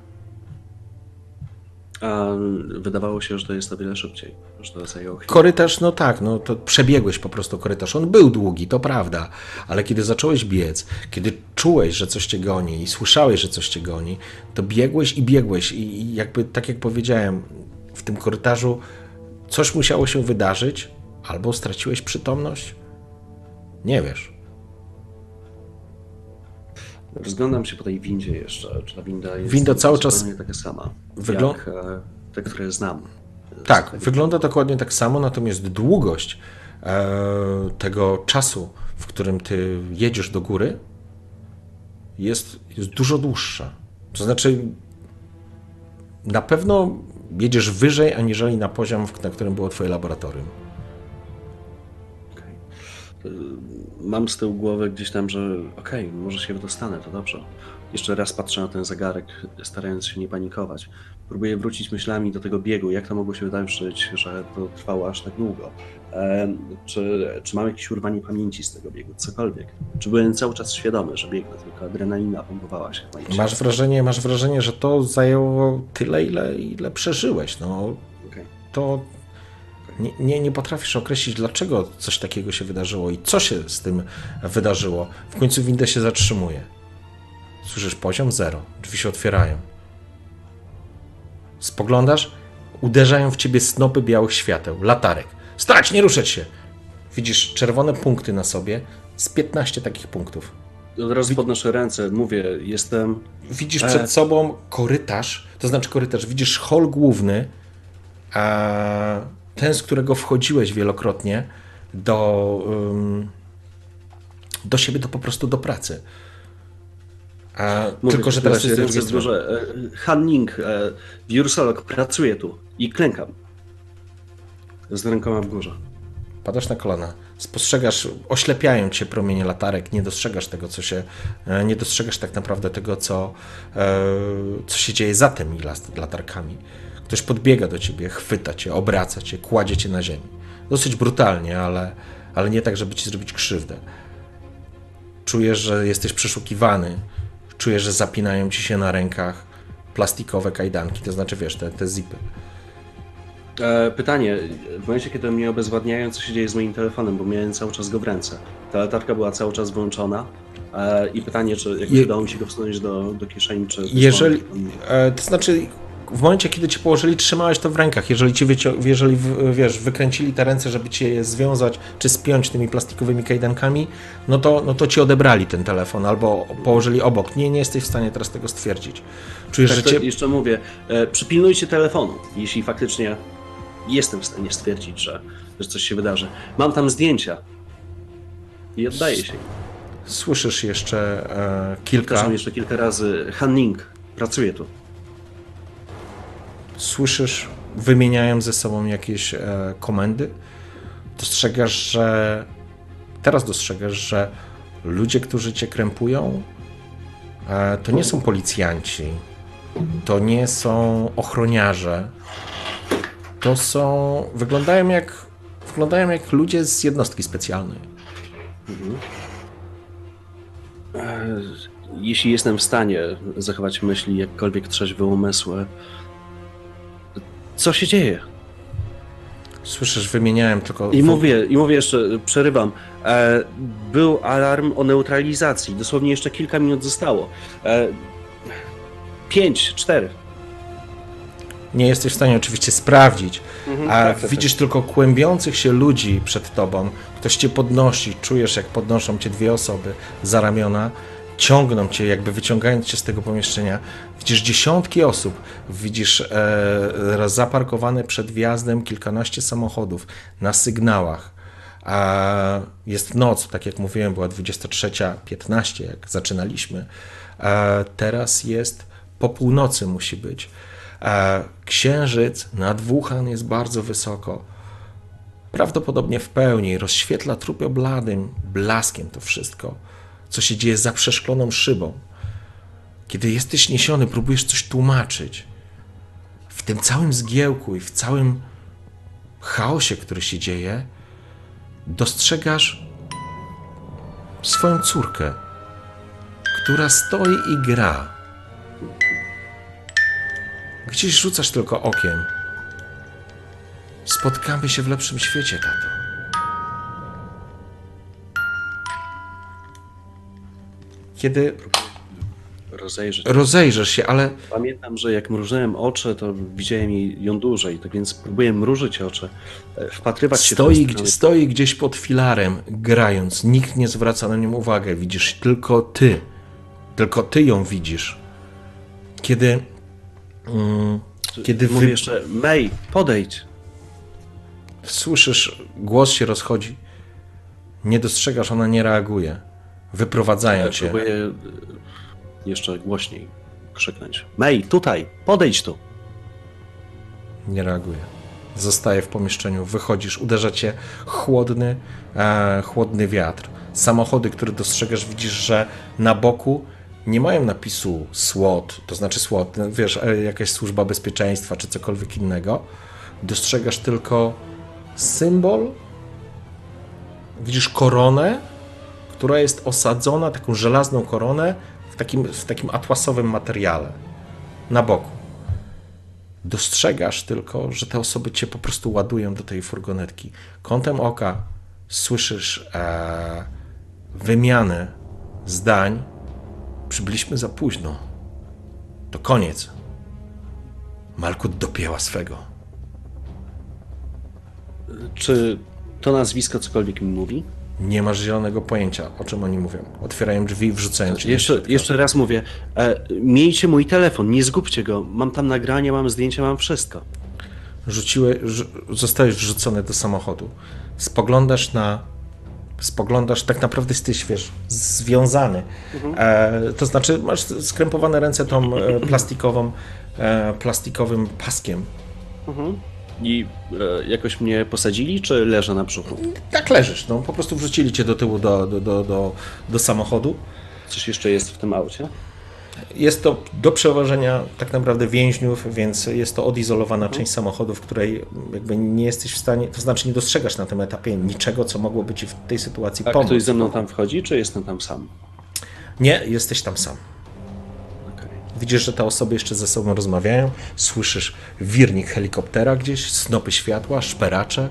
A wydawało się, że to jest o wiele szybciej, że to zajęło chwilę. Korytarz, no tak, no to przebiegłeś po prostu korytarz. On był długi, to prawda, ale kiedy zacząłeś biec, kiedy czułeś, że coś cię goni i słyszałeś, że coś cię goni, to biegłeś i biegłeś i, i jakby, tak jak powiedziałem, w tym korytarzu coś musiało się wydarzyć, albo straciłeś przytomność? Nie wiesz. Rozglądam się po tej windzie jeszcze, czy ta winda jest winda cały czas taka sama, wyglą... jak te, które znam. Tak, wygląda dokładnie tak samo, natomiast długość e, tego czasu, w którym ty jedziesz do góry, jest, jest dużo dłuższa. To znaczy, na pewno jedziesz wyżej, aniżeli na poziom, na którym było twoje laboratorium. Okay. Mam z tyłu głowy gdzieś tam, że okej, okay, może się dostanę, to dobrze. Jeszcze raz patrzę na ten zegarek, starając się nie panikować. Próbuję wrócić myślami do tego biegu, jak to mogło się wydarzyć, że to trwało aż tak długo. E, czy, czy mam jakieś urwanie pamięci z tego biegu, cokolwiek? Czy byłem cały czas świadomy, że biegnę, tylko adrenalina pompowała się w moim masz wrażenie, masz wrażenie, że to zajęło tyle, ile, ile przeżyłeś. No, okay. To nie, nie, nie potrafisz określić, dlaczego coś takiego się wydarzyło i co się z tym wydarzyło. W końcu winda się zatrzymuje. Słyszysz poziom zero, drzwi się otwierają. Spoglądasz, uderzają w ciebie snopy białych świateł, latarek. Stać, nie ruszać się! Widzisz czerwone punkty na sobie, z piętnaście takich punktów. Od razu podnoszę ręce, mówię, jestem... Widzisz przed e... sobą korytarz, to znaczy korytarz, widzisz hol główny, a ten, z którego wchodziłeś wielokrotnie do, um, do siebie, to po prostu do pracy. A Mówię, tylko, że teraz jest ręce złożę. Han Ning, wirusolog, pracuje tu i klękam. Z rękoma w górze. Padasz na kolana. Spostrzegasz, oślepiają cię promienie latarek, nie dostrzegasz tego, co się, nie dostrzegasz tak naprawdę tego, co, co się dzieje za tymi latarkami. Ktoś podbiega do ciebie, chwyta cię, obraca cię, kładzie cię na ziemi. Dosyć brutalnie, ale, ale nie tak, żeby ci zrobić krzywdę. Czujesz, że jesteś przeszukiwany. Czujesz, że zapinają ci się na rękach plastikowe kajdanki, to znaczy, wiesz, te, te zipy. E, pytanie, w momencie, kiedy mnie obezwładniają, co się dzieje z moim telefonem, bo miałem cały czas go w ręce. Ta latarka była cały czas włączona e, i pytanie, czy jakoś Je... udało mi się go wsunąć do, do kieszeni, czy... Jeżeli, e, to znaczy, w momencie, kiedy ci położyli, trzymałeś to w rękach. Jeżeli ci wycią- jeżeli wiesz, wykręcili te ręce, żeby cię je związać, czy spiąć tymi plastikowymi kajdankami, no to, no to ci odebrali ten telefon albo położyli obok. Nie, nie jesteś w stanie teraz tego stwierdzić. Czujesz, tak, że cię... Jeszcze mówię, e, przypilnujcie telefonu, jeśli faktycznie jestem w stanie stwierdzić, że, że coś się wydarzy. Mam tam zdjęcia i oddaję się. Słyszysz jeszcze e, kilka... Powtarzam jeszcze kilka razy, Hanning, pracuję tu. Słyszysz, wymieniają ze sobą jakieś e, komendy. Dostrzegasz, że... Teraz dostrzegasz, że ludzie, którzy cię krępują, e, to nie są policjanci, to nie są ochroniarze, to są... Wyglądają jak, wyglądają jak ludzie z jednostki specjalnej. Mhm. E, jeśli jestem w stanie zachować myśli, jakkolwiek trzeźwy umysł, co się dzieje? Słyszysz, wymieniałem tylko... I mówię, i mówię jeszcze, przerywam. E, był alarm o neutralizacji. Dosłownie jeszcze kilka minut zostało. E, pięć, cztery. Nie jesteś w stanie oczywiście sprawdzić, Mhm, a tak, tak, widzisz tak. tylko kłębiących się ludzi przed tobą. Ktoś cię podnosi, czujesz, jak podnoszą cię dwie osoby za ramiona, ciągną cię, jakby wyciągając cię z tego pomieszczenia. Widzisz dziesiątki osób, widzisz e, zaparkowane przed wjazdem kilkanaście samochodów na sygnałach. A jest noc, tak jak mówiłem, była dwudziesta trzecia piętnaście, jak zaczynaliśmy. A teraz jest po północy musi być. A księżyc nad Wuhan jest bardzo wysoko. Prawdopodobnie w pełni rozświetla trupio-bladym blaskiem to wszystko, co się dzieje za przeszkloną szybą. Kiedy jesteś niesiony, próbujesz coś tłumaczyć. W tym całym zgiełku i w całym chaosie, który się dzieje, dostrzegasz swoją córkę, która stoi i gra. Gdzieś rzucasz tylko okiem. Spotkamy się w lepszym świecie, tato. Kiedy Rozejrzeć. rozejrzysz się, ale Pamiętam, że jak mrużyłem oczy, to widziałem jej- ją dłużej, tak więc próbuję mrużyć oczy, e, wpatrywać się stoi, w tę gdzie, stronę. stoi gdzieś pod filarem, grając. Nikt nie zwraca na nią uwagę. Widzisz tylko ty. Tylko ty ją widzisz. Kiedy... Mm, kiedy Mówię wy... jeszcze, May, podejdź. Słyszysz, głos się rozchodzi. Nie dostrzegasz, ona nie reaguje. Wyprowadzają cię. Próbuję e, jeszcze głośniej krzyknąć. May, tutaj, podejdź tu. Nie reaguje. Zostaje w pomieszczeniu, wychodzisz, uderza cię chłodny, e, chłodny wiatr. Samochody, które dostrzegasz, widzisz, że na boku nie mają napisu SWAT, to znaczy SWAT, no wiesz, e, jakaś służba bezpieczeństwa czy cokolwiek innego. Dostrzegasz tylko symbol, widzisz koronę, która jest osadzona, taką żelazną koronę w takim, w takim atłasowym materiale na boku. Dostrzegasz tylko, że te osoby cię po prostu ładują do tej furgonetki. Kątem oka słyszysz e, wymianę zdań. Przybyliśmy za późno. To koniec. Malkut dopięła swego. Czy to nazwisko cokolwiek mi mówi? Nie masz zielonego pojęcia, o czym oni mówią. Otwierają drzwi, wrzucają cię do Jeszcze, środka. jeszcze raz mówię, e, miejcie mój telefon, nie zgubcie go. Mam tam nagrania, mam zdjęcia, mam wszystko. Rzuciły, rzu- zostałeś wrzucony do samochodu. Spoglądasz na... Spoglądasz, tak naprawdę jesteś, wiesz, związany. E, to znaczy masz skrępowane ręce tą e, plastikową, e, plastikowym paskiem. Mhm. I e, jakoś mnie posadzili, czy leżę na brzuchu? Tak leżysz, no po prostu wrzucili cię do tyłu do, do, do, do, do samochodu. Coś jeszcze jest w tym aucie? Jest to do przewożenia tak naprawdę więźniów, więc jest to odizolowana część samochodu, w której jakby nie jesteś w stanie, to znaczy nie dostrzegasz na tym etapie niczego, co mogłoby ci w tej sytuacji A pomóc. ktoś ze mną tam wchodzi, czy jestem tam sam? Nie, jesteś tam sam. Okay. Widzisz, że te osoby jeszcze ze sobą rozmawiają. Słyszysz wirnik helikoptera gdzieś, snopy światła, szperacze.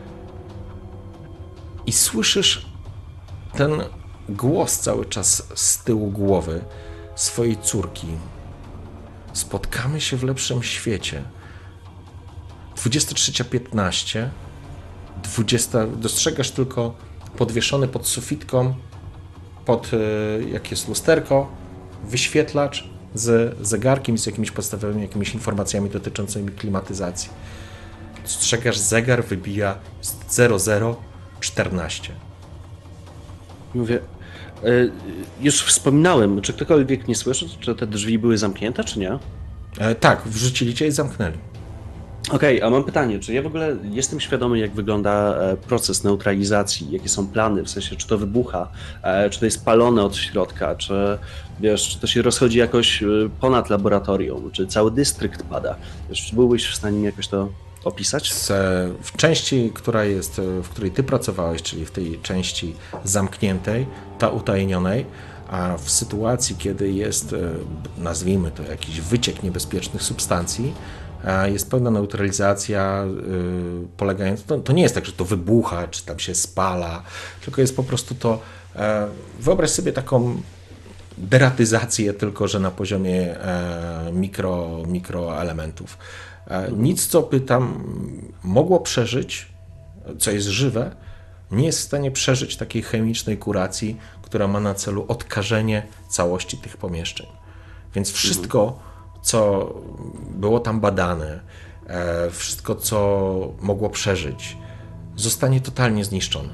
I słyszysz ten głos cały czas z tyłu głowy swojej córki. Spotkamy się w lepszym świecie. dwudziesta trzecia piętnaście. dwudziesta Dostrzegasz tylko podwieszony pod sufitką, pod, jak jest lusterko, wyświetlacz z zegarkiem i z jakimiś podstawowymi jakimiś informacjami dotyczącymi klimatyzacji. Dostrzegasz, zegar wybija zero zero czternaście. Mówię, y, już wspominałem, czy ktokolwiek nie słyszy, czy te drzwi były zamknięte, czy nie? E, tak, wrzucili cię i zamknęli. Okej, okay, a mam pytanie, czy ja w ogóle jestem świadomy, jak wygląda proces neutralizacji, jakie są plany, w sensie, czy to wybucha, czy to jest palone od środka, czy wiesz, czy to się rozchodzi jakoś ponad laboratorium, czy cały dystrykt pada. Wiesz, czy byłbyś w stanie mi jakoś to opisać? W części, która jest, w której ty pracowałeś, czyli w tej części zamkniętej, ta utajnionej, a w sytuacji, kiedy jest, nazwijmy to, jakiś wyciek niebezpiecznych substancji, jest pełna neutralizacja yy, polegająca, to, to nie jest tak, że to wybucha, czy tam się spala, tylko jest po prostu to, e, wyobraź sobie taką deratyzację, tylko że na poziomie e, mikro, mikroelementów. E, nic, co by tam mogło przeżyć, co jest żywe, nie jest w stanie przeżyć takiej chemicznej kuracji, która ma na celu odkażenie całości tych pomieszczeń. Więc wszystko, co było tam badane, wszystko, co mogło przeżyć, zostanie totalnie zniszczone.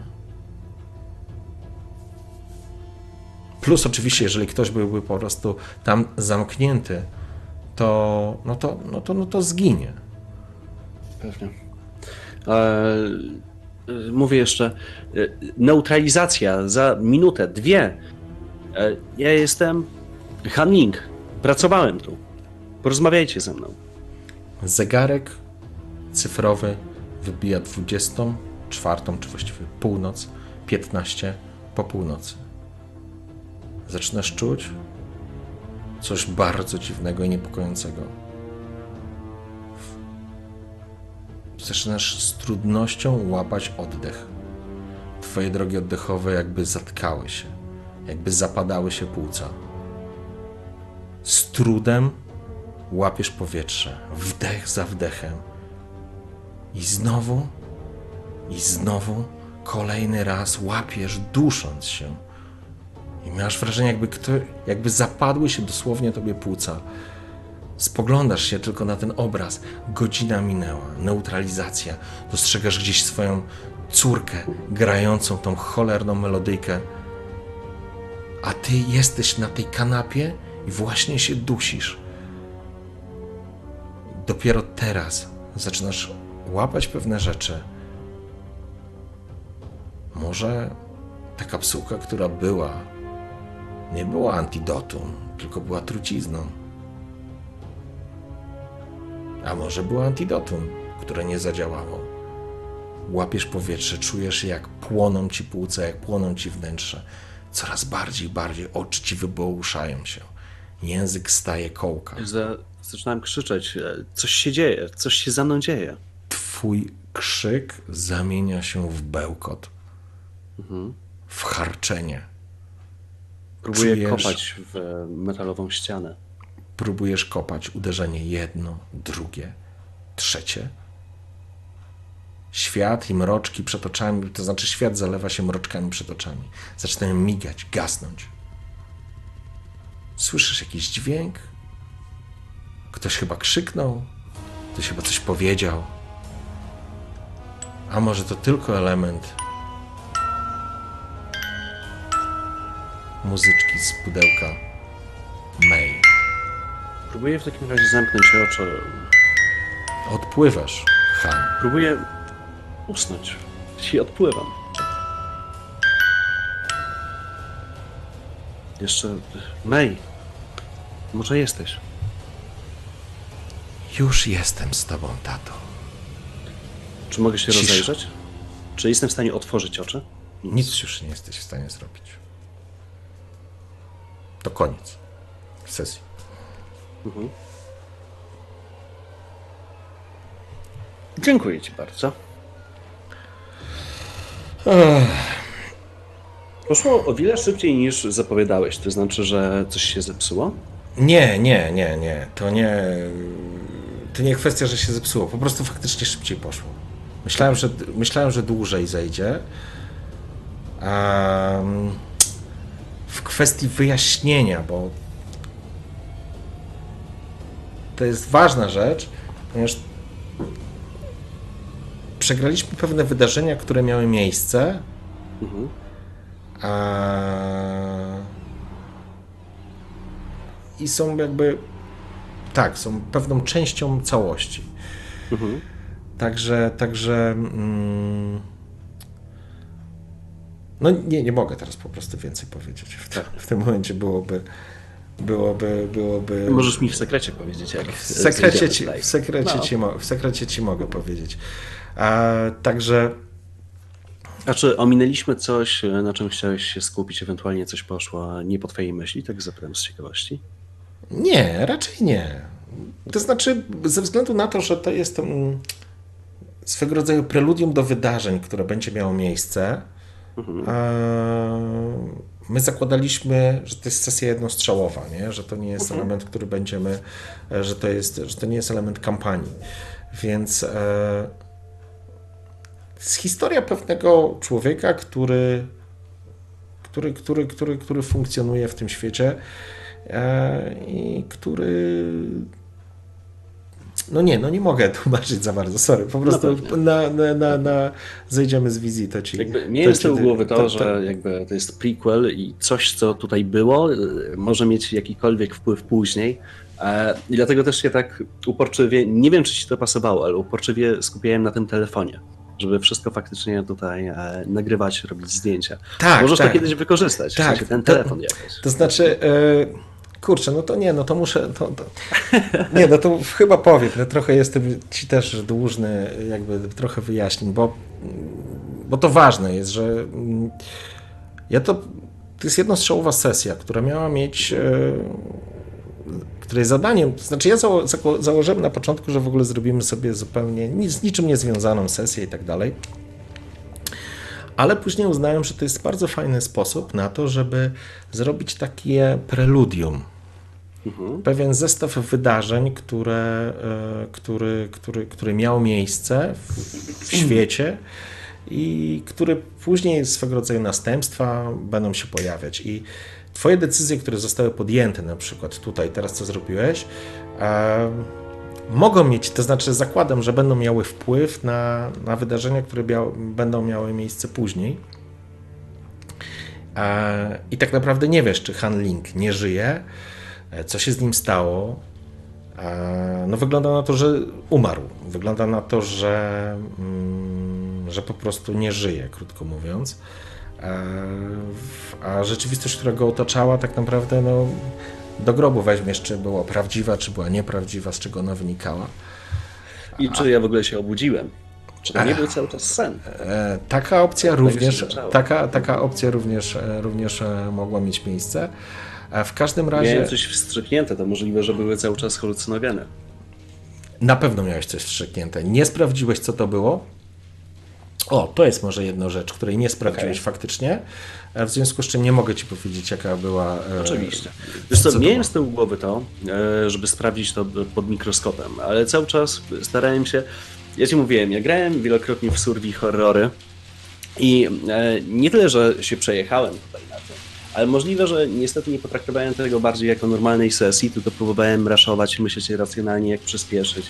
Plus oczywiście, jeżeli ktoś byłby po prostu tam zamknięty, to no to, no to, no to zginie. Pewnie. E, mówię jeszcze, neutralizacja za minutę, dwie. E, ja jestem Han Ling. Pracowałem tu. Porozmawiajcie ze mną. Zegarek cyfrowy wybija dwudziestą czwartą, czy właściwie północ, piętnaście po północy. Zaczynasz czuć coś bardzo dziwnego i niepokojącego. Zaczynasz z trudnością łapać oddech. Twoje drogi oddechowe jakby zatkały się, jakby zapadały się płuca. Z trudem łapiesz powietrze, wdech za wdechem. I znowu, i znowu, kolejny raz łapiesz, dusząc się. I masz wrażenie, jakby, kto, jakby zapadły się dosłownie tobie płuca. Spoglądasz się tylko na ten obraz. Godzina minęła, neutralizacja. Dostrzegasz gdzieś swoją córkę grającą tą cholerną melodyjkę. A ty jesteś na tej kanapie i właśnie się dusisz. Dopiero teraz zaczynasz łapać pewne rzeczy. Może ta kapsułka, która była, nie była antidotum, tylko była trucizną. A może było antidotum, które nie zadziałało. Łapiesz powietrze, czujesz, jak płoną ci płuca, jak płoną ci wnętrze. Coraz bardziej, bardziej oczy ci wybołuszają się. Język staje kołka. Zaczynałem krzyczeć. Coś się dzieje, coś się za mną dzieje. Twój krzyk zamienia się w bełkot, mhm. w harczenie. Próbuję Czujesz... kopać w metalową ścianę. Próbujesz kopać, uderzenie jedno, drugie, trzecie. Świat i mroczki przed oczami, to znaczy świat zalewa się mroczkami przed oczami. Zaczynają migać, gasnąć. Słyszysz jakiś dźwięk? Ktoś chyba krzyknął? Ktoś chyba coś powiedział? A może to tylko element muzyczki z pudełka May. Próbuję w takim razie zamknąć oczy. Odpływasz, Han. Próbuję usnąć. I odpływam. Jeszcze... May. Może jesteś? Już jestem z tobą, tato. Czy mogę się Cisza. rozejrzeć? Czy jestem w stanie otworzyć oczy? Nic. Nic już nie jesteś w stanie zrobić. To koniec sesji. Mhm. Dziękuję ci bardzo. Poszło o wiele szybciej niż zapowiadałeś, to znaczy, że coś się zepsuło? Nie, nie, nie, nie. To nie. To nie kwestia, że się zepsuło. Po prostu faktycznie szybciej poszło. Myślałem, że, myślałem, że dłużej zejdzie. Um, w kwestii wyjaśnienia, bo to jest ważna rzecz, ponieważ przegraliśmy pewne wydarzenia, które miały miejsce. Mhm. A... I są jakby, tak, są pewną częścią całości. Mhm. Także, także mm, no nie, nie mogę teraz po prostu więcej powiedzieć. W, te, w tym momencie byłoby, byłoby, byłoby... Możesz mi w sekrecie powiedzieć, jak w sekrecie ci, w sekrecie, no. ci, w sekrecie ci mogę powiedzieć. A, także... A czy ominęliśmy coś, na czym chciałeś się skupić, ewentualnie coś poszło nie po twojej myśli? Tak zapytam z ciekawości. Nie, raczej nie. To znaczy, ze względu na to, że to jest um, swego rodzaju preludium do wydarzeń, które będzie miało miejsce, mhm. e, my zakładaliśmy, że to jest sesja jednostrzałowa, nie? Że to nie jest mhm. element, który będziemy, że to jest, że to nie jest element kampanii. Więc e, jest historia pewnego człowieka, który, który, który, który, który funkcjonuje w tym świecie i który... No nie, no nie mogę tłumaczyć za bardzo, sorry, po prostu no na, na, na, na zejdziemy z wizji, to ci... Jakby miałem z tyłu głowy to, to, to, że jakby to jest prequel i coś, co tutaj było, może mieć jakikolwiek wpływ później i dlatego też się tak uporczywie, nie wiem, czy ci to pasowało, ale uporczywie skupiałem na tym telefonie, żeby wszystko faktycznie tutaj e, nagrywać, robić zdjęcia. Tak, Możesz tak. to kiedyś wykorzystać, tak, w sensie ten to, telefon jakoś. To znaczy, e, kurczę, no to nie, no to muszę, to, to, nie, no to chyba powiem, no trochę jestem ci też dłużny, jakby trochę wyjaśnień, bo, bo to ważne jest, że ja to, to jest jednostrzałowa sesja, która miała mieć... E, której zadaniem, to znaczy ja zało, zało, założyłem na początku, że w ogóle zrobimy sobie zupełnie nic, z niczym niezwiązaną sesję i tak dalej, ale później uznałem, że to jest bardzo fajny sposób na to, żeby zrobić takie preludium, mhm. pewien zestaw wydarzeń, które, który, który, który miał miejsce w, w świecie i które później swego rodzaju następstwa będą się pojawiać. I twoje decyzje, które zostały podjęte, na przykład tutaj, teraz co zrobiłeś, e, mogą mieć, to znaczy zakładam, że będą miały wpływ na, na wydarzenia, które miał, będą miały miejsce później. E, I tak naprawdę nie wiesz, czy Han Ling nie żyje, e, co się z nim stało. E, no wygląda na to, że umarł. Wygląda na to, że, mm, że po prostu nie żyje, krótko mówiąc. A rzeczywistość, która go otaczała, tak naprawdę no, do grobu weźmiesz, czy była prawdziwa, czy była nieprawdziwa, z czego ona wynikała. I A... czy ja w ogóle się obudziłem? Czy to nie był cały czas sen? Taka opcja również, taka, taka opcja również, również mogła mieć miejsce. W każdym razie... Miałem coś wstrzyknięte, to możliwe, że były cały czas halucynogeny. Na pewno miałeś coś wstrzyknięte. Nie sprawdziłeś, co to było? O, to jest może jedna rzecz, której nie sprawdziłeś okay. faktycznie, w związku z czym nie mogę ci powiedzieć, jaka była... Oczywiście. Wiesz co, co miałem z tyłu głowy to, żeby sprawdzić to pod mikroskopem, ale cały czas starałem się... Ja ci mówiłem, ja grałem wielokrotnie w survi horrory i nie tyle, że się przejechałem tutaj na tym, ale możliwe, że niestety nie potraktowałem tego bardziej jako normalnej sesji, tylko próbowałem raszować, myśleć racjonalnie, jak przyspieszyć.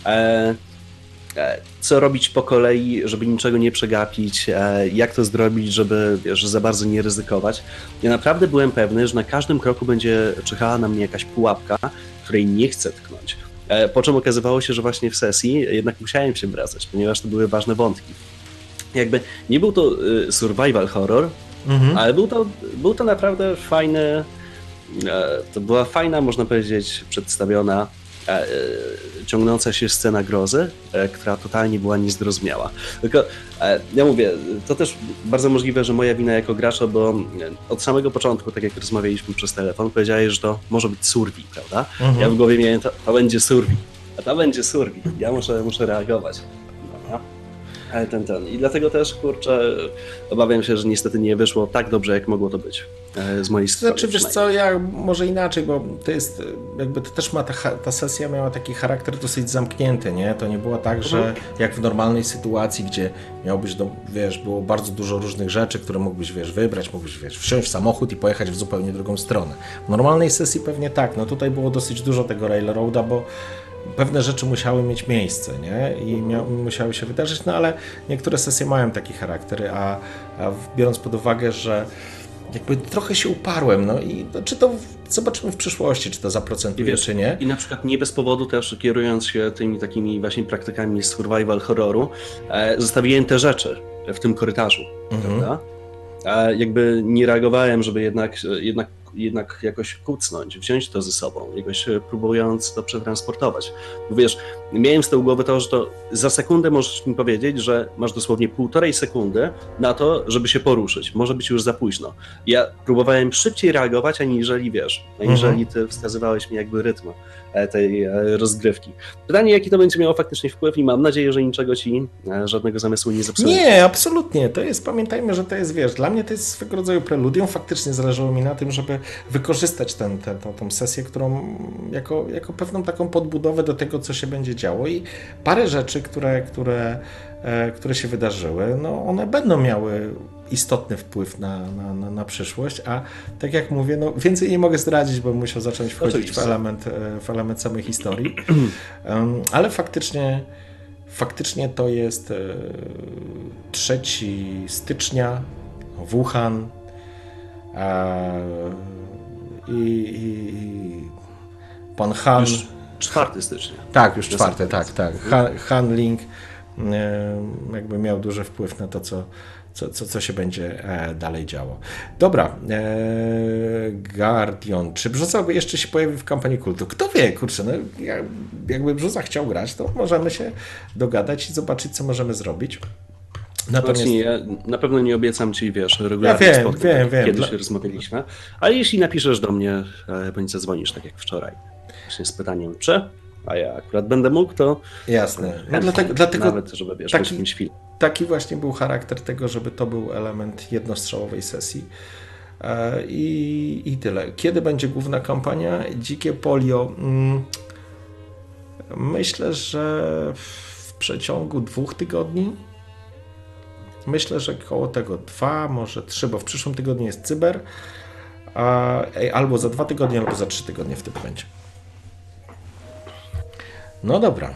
Co robić po kolei, żeby niczego nie przegapić, jak to zrobić, żeby wiesz, za bardzo nie ryzykować. Ja naprawdę byłem pewny, że na każdym kroku będzie czekała na mnie jakaś pułapka, której nie chcę tknąć. Po czym okazywało się, że właśnie w sesji jednak musiałem się wracać, ponieważ to były ważne wątki. Jakby nie był to survival horror, mhm. ale był to, był to naprawdę fajny, to była fajna, można powiedzieć, przedstawiona e, ciągnąca się scena grozy, e, która totalnie była niezrozumiała. Tylko e, ja mówię, to też bardzo możliwe, że moja wina jako gracza, bo od samego początku, tak jak rozmawialiśmy przez telefon, powiedziałeś, że to może być survi, prawda? Mhm. Ja w głowie miałem, to, to będzie survi, a to będzie survi. Ja muszę, muszę reagować. Dobra. Ale ten, ten. I dlatego też, kurczę, obawiam się, że niestety nie wyszło tak dobrze, jak mogło to być z mojej strony. Znaczy, wiesz co, ja może inaczej, bo to jest, jakby to też ma, ta, ta sesja miała taki charakter dosyć zamknięty, nie? To nie było tak, mhm. że jak w normalnej sytuacji, gdzie miałbyś, do, wiesz, było bardzo dużo różnych rzeczy, które mógłbyś, wiesz, wybrać, mógłbyś, wiesz, wsiąść w samochód i pojechać w zupełnie drugą stronę. W normalnej sesji pewnie tak, no tutaj było dosyć dużo tego railroada, bo pewne rzeczy musiały mieć miejsce, nie? I mia- musiały się wydarzyć, no ale niektóre sesje mają taki charakter, a, a biorąc pod uwagę, że jakby trochę się uparłem, no i czy to zobaczymy w przyszłości, czy to zaprocentuje, wiesz, czy nie. I na przykład nie bez powodu też, kierując się tymi takimi właśnie praktykami survival horroru, e, zostawiłem te rzeczy w tym korytarzu, mhm. prawda? A jakby nie reagowałem, żeby jednak, jednak, jednak jakoś kucnąć, wziąć to ze sobą, jakoś próbując to przetransportować. Bo wiesz, miałem z tyłu głowy to, że to za sekundę możesz mi powiedzieć, że masz dosłownie półtorej sekundy na to, żeby się poruszyć. Może być już za późno. Ja próbowałem szybciej reagować, aniżeli wiesz, aniżeli ty wskazywałeś mi jakby rytm tej rozgrywki. Pytanie, jaki to będzie miało faktycznie wpływ i mam nadzieję, że niczego ci, żadnego zamysłu nie zepsuje. Nie, absolutnie. To jest, pamiętajmy, że to jest, wiesz, dla mnie to jest swego rodzaju preludium. Faktycznie zależało mi na tym, żeby wykorzystać ten, ten, tą, tą sesję, którą jako, jako pewną taką podbudowę do tego, co się będzie działo i parę rzeczy, które, które, e, które się wydarzyły, no one będą miały istotny wpływ na, na, na, na przyszłość, a tak jak mówię, no więcej nie mogę zdradzić, bo musiał zacząć wchodzić w element, w element samej historii, um, ale faktycznie faktycznie to jest trzeciego stycznia, Wuhan e, i, i pan Han... Już czwartego stycznia. Tak, już czwarty, tak, tak. Han, Han Ling e, jakby miał duży wpływ na to, co Co, co, co się będzie e, dalej działo. Dobra, e, Guardian, czy Brzoza jeszcze się pojawi w kampanii kultu? Kto wie, kurczę, no, ja, jakby Brzoza chciał grać, to możemy się dogadać i zobaczyć, co możemy zrobić. Natomiast... Znaczy, ja na pewno nie obiecam ci, wiesz, regularnie ja wiem, wiem, wiem. Kiedyś Dla... rozmawialiśmy, ale jeśli napiszesz do mnie, bądź zadzwonisz, tak jak wczoraj, właśnie z pytaniem czy, a ja akurat będę mógł, to jasne. No, dlatego, dlatego nawet, żeby wiesz, taki, mieć jakimś film. Taki właśnie był charakter tego, żeby to był element jednostrzałowej sesji. I, i tyle. Kiedy będzie główna kampania? Dzikie Polio. Myślę, że w przeciągu dwóch tygodni. Myślę, że koło tego dwa, może trzy, bo w przyszłym tygodniu jest cyber. Albo za dwa tygodnie, albo za trzy tygodnie wtedy będzie. No dobra.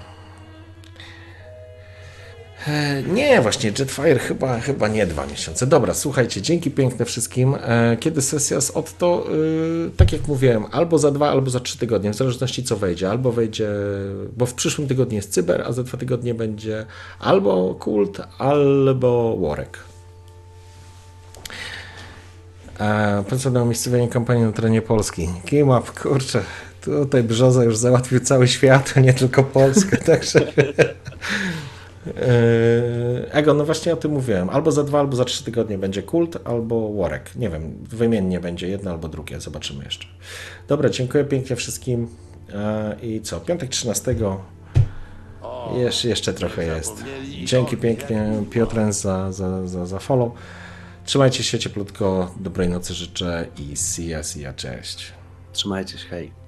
Nie, właśnie Jetfire chyba, chyba nie dwa miesiące. Dobra, słuchajcie, dzięki piękne wszystkim. Kiedy sesja z Otto, tak jak mówiłem, albo za dwa, albo za trzy tygodnie, w zależności co wejdzie. Albo wejdzie, bo w przyszłym tygodniu jest Cyber, a za dwa tygodnie będzie albo Kult, albo Warek. Pensja na umiejscowienie kampanii na terenie Polski. Game up, kurczę, tutaj Brzoza już załatwił cały świat, a nie tylko Polskę, także... Ego, no właśnie o tym mówiłem. Albo za dwa, albo za trzy tygodnie będzie Kult, albo Warek. Nie wiem, wymiennie będzie jedno albo drugie. Zobaczymy jeszcze. Dobra, dziękuję pięknie wszystkim. I co? Piątek trzynastego. Jesz, jeszcze trochę jest. Dzięki pięknie Piotrem za, za, za, za follow. Trzymajcie się cieplutko. Dobrej nocy życzę i see ya, see ya, cześć. Trzymajcie się, hej.